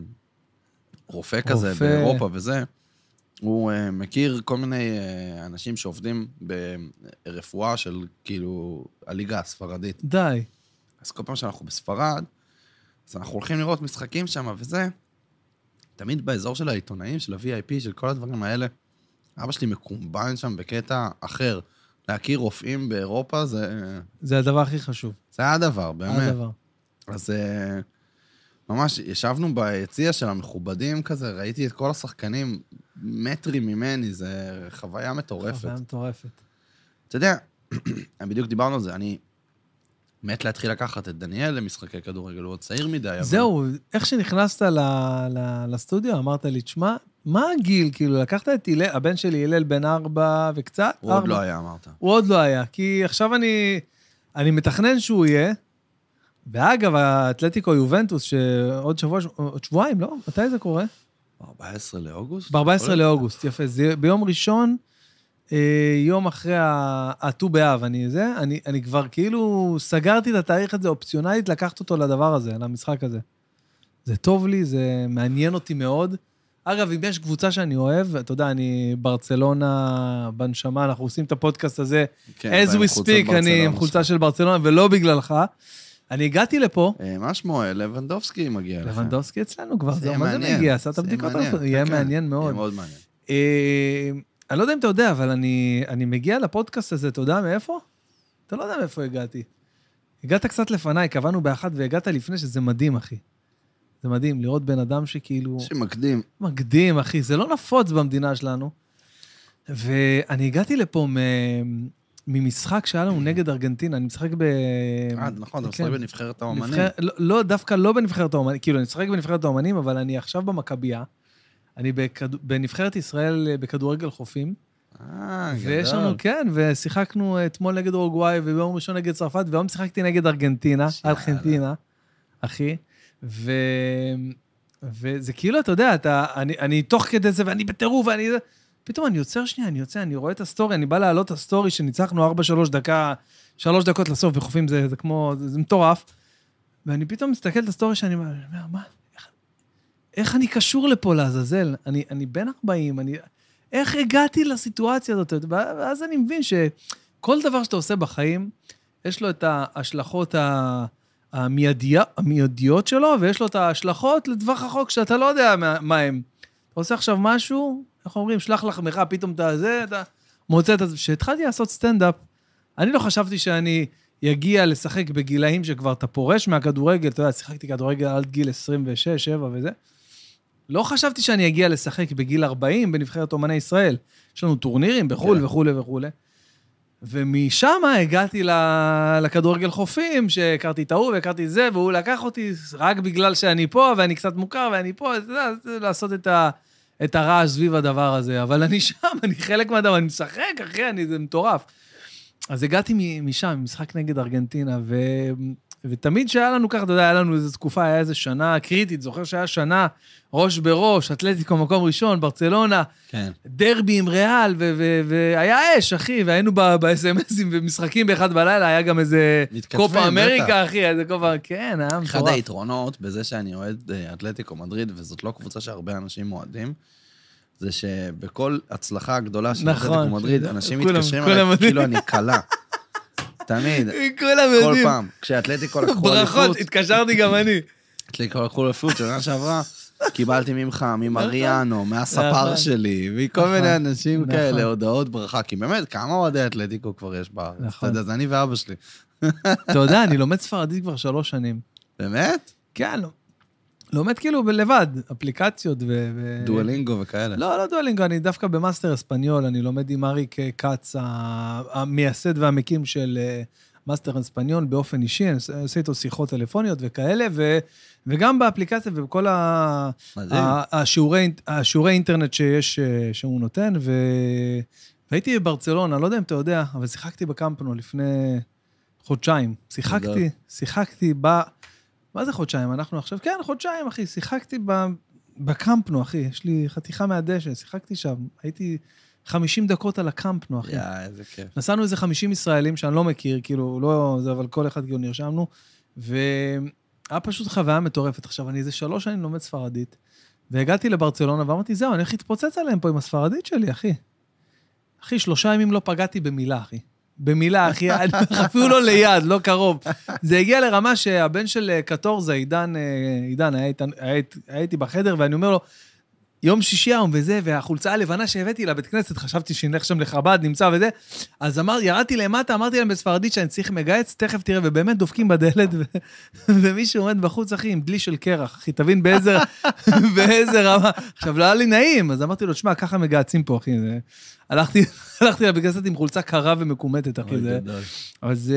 כרופא כזה באירופה וזה, הוא uh, מכיר כל מיני uh, אנשים שעובדים ברפואה של כאילו הליגה הספרדית. די. אז כל פעם שאנחנו בספרד, אז אנחנו הולכים לראות משחקים שם וזה, תמיד באזור של העיתונאים, של ה-וי איי פי, של כל הדברים האלה, אבא שלי מקומבן שם בקטע אחר. להכיר רופאים באירופה זה... זה הדבר הכי חשוב. זה הדבר, באמת. הדבר. אז ממש ישבנו ביציע של המכובדים כזה, ראיתי את כל השחקנים מטרים ממני, זה חוויה מטורפת. חוויה מטורפת. אתה יודע, בדיוק דיברנו על זה, אני מת להתחיל לקחת את דניאל למשחקי כדורגל, הוא עוד צעיר מדי. זהו, איך שנכנסת לסטודיו, אמרת לי, תשמע, מה הגיל? כאילו, לקחת את הלל, הבן שלי הלל בן ארבע וקצת? הוא עוד לא היה, אמרת. הוא עוד לא היה, כי עכשיו אני, אני מתכנן שהוא יהיה, ואגב, האתלטיקו יובנטוס, שעוד שבוע, עוד שבועיים, לא? מתי זה קורה? ב-ארבעה עשר לאוגוסט? ב-ארבעה עשר לאוגוסט, יפה. זה ביום ראשון, יום אחרי הט"ו באב, אני זה, אני, אני כבר כאילו סגרתי את התאריך הזה, אופציונלית לקחת אותו לדבר הזה, למשחק הזה. זה טוב לי, זה מעניין אותי מאוד. אגב, אם יש קבוצה שאני אוהב, אתה יודע, אני ברצלונה בנשמה, אנחנו עושים את הפודקאסט הזה, כן, as we speak, אני עם חולצה של ברצלונה, ולא בגללך. אני הגעתי לפה. מה שמו? לבנדובסקי מגיע לך. לבנדובסקי אצלנו כבר, זה מה זה מגיע, עשה את הבדיקות, יהיה מעניין מאוד. יהיה מאוד מעניין. אני לא יודע אם אתה יודע, אבל אני, אני מגיע לפודקאסט הזה, אתה יודע מאיפה? אתה לא יודע מאיפה הגעתי. הגעת קצת לפניי, קבענו באחת והגעת לפני, שזה מדהים, אחי. זה מדהים, לראות בן אדם שכאילו... שמקדים. מקדים, אחי, זה לא נפוץ במדינה שלנו. ואני הגעתי לפה מ... ממשחק שהיה לנו נגד ארגנטינה, אני משחק ב... אה, נכון, אתה משחק בנבחרת האומנים. לא, לא, דווקא לא בנבחרת האומנים, כאילו, אני משחק בנבחרת האומנים, אבל אני עכשיו במכבייה, אני בנבחרת ישראל בכדורגל חופים. אה, גדול. ויש לנו, כן, ושיחקנו אתמול נגד אורוגוואי, וביום ראשון נגד צרפת, והיום שיחקתי נגד ארגנטינה, ארגנטינה, אחי. ו... וזה כאילו, אתה יודע, אתה, אני, אני תוך כדי זה, ואני בטירוף, ואני... פתאום אני יוצר שנייה, אני יוצא, אני רואה את הסטורי, אני בא להעלות את הסטורי שניצחנו ארבע שלוש דקה, שלוש דקות לסוף, בחופים זה, זה כמו, זה, זה מטורף. ואני פתאום מסתכל את הסטורי שאני אומר, מה, איך, איך אני קשור לפה לעזאזל? אני, אני בן ארבעים, אני, איך הגעתי לסיטואציה הזאת? ואז אני מבין שכל דבר שאתה עושה בחיים, יש לו את ההשלכות ה... המיידיה, המיידיות שלו, ויש לו את ההשלכות לטווח החוק, שאתה לא יודע מה, מה הם. אתה עושה עכשיו משהו, אנחנו אומרים, שלח לחמך, פתאום אתה זה, אתה מוצא את זה. כשהתחלתי לעשות סטנדאפ, אני לא חשבתי שאני יגיע לשחק בגילאים שכבר אתה פורש מהכדורגל, אתה יודע, שיחקתי כדורגל עד גיל עשרים ושש, שבע וזה. לא חשבתי שאני אגיע לשחק בגיל ארבעים בנבחרת אומני ישראל. יש לנו טורנירים בחול וכו' וכו'. ומשם הגעתי לכדורגל חופים, שהכרתי את ההוא והכרתי את זה, והוא לקח אותי רק בגלל שאני פה, ואני קצת מוכר, ואני פה, אתה יודע, לעשות את, ה, את הרעש סביב הדבר הזה. אבל אני שם, אני חלק מהדבר, אני משחק, אחי, אני, זה מטורף. אז הגעתי משם, משחק נגד ארגנטינה, ו... ותמיד שהיה לנו ככה, אתה יודע, היה לנו איזו תקופה, היה איזו שנה קריטית, זוכר שהיה שנה, ראש בראש, אתלטיקו מקום ראשון, ברצלונה, כן. דרבי עם ריאל, והיה אש, אחי, והיינו ב-אס אם אסים ומשחקים באחד בלילה, היה גם איזה קופה אמריקה, אחי, איזה קופה, כן, היה מטורף. אחד היתרונות בזה שאני אוהד אתלטיקו מדריד, וזאת לא קבוצה שהרבה אנשים מועדים, זה שבכל הצלחה הגדולה של אתלטיקו מדריד, אנשים מתקשרים עליי, כאילו אני קלה. תמיד, כל פעם, כשאתלטיקו לקחו אליפות... ברכות, התקשרתי גם אני. אתלטיקו לקחו אליפות, שנה שעברה, קיבלתי ממך, ממריאנו, מהספר שלי, מכל מיני אנשים כאלה, הודעות ברכה, כי באמת, כמה אוהדי אתלטיקו כבר יש בארץ? אתה יודע, זה אני ואבא שלי. אתה יודע, אני לומד ספרדית כבר שלוש שנים. באמת? כן, לומד כאילו לבד, אפליקציות ו... דואלינגו וכאלה. לא, לא דואלינגו, אני דווקא במאסטר אספניול, אני לומד עם אריק קאץ, המייסד והמקים של מאסטר אספניון באופן אישי, אני עושה איתו שיחות טלפוניות וכאלה, ו, וגם באפליקציה ובכל ה, ה, השיעורי, השיעורי אינטרנט שיש, שהוא נותן, ו, והייתי בברצלונה, לא יודע אם אתה יודע, אבל שיחקתי בקמפנו לפני חודשיים. שיחקתי, שיחקתי ב... מה זה חודשיים? אנחנו עכשיו, כן, חודשיים, אחי, שיחקתי ב... בקמפנו, אחי, יש לי חתיכה מהדשא, שיחקתי שם, הייתי חמישים דקות על הקמפנו, אחי. יא, איזה כיף. נסענו איזה חמישים ישראלים שאני לא מכיר, כאילו, לא זה, אבל כל אחד כאילו נרשמנו, והיה פשוט חוויה מטורפת. עכשיו, אני איזה שלוש שנים לומד ספרדית, והגעתי לברצלונה, ואמרתי, זהו, אני הולך להתפוצץ עליהם פה עם הספרדית שלי, אחי. אחי, שלושה ימים לא פגעתי במילה, אחי. במילה, אחי, אפילו לא ליד, לא קרוב. זה הגיע לרמה שהבן של קטורזה, עידן, עידן, הייתי בחדר, ואני אומר לו, יום שישי היום וזה, והחולצה הלבנה שהבאתי לבית כנסת, חשבתי שנלך שם לחב"ד, נמצא וזה, אז אמר, ירדתי למטה, אמרתי להם בספרדית שאני צריך מגייץ, תכף תראה, ובאמת דופקים בדלת, ומישהו עומד בחוץ, אחי, עם דלי של קרח, אחי, תבין באיזה, באיזה רמה. עכשיו, לא היה לי נעים, אז אמרתי לו, תשמע, ככה מגייצים פה, אחי, הלכתי, הלכתי לבית כנסת עם חולצה קרה ומקומטת, אחי, זה. אז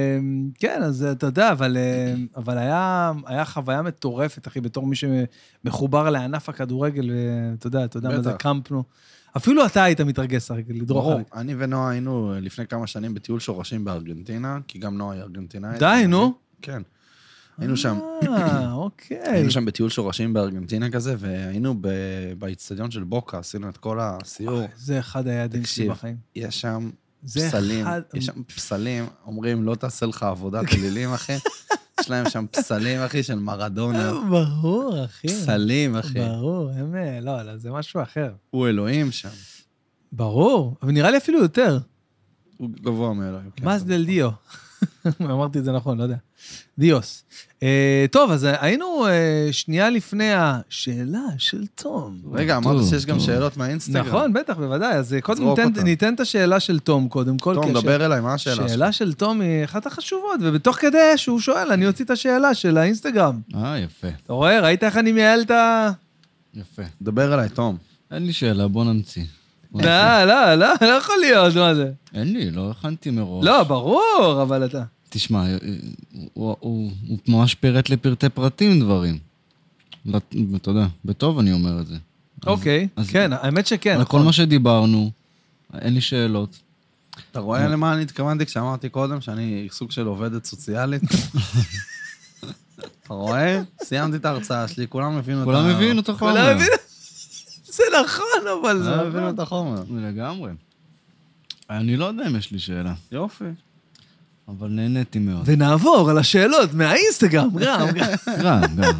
כן, אז אתה יודע, אבל, אבל היה, היה חוויה מטורפת, אחי, בתור מי שמחובר לענף הכדורגל, ואתה יודע, אתה יודע מה זה קמפנו. אפילו אתה היית מתרגש, אחי, לדרוך עליי. אני ונועה היינו לפני כמה שנים בטיול שורשים בארגנטינה, כי גם נועה היא ארגנטינאית. די, נו. כן. היינו שם. אה, אוקיי. היינו שם בטיול שורשים בארגנטינה כזה, והיינו באצטדיון של בוקה, עשינו את כל הסיור. זה אחד היעדים שלי בחיים. יש שם פסלים, יש שם פסלים, אומרים, לא תעשה לך עבודת אלילים, אחי. יש להם שם פסלים, אחי, של מרדונה. ברור, אחי. פסלים, אחי. ברור, הם, לא, לא, זה משהו אחר. הוא אלוהים שם. ברור, אבל נראה לי אפילו יותר. הוא גבוה מאלוהים. מאז דל דיו. אמרתי את זה נכון, לא יודע. דיוס. טוב, אז היינו שנייה לפני השאלה של תום. רגע, אמרת שיש גם שאלות מהאינסטגרם. נכון, בטח, בוודאי. אז קודם ניתן את השאלה של תום, קודם כל. תום, דבר אליי, מה השאלה שלך? השאלה של תום היא אחת החשובות, ובתוך כדי שהוא שואל, אני הוציא את השאלה של האינסטגרם. אה, יפה. אתה רואה? ראית איך אני מייעל את ה... יפה. דבר אליי, תום. אין לי שאלה, בוא נמציא. לא, לא, לא, לא יכול להיות, מה זה? אין לי, לא הכנתי מראש. לא, ברור, אבל אתה... תשמע, הוא, הוא, הוא ממש פירט לפרטי פרטים דברים. אתה יודע, בטוב אני אומר את זה. אוקיי, אז, כן, אז, האמת שכן. על נכון. כל מה שדיברנו, אין לי שאלות. אתה רואה למה אני התכוונתי כשאמרתי קודם, שאני סוג של עובדת סוציאלית? אתה רואה? סיימתי את ההרצאה שלי, כולם הבינו את החומר. כולם הבינו את החומר. כולם הבינו. זה נכון, אבל זה... כולם הבינו את החומר. לגמרי. אני לא יודע אם יש לי שאלה. יופי. אבל נהניתי מאוד. ונעבור על השאלות מהאינסטגרם, גם. גם, גם.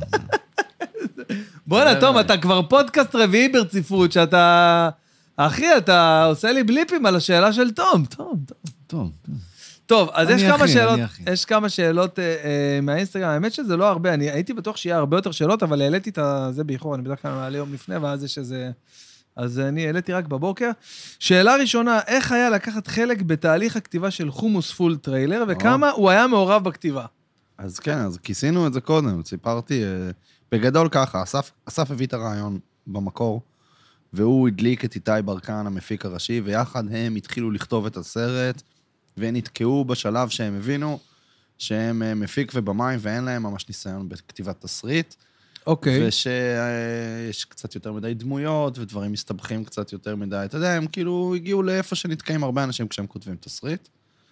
בוא'נה, תום, אתה כבר פודקאסט רביעי ברציפות, שאתה... אחי, אתה עושה לי בליפים על השאלה של תום. תום, תום. טוב, טוב. טוב, אז יש כמה שאלות, יש כמה שאלות מהאינסטגרם. האמת שזה לא הרבה, אני הייתי בטוח שיהיה הרבה יותר שאלות, אבל העליתי את זה באיחור, אני בדרך כלל מעלה יום לפני, ואז יש איזה... אז אני העליתי רק בבוקר. שאלה ראשונה, איך היה לקחת חלק בתהליך הכתיבה של חומוס פול טריילר, וכמה הוא היה מעורב בכתיבה? אז כן, אז כיסינו את זה קודם, סיפרתי, בגדול ככה, אסף, אסף הביא את הרעיון במקור, והוא הדליק את איתי ברקן, המפיק הראשי, ויחד הם התחילו לכתוב את הסרט, והם נתקעו בשלב שהם הבינו, שהם מפיק ובמים, ואין להם ממש ניסיון בכתיבת תסריט, אוקיי. ושיש קצת יותר מדי דמויות, ודברים מסתבכים קצת יותר מדי. אתה יודע, הם כאילו הגיעו לאיפה שנתקעים הרבה אנשים כשהם כותבים תסריט.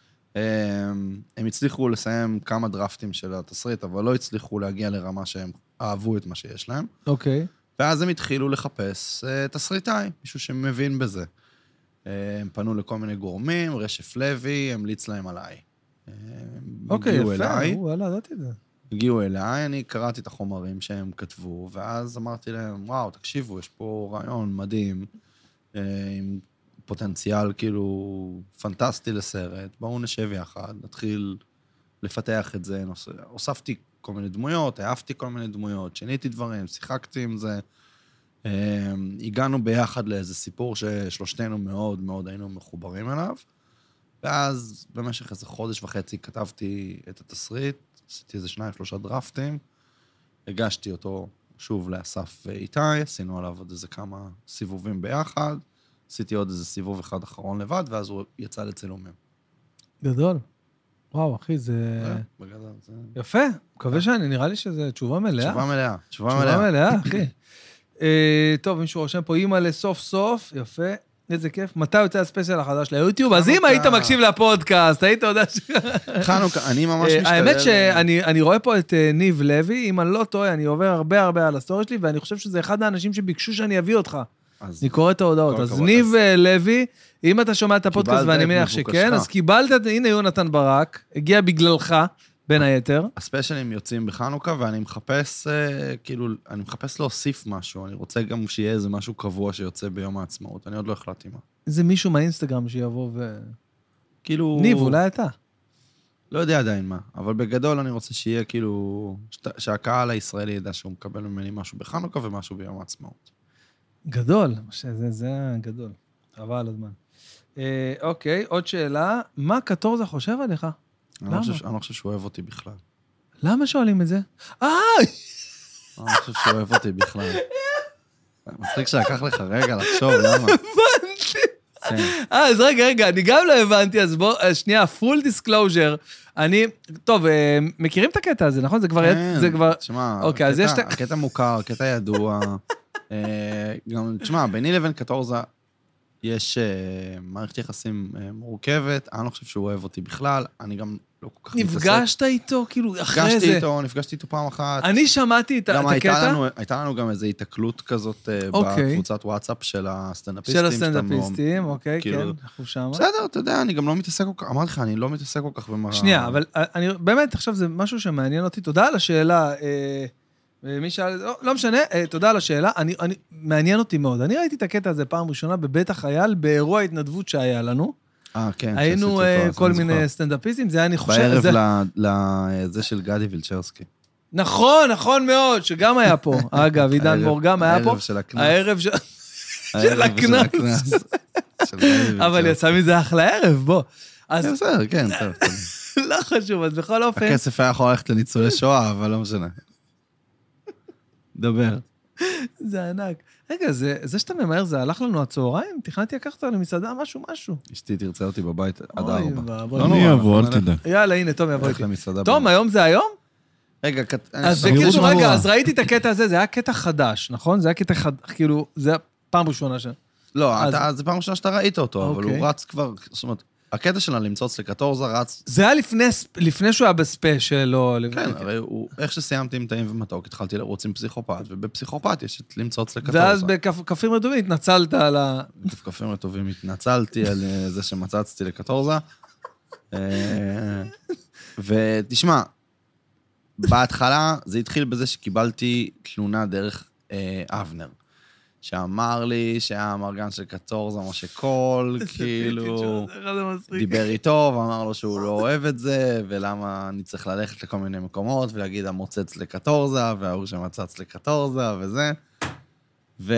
הם הצליחו לסיים כמה דרפטים של התסריט, אבל לא הצליחו להגיע לרמה שהם אהבו את מה שיש להם. אוקיי. ואז הם התחילו לחפש תסריטאי, מישהו שמבין בזה. הם פנו לכל מיני גורמים, רשף לוי, המליץ להם עליי. אוקיי, יפה, וואלה, דעתי את זה. הגיעו אליי, אני קראתי את החומרים שהם כתבו, ואז אמרתי להם, וואו, תקשיבו, יש פה רעיון מדהים, עם פוטנציאל כאילו פנטסטי לסרט, בואו נשב יחד, נתחיל לפתח את זה, הוספתי כל מיני דמויות, העפתי כל מיני דמויות, שיניתי דברים, שיחקתי עם זה, הגענו ביחד לאיזה סיפור ששלושתנו מאוד מאוד היינו מחוברים אליו, ואז במשך איזה חודש וחצי כתבתי את התסריט, עשיתי איזה שניים, שלושה דרפטים, הגשתי אותו שוב לאסף ואיתי, עשינו עליו עוד איזה כמה סיבובים ביחד, עשיתי עוד איזה סיבוב אחד אחרון לבד, ואז הוא יצא לצילומים. גדול. וואו, אחי, זה... יפה, מקווה שאני, נראה לי שזה תשובה מלאה. תשובה מלאה, תשובה מלאה. תשובה מלאה, אחי. טוב, מישהו רושם פה, אימא לסוף סוף, יפה, איזה כיף. מתי יוצא הספיישל החדש ליוטיוב? אז אם היית מקשיב לפודקאסט, היית יודע ש... חנוכה, אני ממש משתדל... האמת שאני רואה פה את ניב לוי, אם אני לא טועה, אני עובר הרבה הרבה על הסטורי שלי, ואני חושב שזה אחד האנשים שביקשו שאני אביא אותך. אני קורא את ההודעות. אז ניב לוי, אם אתה שומע את הפודקאסט, ואני מניח שכן, אז קיבלת, הנה יונתן ברק, הגיע בגללך, בין היתר. הספיישלים יוצאים בחנוכה, ואני מחפש, כאילו, אני מחפש להוסיף משהו, אני רוצה גם שיהיה איזה משהו קבוע שיוצא ביום העצמאות, אני עוד לא החלטתי מה. זה מישהו מהאינסטגרם שיבוא ו... כאילו... ניב, אולי אתה. לא יודע עדיין מה, אבל בגדול אני רוצה שיהיה כאילו, שהקהל הישראלי ידע שהוא מקבל ממני משהו בחנוכה ומשהו ביום העצמאות. גדול, זה, זה גדול. חבל על הזמן. אה, אוקיי, עוד שאלה, מה קטורזה חושב עליך? אני לא חושב, אני לא חושב שהוא אוהב אותי בכלל. למה שואלים את זה? אה! אני לא חושב שהוא אוהב אותי בכלל. מצחיק שלקח לך רגע לחשוב, למה? הבנתי. אה, אז רגע, רגע, אני גם לא הבנתי, אז בוא, שנייה, full disclosure, אני, טוב, מכירים את הקטע הזה, נכון? זה כבר, זה כבר... תשמע, הקטע מוכר, הקטע ידוע. גם, תשמע, ביני לבין קטורזה, יש מערכת יחסים מורכבת, אני לא חושב שהוא אוהב אותי בכלל, אני גם לא כל כך מתעסק. נפגשת איתו, כאילו, אחרי זה? נפגשתי איתו, נפגשתי איתו פעם אחת. אני שמעתי את הקטע. הייתה לנו גם איזו התקלות כזאת בקבוצת וואטסאפ של הסטנדאפיסטים. של הסטנדאפיסטים, אוקיי, כן, אנחנו שם. בסדר, אתה יודע, אני גם לא מתעסק כל כך, אמרתי לך, אני לא מתעסק כל כך במראה. שנייה, אבל אני, באמת, עכשיו זה משהו שמעניין אותי. תודה על השאלה, מי שאל, לא, לא משנה, תודה על השאלה, אני, אני, מעניין אותי מאוד. אני ראיתי את הקטע הזה פעם ראשונה בבית החייל, באירוע התנדבות שהיה לנו. אה, כן. היינו כל מיני סטנדאפיסטים, זה היה, אני חושב... בערב לזה של גדי וילצ'רסקי. נכון, נכון מאוד, שגם היה פה. אגב, עידן מור גם היה פה. הערב של הכנס. הערב של הכנס. אבל יצא מזה אחלה ערב, בוא. בסדר, כן, טוב. לא חשוב, אז בכל אופן... הכסף היה יכול ללכת לניצולי שואה, אבל לא משנה. דבר. זה ענק. רגע, זה, זה שאתה ממהר, זה הלך לנו הצהריים? תכנתי לקחת למסעדה משהו, משהו. אשתי תרצה אותי בבית עד ארבע. אני אבוא, אל תדע. יאללה, הנה, תום יבוא איתי. תום, היום זה היום? רגע, אז בקיצור, רגע, אז ראיתי את הקטע הזה, זה היה קטע חדש, נכון? זה היה קטע חדש, כאילו, זה היה פעם ראשונה ש... לא, זה פעם ראשונה שאתה ראית אותו, אבל הוא רץ כבר, זאת אומרת, הקטע שלה למצוץ לקטורזה רץ... זה היה לפני שהוא היה בספיישל, או... כן, הרי הוא, איך שסיימתי עם טעים ומתוק, התחלתי לרוץ עם פסיכופת, ובפסיכופת יש את למצוץ לקטורזה. ואז בקפים רטובים התנצלת על ה... בקפים רטובים התנצלתי על זה שמצצתי לקטורזה. ותשמע, בהתחלה זה התחיל בזה שקיבלתי תלונה דרך אבנר. שאמר לי שהיה המרגן של קטורזה, משה קול, כאילו, דיבר איתו, ואמר לו שהוא לא אוהב את זה, ולמה אני צריך ללכת לכל מיני מקומות, ולהגיד המוצץ לקטורזה, וההוא שמצץ לקטורזה, וזה. ו...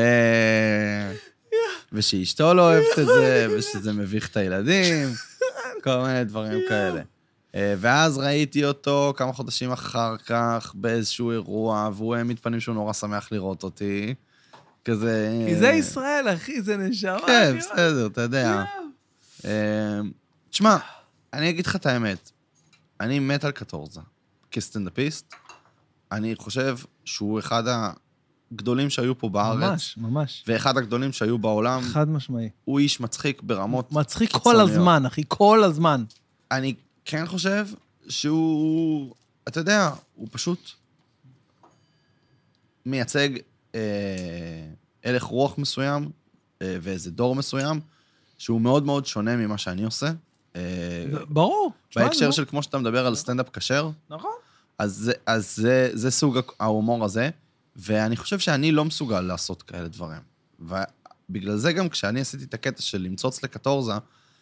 ושאשתו לא אוהבת את זה, ושזה מביך את הילדים, כל מיני דברים כאלה. ואז ראיתי אותו כמה חודשים אחר כך, באיזשהו אירוע, והוא מתפנים שהוא נורא שמח לראות אותי. כזה... כי זה ישראל, אחי, זה נשמה. כן, בסדר, אתה יודע. תשמע, אני אגיד לך את האמת. אני מת על קטורזה. כסטנדאפיסט, אני חושב שהוא אחד הגדולים שהיו פה בארץ. ממש, ממש. ואחד הגדולים שהיו בעולם. חד משמעי. הוא איש מצחיק ברמות קיצוניות. מצחיק כל הזמן, אחי, כל הזמן. אני כן חושב שהוא, אתה יודע, הוא פשוט מייצג... הלך רוח מסוים, ואיזה דור מסוים, שהוא מאוד מאוד שונה ממה שאני עושה. ברור. בהקשר של כמו שאתה מדבר על סטנדאפ כשר. נכון. אז זה סוג ההומור הזה, ואני חושב שאני לא מסוגל לעשות כאלה דברים. ובגלל זה גם כשאני עשיתי את הקטע של למצוץ לקטורזה,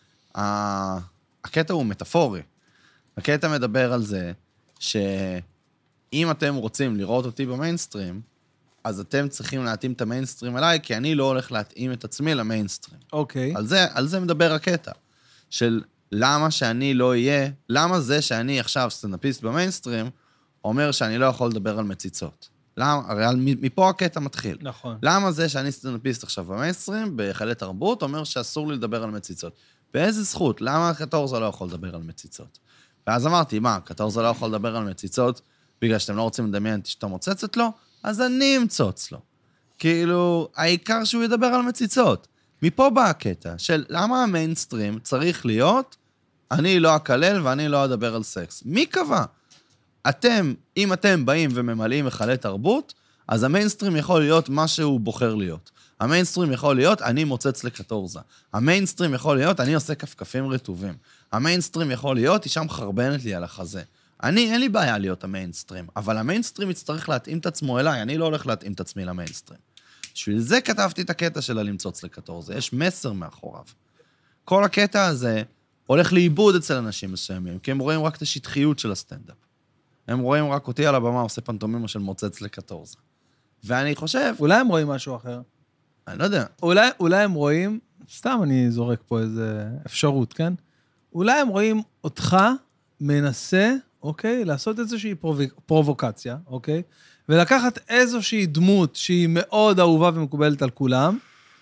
הקטע הוא מטאפורי. הקטע מדבר על זה, שאם אתם רוצים לראות אותי במיינסטרים, אז אתם צריכים להתאים את המיינסטרים אליי, כי אני לא הולך להתאים את עצמי למיינסטרים. אוקיי. על זה, על זה מדבר הקטע. של למה שאני לא אהיה, למה זה שאני עכשיו סטנדאפיסט במיינסטרים, אומר שאני לא יכול לדבר על מציצות. למה, הרי מפה הקטע מתחיל. נכון. למה זה שאני סטנדאפיסט עכשיו במיינסטרים, בחלי תרבות, אומר שאסור לי לדבר על מציצות. באיזה זכות? למה קטורזה לא יכול לדבר על מציצות? ואז אמרתי, מה, קטורזה לא יכול לדבר על מציצות, בגלל שאתם לא רוצים לדמיין שאתה מוצצת לו, אז אני אמצוץ לו. כאילו, העיקר שהוא ידבר על מציצות. מפה בא הקטע של למה המיינסטרים צריך להיות, אני לא אקלל ואני לא אדבר על סקס. מי קבע? אתם, אם אתם באים וממלאים מחלי תרבות, אז המיינסטרים יכול להיות מה שהוא בוחר להיות. המיינסטרים יכול להיות, אני מוצץ לקטורזה. המיינסטרים יכול להיות, אני עושה כפכפים רטובים. המיינסטרים יכול להיות, אישה מחרבנת לי על החזה. אני, אין לי בעיה להיות המיינסטרים, אבל המיינסטרים יצטרך להתאים את עצמו אליי, אני לא הולך להתאים את עצמי למיינסטרים. בשביל זה כתבתי את הקטע של הלמצוץ לקטורזה, יש מסר מאחוריו. כל הקטע הזה הולך לאיבוד אצל אנשים מסוימים, כי הם רואים רק את השטחיות של הסטנדאפ. הם רואים רק אותי על הבמה עושה פנטומימה של מוצץ לקטורזה. ואני חושב... אולי הם רואים משהו אחר. אני לא יודע. אולי, אולי הם רואים, סתם אני זורק פה איזה אפשרות, כן? אולי הם רואים אותך מנסה, אוקיי, לעשות איזושהי פרובוקציה, אוקיי? ולקחת איזושהי דמות שהיא מאוד אהובה ומקובלת על כולם,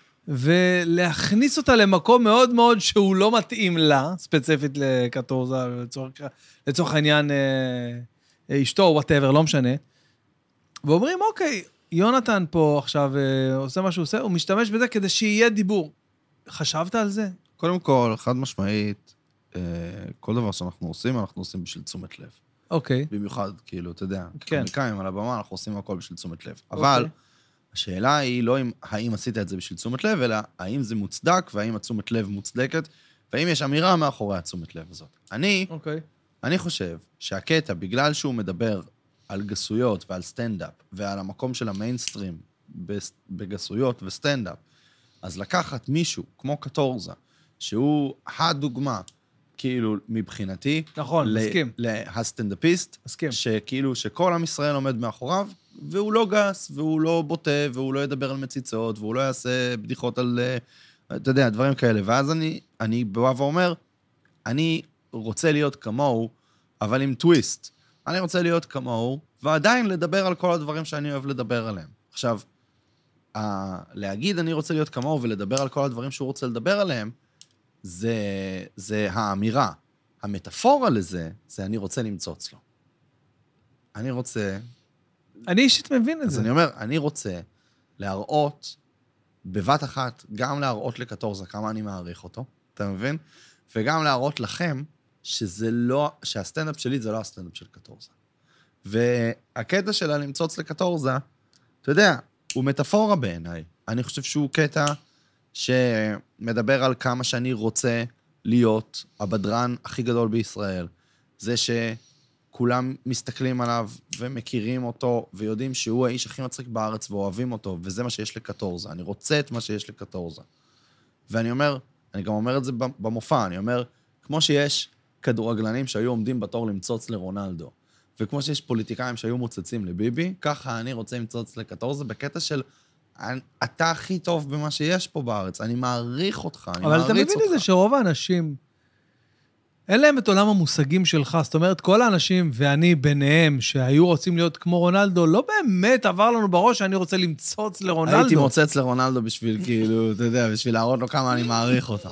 ולהכניס אותה למקום מאוד מאוד שהוא לא מתאים לה, ספציפית לקטורזה, לצורך, לצורך העניין אה, אשתו או whatever, לא משנה. ואומרים, אוקיי, יונתן פה עכשיו אה, עושה מה שהוא עושה, הוא משתמש בזה כדי שיהיה דיבור. חשבת על זה? קודם כל, חד משמעית, אה, כל דבר שאנחנו עושים, אנחנו עושים בשביל תשומת לב. אוקיי. במיוחד, כאילו, אתה יודע, כן. כקומיקאים על הבמה, אנחנו עושים הכל בשביל תשומת לב. אבל אוקיי. השאלה היא לא אם, האם עשית את זה בשביל תשומת לב, אלא האם זה מוצדק, והאם התשומת לב מוצדקת, והאם יש אמירה מאחורי התשומת לב הזאת. אני, אוקיי. אני חושב שהקטע, בגלל שהוא מדבר על גסויות ועל סטנדאפ, ועל המקום של המיינסטרים בגסויות וסטנדאפ, אז לקחת מישהו כמו קטורזה, שהוא הדוגמה, כאילו, מבחינתי, נכון, מסכים. להסטנדאפיסט, מסכים. שכאילו, שכל עם ישראל עומד מאחוריו, והוא לא גס, והוא לא בוטה, והוא לא ידבר על מציצות, והוא לא יעשה בדיחות על, אתה יודע, דברים כאלה. ואז אני, אני בא ואומר, אני רוצה להיות כמוהו, אבל עם טוויסט. אני רוצה להיות כמוהו, ועדיין לדבר על כל הדברים שאני אוהב לדבר עליהם. עכשיו, ה- להגיד אני רוצה להיות כמוהו ולדבר על כל הדברים שהוא רוצה לדבר עליהם, זה, זה האמירה. המטאפורה לזה, זה אני רוצה למצוץ לו. אני רוצה... אני אישית מבין את אז זה. אני אומר, אני רוצה להראות, בבת אחת, גם להראות לקטורזה כמה אני מעריך אותו, אתה מבין? וגם להראות לכם שזה לא, שהסטנדאפ שלי זה לא הסטנדאפ של קטורזה. והקטע שלה למצוץ לקטורזה, אתה יודע, הוא מטאפורה בעיניי. אני חושב שהוא קטע שמדבר על כמה שאני רוצה להיות הבדרן הכי גדול בישראל. זה שכולם מסתכלים עליו ומכירים אותו ויודעים שהוא האיש הכי מצחיק בארץ ואוהבים אותו, וזה מה שיש לקטורזה. אני רוצה את מה שיש לקטורזה. ואני אומר, אני גם אומר את זה במופע, אני אומר, כמו שיש כדורגלנים שהיו עומדים בתור למצוץ לרונלדו, וכמו שיש פוליטיקאים שהיו מוצצים לביבי, ככה אני רוצה למצוץ לקטורזה בקטע של, אתה הכי טוב במה שיש פה בארץ, אני מעריך אותך, אני מעריץ אותך. אבל אתה מבין את זה שרוב האנשים, אין להם את עולם המושגים שלך, זאת אומרת, כל האנשים, ואני ביניהם, שהיו רוצים להיות כמו רונלדו, לא באמת עבר לנו בראש שאני רוצה למצוץ לרונלדו. הייתי מוצץ לרונלדו בשביל, כאילו, אתה יודע, בשביל להראות לו כמה אני מעריך אותה.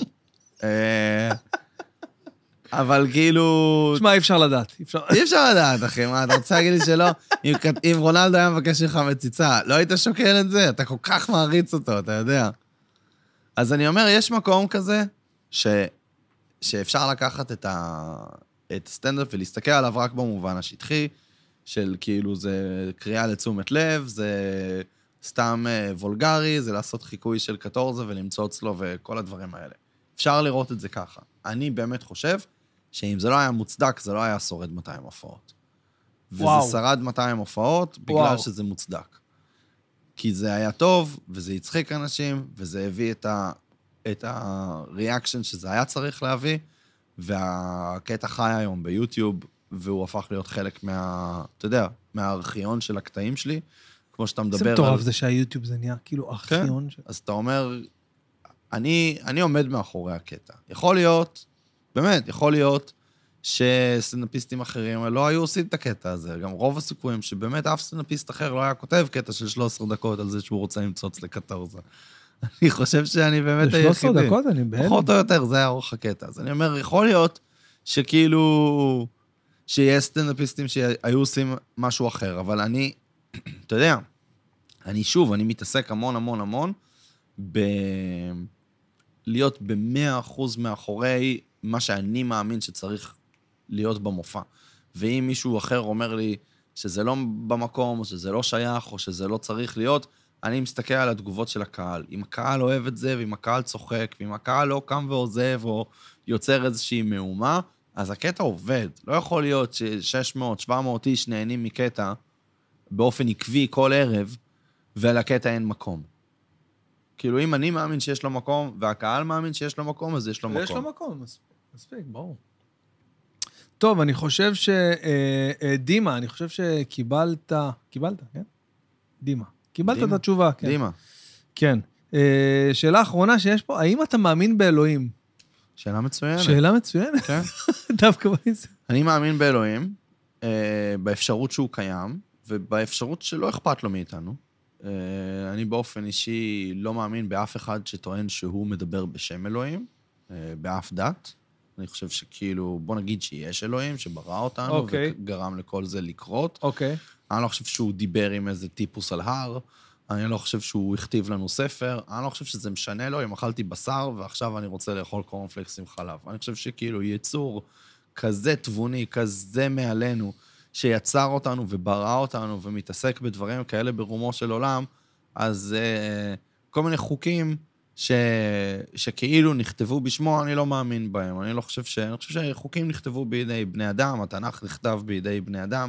אבל כאילו... שמע, אי אפשר לדעת. אי אפשר לדעת, אחי, מה, אתה רוצה להגיד לי שלא? אם רונלדו היה מבקש לך מציצה, לא היית שוקל את זה? אתה כל כך מעריץ אותו, אתה יודע. אז אני אומר, יש מקום כזה, ש... שאפשר לקחת את ה... את הסטנדאפ ולהסתכל עליו רק במובן השטחי, של כאילו זה קריאה לתשומת לב, זה סתם וולגרי, זה לעשות חיקוי של קטורזה ולמצוץ לו וכל הדברים האלה. אפשר לראות את זה ככה. אני באמת חושב שאם זה לא היה מוצדק, זה לא היה שורד מאתיים הופעות. וואו. וזה שרד מאתיים הופעות בגלל וואו. שזה מוצדק. כי זה היה טוב, וזה הצחיק אנשים, וזה הביא את ה... את הריאקשן שזה היה צריך להביא, והקטע חי היום ביוטיוב, והוא הפך להיות חלק מה... אתה יודע, מהארכיון של הקטעים שלי, כמו שאתה מדבר על... זה מטורף זה שהיוטיוב זה נהיה כאילו ארכיון. כן, אז אתה אומר, אני, אני עומד מאחורי הקטע. יכול להיות, באמת, יכול להיות שסטנדאפיסטים אחרים לא היו עושים את הקטע הזה. גם רוב הסיכויים שבאמת אף סטנדאפיסט אחר לא היה כותב קטע של שלוש עשרה דקות על זה שהוא רוצה למצוץ לקטורזה. אני חושב שאני באמת היחידי. שלוש עשרה דקות, אני בהלם. פחות או יותר, זה היה אורך הקטע. אז אני אומר, יכול להיות שכאילו שיש סטנדאפיסטים שהיו עושים משהו אחר, אבל אני, אתה יודע, אני שוב, אני מתעסק המון המון המון, ב... להיות במאה אחוז מאחורי מה שאני מאמין שצריך להיות במופע. ואם מישהו אחר אומר לי שזה לא במקום, או שזה לא שייך, או שזה לא צריך להיות, אני מסתכל על התגובות של הקהל. אם הקהל אוהב את זה, ואם הקהל צוחק, ואם הקהל לא קם ועוזב, או יוצר איזושהי מהומה, אז הקטע עובד. לא יכול להיות ש-שש מאות שבע מאות איש נהנים מקטע באופן עקבי כל ערב, ולקטע אין מקום. כאילו, אם אני מאמין שיש לו מקום, והקהל מאמין שיש לו מקום, אז יש לו מקום. יש לו מקום, מספיק, ברור. טוב, אני חושב ש... דימה, אני חושב שקיבלת... קיבלת, כן? דימה. קיבלת את התשובה, כן. דימה. כן. שאלה אחרונה שיש פה, האם אתה מאמין באלוהים? שאלה מצוינת. שאלה מצוינת? כן. דווקא באיזה. אני מאמין באלוהים, באפשרות שהוא קיים, ובאפשרות שלא אכפת לו מאיתנו. אני באופן אישי לא מאמין באף אחד שטוען שהוא מדבר בשם אלוהים, באף דת. אני חושב שכאילו, בוא נגיד שיש אלוהים שברא אותנו, okay. וגרם לכל זה לקרות. אוקיי. Okay. אני לא חושב שהוא דיבר עם איזה טיפוס על הר, אני לא חושב שהוא הכתיב לנו ספר, אני לא חושב שזה משנה לו אם אכלתי בשר, ועכשיו אני רוצה לאכול קורנפלקס עם חלב. אני חושב שכאילו יצור כזה תבוני, כזה מעלינו, שיצר אותנו וברא אותנו, ומתעסק בדברים כאלה ברומו של עולם, אז uh, כל מיני חוקים, ש... שכאילו נכתבו בשמו, אני לא מאמין בהם. אני לא חושב ש... אני חושב שחוקים נכתבו בידי בני אדם, התנ"ך נכתב בידי בני אדם,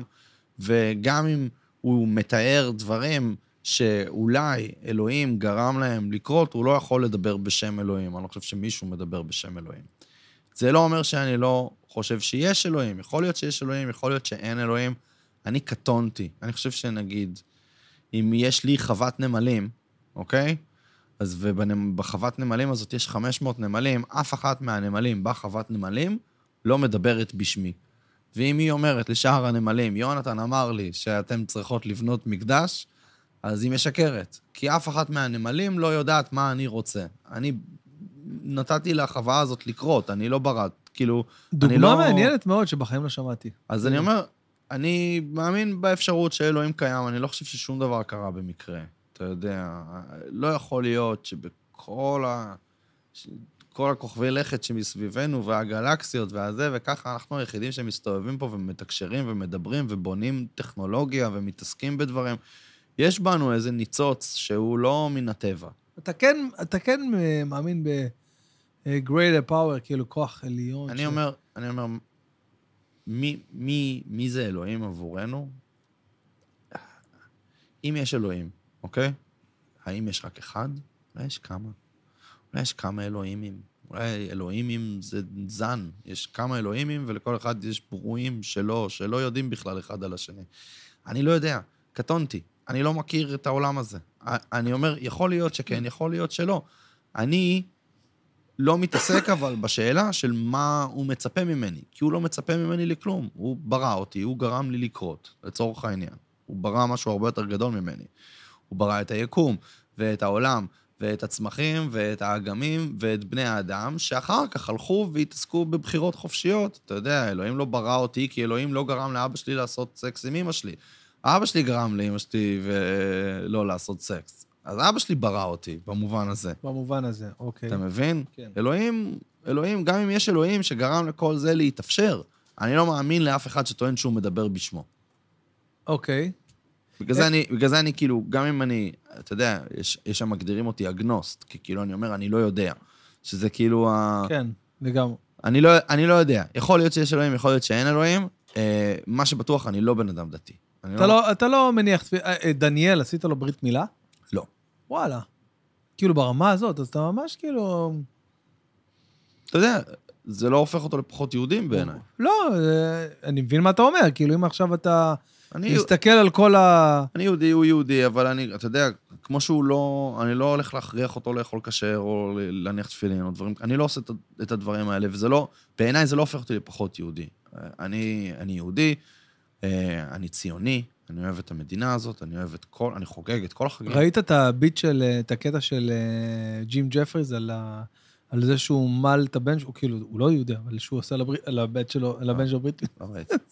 וגם אם הוא מתאר דברים שאולי אלוהים גרם להם לקרות, הוא לא יכול לדבר בשם אלוהים. אני לא חושב שמישהו מדבר בשם אלוהים. זה לא אומר שאני לא חושב שיש אלוהים. יכול להיות שיש אלוהים, יכול להיות שאין אלוהים. אני קטונתי. אני חושב שנגיד, אם יש לי חוות נמלים, אוקיי? אז ובחוות נמלים הזאת יש חמש מאות נמלים, אף אחת מהנמלים בחוות נמלים לא מדברת בשמי. ואם היא אומרת לשאר הנמלים, יונתן אמר לי שאתם צריכות לבנות מקדש, אז היא משקרת. כי אף אחת מהנמלים לא יודעת מה אני רוצה. אני נתתי לחווה הזאת לקרות, אני לא ברת. כאילו, דוגמה אני לא... מעניינת מאוד שבחיים לא שמעתי. אז אני אומר, אני מאמין באפשרות שאלוהים קיים, אני לא חושב ששום דבר קרה במקרה. אתה יודע, לא יכול להיות שבכל ה... כל הכוכבי לכת שמסביבנו והגלקסיות והזה, וככה אנחנו היחידים שמסתובבים פה ומתקשרים ומדברים ובונים טכנולוגיה ומתעסקים בדברים. יש בנו איזה ניצוץ שהוא לא מן הטבע. אתה כן, אתה כן מאמין ב-greater power, כאילו כוח עליון. אני אומר, אני אומר, מי, מי, מי זה אלוהים עבורנו? אם יש אלוהים, אוקיי? האם יש רק אחד? אולי יש כמה. אולי יש כמה אלוהימים. אולי אלוהימים זה זן. יש כמה אלוהימים, ולכל אחד יש ברואים שלו, שלא יודעים בכלל אחד על השני. אני לא יודע, קטונתי. אני לא מכיר את העולם הזה. אני אומר, יכול להיות שכן, יכול להיות שלא. אני לא מתעסק אבל בשאלה של מה הוא מצפה ממני, כי הוא לא מצפה ממני לכלום. הוא ברא אותי, הוא גרם לי לקרות, לצורך העניין. הוא ברא משהו הרבה יותר גדול ממני. הוא ברא את היקום ואת העולם ואת הצמחים ואת האגמים ואת בני האדם, שאחר כך הלכו והתעסקו בבחירות חופשיות. אתה יודע, אלוהים לא ברא אותי, כי אלוהים לא גרם לאבא שלי לעשות סקס עם אמא שלי. אבא שלי גרם לאמא שלי ולא לעשות סקס. אז אבא שלי ברא אותי, במובן הזה. במובן הזה, אוקיי. אתה מבין? כן. אלוהים, אלוהים, גם אם יש אלוהים שגרם לכל זה להתאפשר, אני לא מאמין לאף אחד שטוען שהוא מדבר בשמו. אוקיי. בגלל זה אני, בגלל זה אני כאילו, גם אם אני, אתה יודע, יש, יש שם מגדירים אותי אגנוסט, כי כאילו אני אומר, אני לא יודע. שזה כאילו ה... כן, לגמרי. אני לא, אני לא יודע. יכול להיות שיש אלוהים, יכול להיות שאין אלוהים. אה, מה שבטוח, אני לא בן אדם דתי. אתה לא, אתה לא מניח, דניאל, עשית לו ברית מילה? לא. וואלה. כאילו ברמה הזאת, אז אתה ממש כאילו... אתה יודע, זה לא הופך אותו לפחות יהודים בעיניי. לא, אני מבין מה אתה אומר, כאילו אם עכשיו אתה מסתכל על כל ה... אני יהודי, הוא יהודי, אבל אני, אתה יודע, כמו שהוא לא, אני לא הולך להכריח אותו לאכול כשר, או להניח תפילין, או דברים, אני לא עושה את הדברים האלה, וזה לא, בעיניי זה לא הופך אותי לפחות יהודי. אני, אני יהודי, אני ציוני, אני אוהב את המדינה הזאת, אני אוהב את כל, אני חוגג את כל החגים. ראית את הביט של, את הקטע של ג'ים ג'פריז על ה... על זה שהוא מל את הבן שלו, כאילו, הוא לא יהודי, אבל שהוא עושה על הבן שלו, על הבן שלו בריטי. לא ראיתי. זה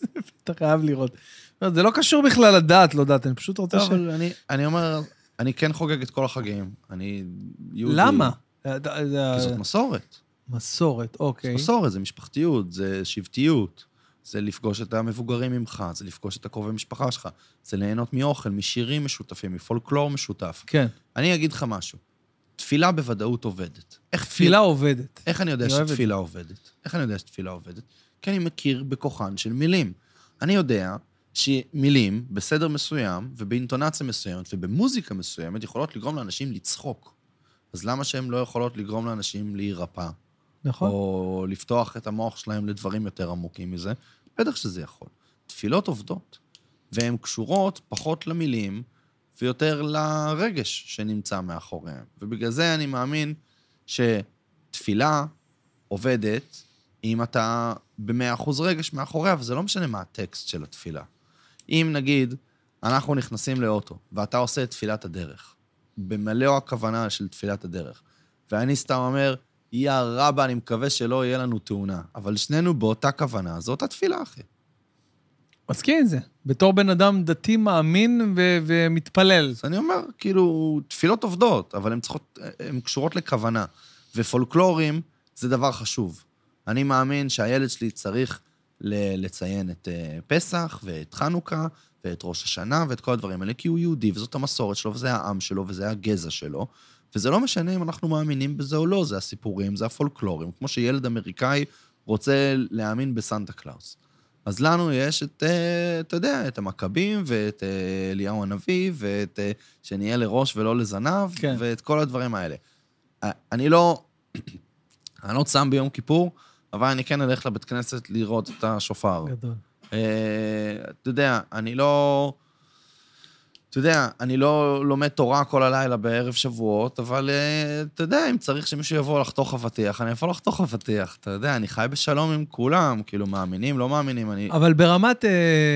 אתה חייב לראות. זה לא קשור בכלל לדעת, לא דעת, אני פשוט רוצה ש... אבל אני אומר, אני כן חוגג את כל החגים. אני יהודי. למה? כי זאת מסורת. מסורת, אוקיי. זה מסורת, זה משפחתיות, זה שבטיות. זה לפגוש את המבוגרים ממך, זה לפגוש את הקרובי משפחה שלך, זה ליהנות מאוכל, משירים משותפים, מפולקלור משותף. כן. אני אגיד לך משהו. תפילה בוודאות עובדת. איך תפילה עובדת? איך אני יודע שתפילה עובדת? איך אני יודע שתפילה עובדת? כי אני מכיר בכוחן של מילים. אני יודע שמילים בסדר מסוים, ובאינטונציה מסוימת, ובמוזיקה מסוימת, יכולות לגרום לאנשים לצחוק. אז למה שהן לא יכולות לגרום לאנשים להירפא? נכון. או לפתוח את המוח שלהם לדברים יותר עמוקים מזה? בטח שזה יכול. תפילות עובדות, והן קשורות פחות למילים, ויותר לרגש שנמצא מאחוריהם. ובגלל זה אני מאמין שתפילה עובדת אם אתה במאה אחוז רגש מאחוריה, וזה לא משנה מה הטקסט של התפילה. אם נגיד, אנחנו נכנסים לאוטו, ואתה עושה את תפילת הדרך, במלוא הכוונה של תפילת הדרך, ואני סתם אומר, יא רבא, אני מקווה שלא יהיה לנו תאונה, אבל שנינו באותה כוונה, זו אותה תפילה, אחי. מסכים עם זה. בתור בן אדם דתי מאמין ו- ומתפלל. אז אני אומר, כאילו, תפילות עובדות, אבל הן צריכות, הן קשורות לכוונה. ופולקלורים זה דבר חשוב. אני מאמין שהילד שלי צריך לציין את פסח ואת חנוכה ואת ראש השנה ואת כל הדברים האלה, כי הוא יהודי, וזאת המסורת שלו, וזה העם שלו, וזה הגזע שלו, וזה לא משנה אם אנחנו מאמינים בזה או לא, זה הסיפורים, זה הפולקלורים, כמו שילד אמריקאי רוצה להאמין בסנטה קלאוס. אז לנו יש את, אתה יודע, את המכבים, ואת אליהו הנביא, ואת שנהיה לראש ולא לזנב, כן. ואת כל הדברים האלה. אני לא, אני לא צם ביום כיפור, אבל אני כן אלך לבית כנסת לראות את השופר. גדול. אתה יודע, אני לא, אתה יודע, אני לא לומד תורה כל הלילה בערב שבועות, אבל אתה יודע, אם צריך שמישהו יבוא לחתוך אבטיח, אני אבוא לחתוך אבטיח, אתה יודע, אני חי בשלום עם כולם, כאילו מאמינים, לא מאמינים, אני... אבל ברמת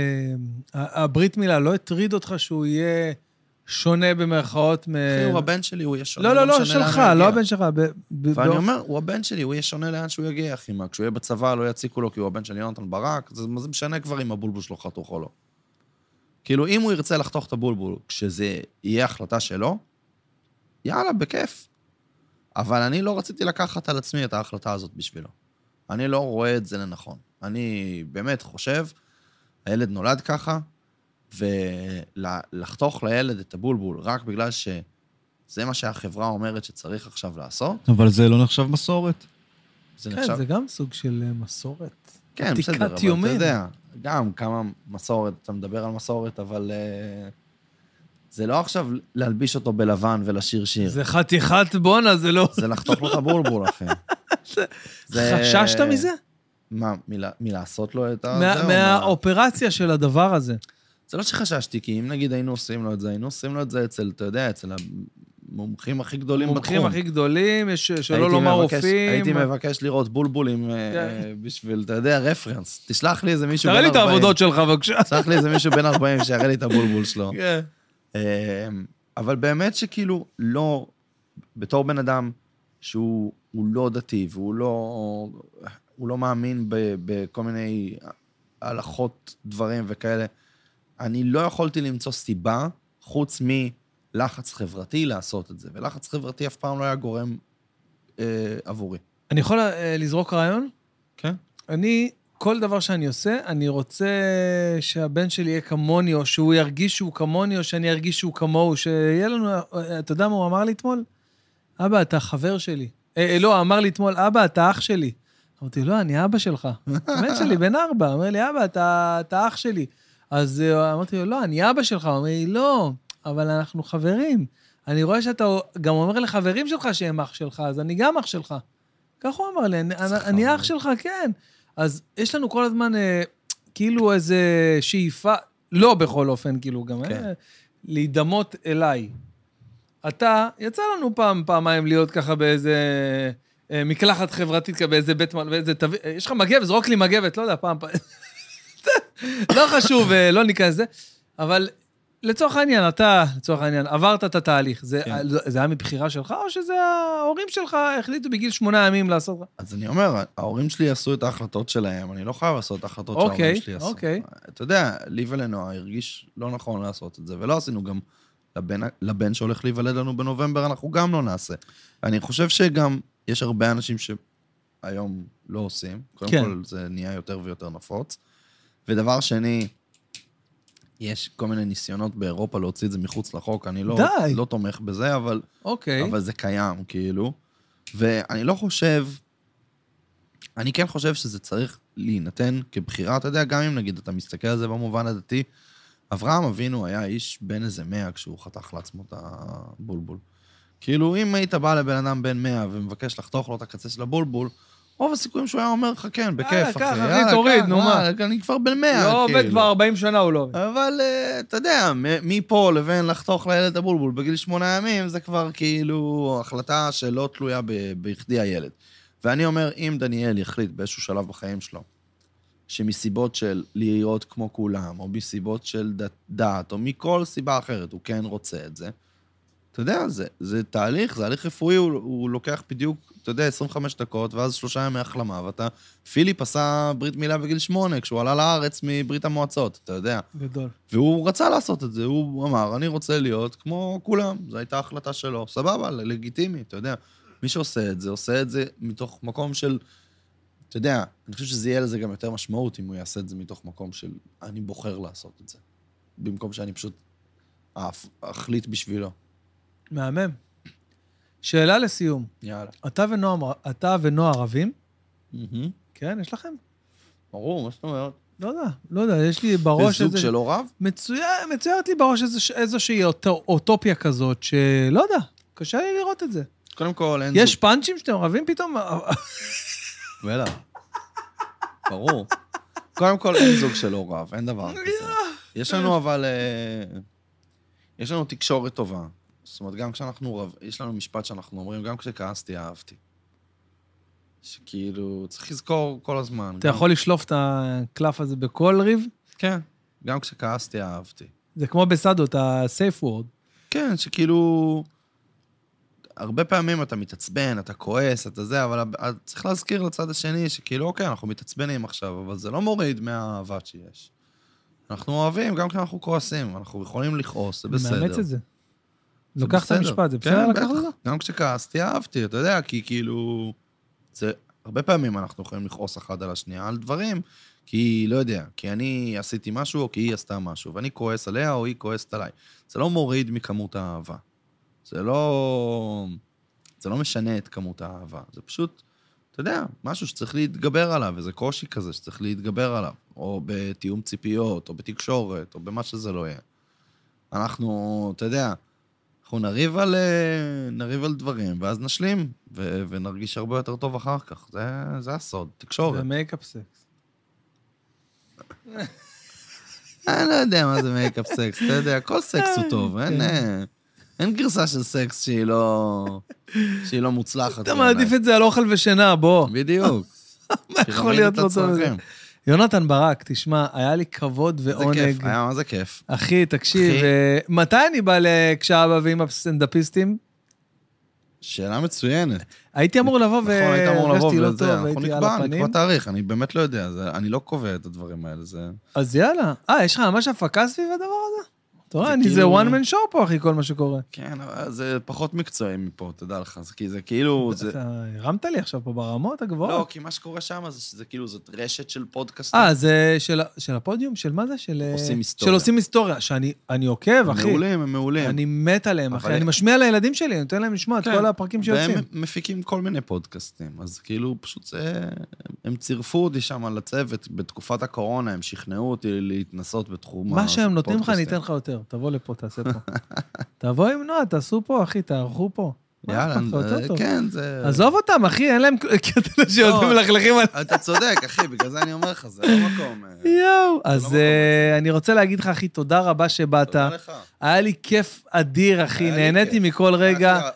הברית מילה, לא הטריד אותך שהוא יהיה שונה במרכאות מ... אחי, הוא הבן שלי, הוא יהיה שונה. לא, לא, לא, שלך, לא הבן שלך. ואני אומר, הוא הבן שלי, הוא יהיה שונה לאן שהוא יגיע, אחי, מה, כשהוא יהיה בצבא, לא יציקו לו, כי הוא הבן של יונתן ברק, זה משנה כבר אם הבולבול שלו חתוך או לא. כאילו, אם הוא ירצה לחתוך את הבולבול, כשזה יהיה החלטה שלו, יאללה, בכיף. אבל אני לא רציתי לקחת על עצמי את ההחלטה הזאת בשבילו. אני לא רואה את זה לנכון. אני באמת חושב, הילד נולד ככה, ולחתוך לילד את הבולבול, רק בגלל שזה מה שהחברה אומרת שצריך עכשיו לעשות. אבל זה לא נחשב מסורת. זה כן, נחשב... זה גם סוג של מסורת. כן, בסדר, אבל אתה יודע, גם כמה מסורת, אתה מדבר על מסורת, אבל uh, זה לא עכשיו להלביש אותו בלבן ולשיר שיר. זה חתיכת בונה, זה לא... זה לחתוך לו את הבולבול, אחי. זה... חששת מזה? מה, מלעשות לו את ה... מה, מהאופרציה של הדבר הזה. זה לא שחששתי, כי אם נגיד היינו עושים לו את זה, היינו עושים לו את זה אצל, אתה יודע, אצל המומחים הכי גדולים בתחום. מומחים הכי גדולים, יש שלא לומר רופאים. הייתי מבקש לראות בולבולים בשביל, אתה יודע, רפרנס. תשלח לי איזה מישהו בן ארבעים. תראה לי את העבודות שלך, בבקשה. תשלח לי איזה מישהו בן ארבעים שיראה לי את הבולבול שלו. אבל באמת שכאילו לא, בתור בן אדם שהוא לא דתי, והוא לא מאמין בכל מיני הלכות דברים וכאלה, אני לא יכולתי למצוא סיבה, חוץ מלחץ חברתי לעשות את זה, ולחץ חברתי אף פעם לא היה גורם אה, עבורי. אני יכול אה, לזרוק רעיון? כן. אני, כל דבר שאני עושה, אני רוצה שהבן שלי יהיה כמוני, או שהוא ירגיש שהוא כמוני, או שאני ארגיש שהוא כמוהו, שיהיה לנו, אתה יודע מה הוא אמר לי אתמול? אבא, אתה חבר שלי. אה, לא, אמר לי אתמול, אבא, אתה אח שלי. אמרתי, לא, אני אבא שלך. הבן שלי, בן ארבע. אומר לי, אבא, אתה, אתה אח שלי. אז אמרתי לו, לא, אני אבא שלך. הוא אומר לי, לא, אבל אנחנו חברים. אני רואה שאתה גם אומר לחברים שלך שהם אח שלך, אז אני גם אח שלך. כך הוא אמר לי, אני, אני אח שלך, כן. אז יש לנו כל הזמן אה, כאילו איזה שאיפה, לא בכל אופן, כאילו גם, כן. אה, להידמות אליי. אתה, יצא לנו פעם, פעמיים להיות ככה באיזה אה, מקלחת חברתית, באיזה בית, באיזה תביא, יש לך מגבת, זרוק לי מגבת, לא יודע, פעם פעם. לא חשוב, לא ניכנס זה, אבל לצורך העניין, אתה, לצורך העניין, עברת את התהליך. זה, כן. זה היה מבחירה שלך, או שזה ההורים שלך החליטו בגיל שמונה ימים לעשות? אז אני אומר, ההורים שלי עשו את ההחלטות שלהם, אני לא חייב לעשות את ההחלטות אוקיי, שההורים שלי עשו. אוקיי. אתה יודע, לי ולנועה הרגיש לא נכון לעשות את זה, ולא עשינו גם לבן, לבן שהולך להיוולד לנו בנובמבר, אנחנו גם לא נעשה. אני חושב שגם יש הרבה אנשים שהיום לא עושים, קודם כן. כל זה נהיה יותר ויותר נפוץ. ודבר שני, יש כל מיני ניסיונות באירופה להוציא את זה מחוץ לחוק, אני לא, לא תומך בזה, אבל, okay. אבל זה קיים, כאילו. ואני לא חושב, אני כן חושב שזה צריך להינתן כבחירה, אתה יודע, גם אם נגיד אתה מסתכל על זה במובן הדתי, אברהם אבינו היה איש בן איזה מאה כשהוא חתך לעצמו את הבולבול. כאילו, אם היית בא לבן אדם בן מאה ומבקש לחתוך לו את הקצה של הבולבול, רוב הסיכויים שהוא היה אומר לך, כן, בכיף, אחי. יאללה, ככה, תוריד, נו מה. אני כבר בן מאה, לא עובד כבר ארבעים שנה, הוא לא עובד. אבל, אתה יודע, מפה לבין לחתוך לילד הבולבול בגיל שמונה ימים, זה כבר כאילו החלטה שלא תלויה ביחדי הילד. ואני אומר, אם דניאל יחליט באיזשהו שלב בחיים שלו, שמסיבות של להיות כמו כולם, או מסיבות של דת, או מכל סיבה אחרת, הוא כן רוצה את זה, אתה יודע, זה, זה תהליך, זה הליך רפואי, הוא, הוא לוקח בדיוק, אתה יודע, עשרים וחמש דקות, ואז שלושה ימי החלמה, ואתה, פיליפ עשה ברית מילה בגיל שמונה, כשהוא עלה לארץ מברית המועצות, אתה יודע. גדול. והוא רצה לעשות את זה, הוא אמר, אני רוצה להיות כמו כולם, זו הייתה החלטה שלו, סבבה, לגיטימי, אתה יודע. מי שעושה את זה, עושה את זה מתוך מקום של, אתה יודע, אני חושב שזה יהיה לזה גם יותר משמעות, אם הוא יעשה את זה מתוך מקום של, אני בוחר לעשות את זה, במקום שאני פשוט אחליט בשבילו. מהמם. שאלה לסיום. יאללה. אתה ונועה, אתה ונועה ערבים? כן, יש לכם? ברור, מה שאתה אומר? לא יודע, לא יודע, יש לי בראש איזה... בזוג שלא רב? מצוירת לי בראש איזושהי אוטופיה כזאת, שלא יודע, קשה לי לראות את זה. קודם כל, אין זוג. יש פאנצ'ים שאתם רבים פתאום? בטח. ברור. קודם כל, אין זוג שלא רב, אין דבר כזה. יש לנו אבל... יש לנו תקשורת טובה. זאת אומרת, גם כשאנחנו רב... יש לנו משפט שאנחנו אומרים, גם כשכעסתי, אהבתי. שכאילו, צריך לזכור כל הזמן. אתה יכול לשלוף את הקלף הזה בכל ריב? כן. גם כשכעסתי, אהבתי. זה כמו בסדות, ה-safe word. כן, שכאילו... הרבה פעמים אתה מתעצבן, אתה כועס, אתה זה, אבל צריך להזכיר לצד השני שכאילו, אוקיי, אנחנו מתעצבנים עכשיו, אבל זה לא מוריד מהאהבה שיש. אנחנו אוהבים, גם כשאנחנו כועסים, אנחנו יכולים לכעוס, זה בסדר. מאמץ את זה. לוקח את המשפט, זה בסדר לקח את זה? גם כשכעסתי, אהבתי, אתה יודע, כי כאילו... זה, הרבה פעמים אנחנו יכולים לכעוס אחד על השנייה על דברים, כי לא יודע, כי אני עשיתי משהו, או כי היא עשתה משהו, ואני כועס עליה, או היא כועסת עליי. זה לא מוריד מכמות האהבה. זה לא... זה לא משנה את כמות האהבה. זה פשוט, אתה יודע, משהו שצריך להתגבר עליו, וזה קושי כזה שצריך להתגבר עליו, או בתיאום ציפיות, או בתקשורת, או במה שזה לא יהיה. אנחנו, אתה יודע, אנחנו נריב על, נריב על דברים, ואז נשלים, ו- ונרגיש הרבה יותר טוב אחר כך. זה, זה הסוד, תקשורת. זה מייקאפ סקס. אני לא יודע מה זה מייקאפ סקס, אתה יודע, כל סקס הוא טוב, אין, אין גרסה של סקס שהיא לא, שהיא לא מוצלחת. אתה מעדיף את זה על אוכל ושינה, בוא. בדיוק. מה יכול להיות לא טוב? יונתן ברק, תשמע, היה לי כבוד ועונג. זה כיף, היה מה זה כיף. אחי, תקשיב, מתי אני בא כשאבא ואמא סטנדאפיסטים? שאלה מצוינת. הייתי אמור לבוא והרגשתי לא טוב, הייתי על הפנים. נקבע תאריך, אני באמת לא יודע, אני לא קובע את הדברים האלה. אז יאללה. אה, יש לך ממש הפקה סביב הדבר הזה? אתה רואה, אני זה one man show פה, אחי, כל מה שקורה. כן, זה פחות מקצועי מפה, תדע לך, כי זה כאילו... אתה הרמת לי עכשיו פה ברמות הגבוהות. לא, כי מה שקורה שם זה כאילו, זאת רשת של פודקאסטים. אה, זה של הפודיום? של מה זה? עושים היסטוריה. של עושים היסטוריה, שאני עוקב, אחי. הם מעולים, הם מעולים. אני מת עליהם, אחי. אני משמיע לילדים שלי, אני נותן להם לשמוע את כל הפרקים שיוצאים. והם מפיקים כל מיני פודקאסטים, אז כאילו, פשוט זה... הם צירפו אותי שם לצוות, בתקופת הקורונה, הם שכנעו אותי להתנסות בתחום מה שהם נותנים לך, אני אתן לך יותר. תבוא לפה, תעשה פה. תבוא עם נועה, תעשו פה, אחי, תערכו פה. יאללה, כן, זה... עזוב אותם, אחי, אין להם קטע שיודעים מלכלכים על... אתה צודק, אחי, בגלל זה אני אומר לך, זה לא מקום. יואו, אז אני רוצה להגיד לך, אחי, תודה רבה שבאת. תודה לך. היה לי כיף אדיר, אחי, נהניתי מכל רגע.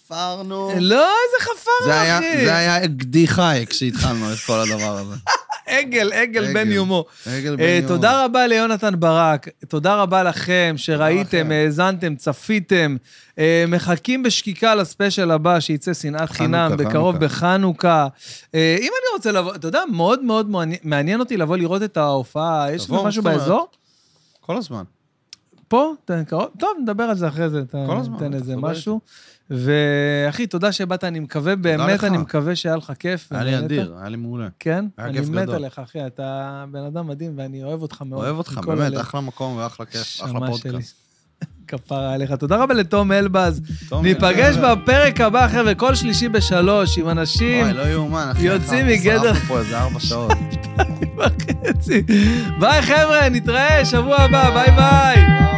חפרנו. לא, איזה חפרנו, אחי. זה היה גדי חי כשהתחלנו את כל הדבר הזה. עגל, עגל בן יומו. תודה רבה ליונתן ברק, תודה רבה לכם שראיתם, האזנתם, צפיתם, מחכים בשקיקה לספיישל הבא, שיצא שנאת חינם, בקרוב בחנוכה. אם אני רוצה לבוא, אתה יודע, מאוד מאוד מעניין אותי לבוא לראות את ההופעה, יש לך משהו באזור? כל הזמן. פה? טוב, נדבר על זה אחרי זה, תן איזה משהו. ואחי, תודה שבאת, אני מקווה, באמת אני מקווה שהיה לך כיף. היה לי אדיר, היה לי מעולה. כן? אני מת עליך, אחי, אתה בן אדם מדהים, ואני אוהב אותך מאוד. אוהב אותך, באמת, אחלה מקום ואחלה כיף, אחלה פודקאסט. כפרה עליך. תודה רבה לתום אלבז. ניפגש בפרק הבא, חבר'ה, כל שלישי בשלוש, עם אנשים יוצאים מגדר... שרפנו פה איזה ארבע שעות. ביי, חבר'ה, נתראה, שבוע הבא, ביי ביי.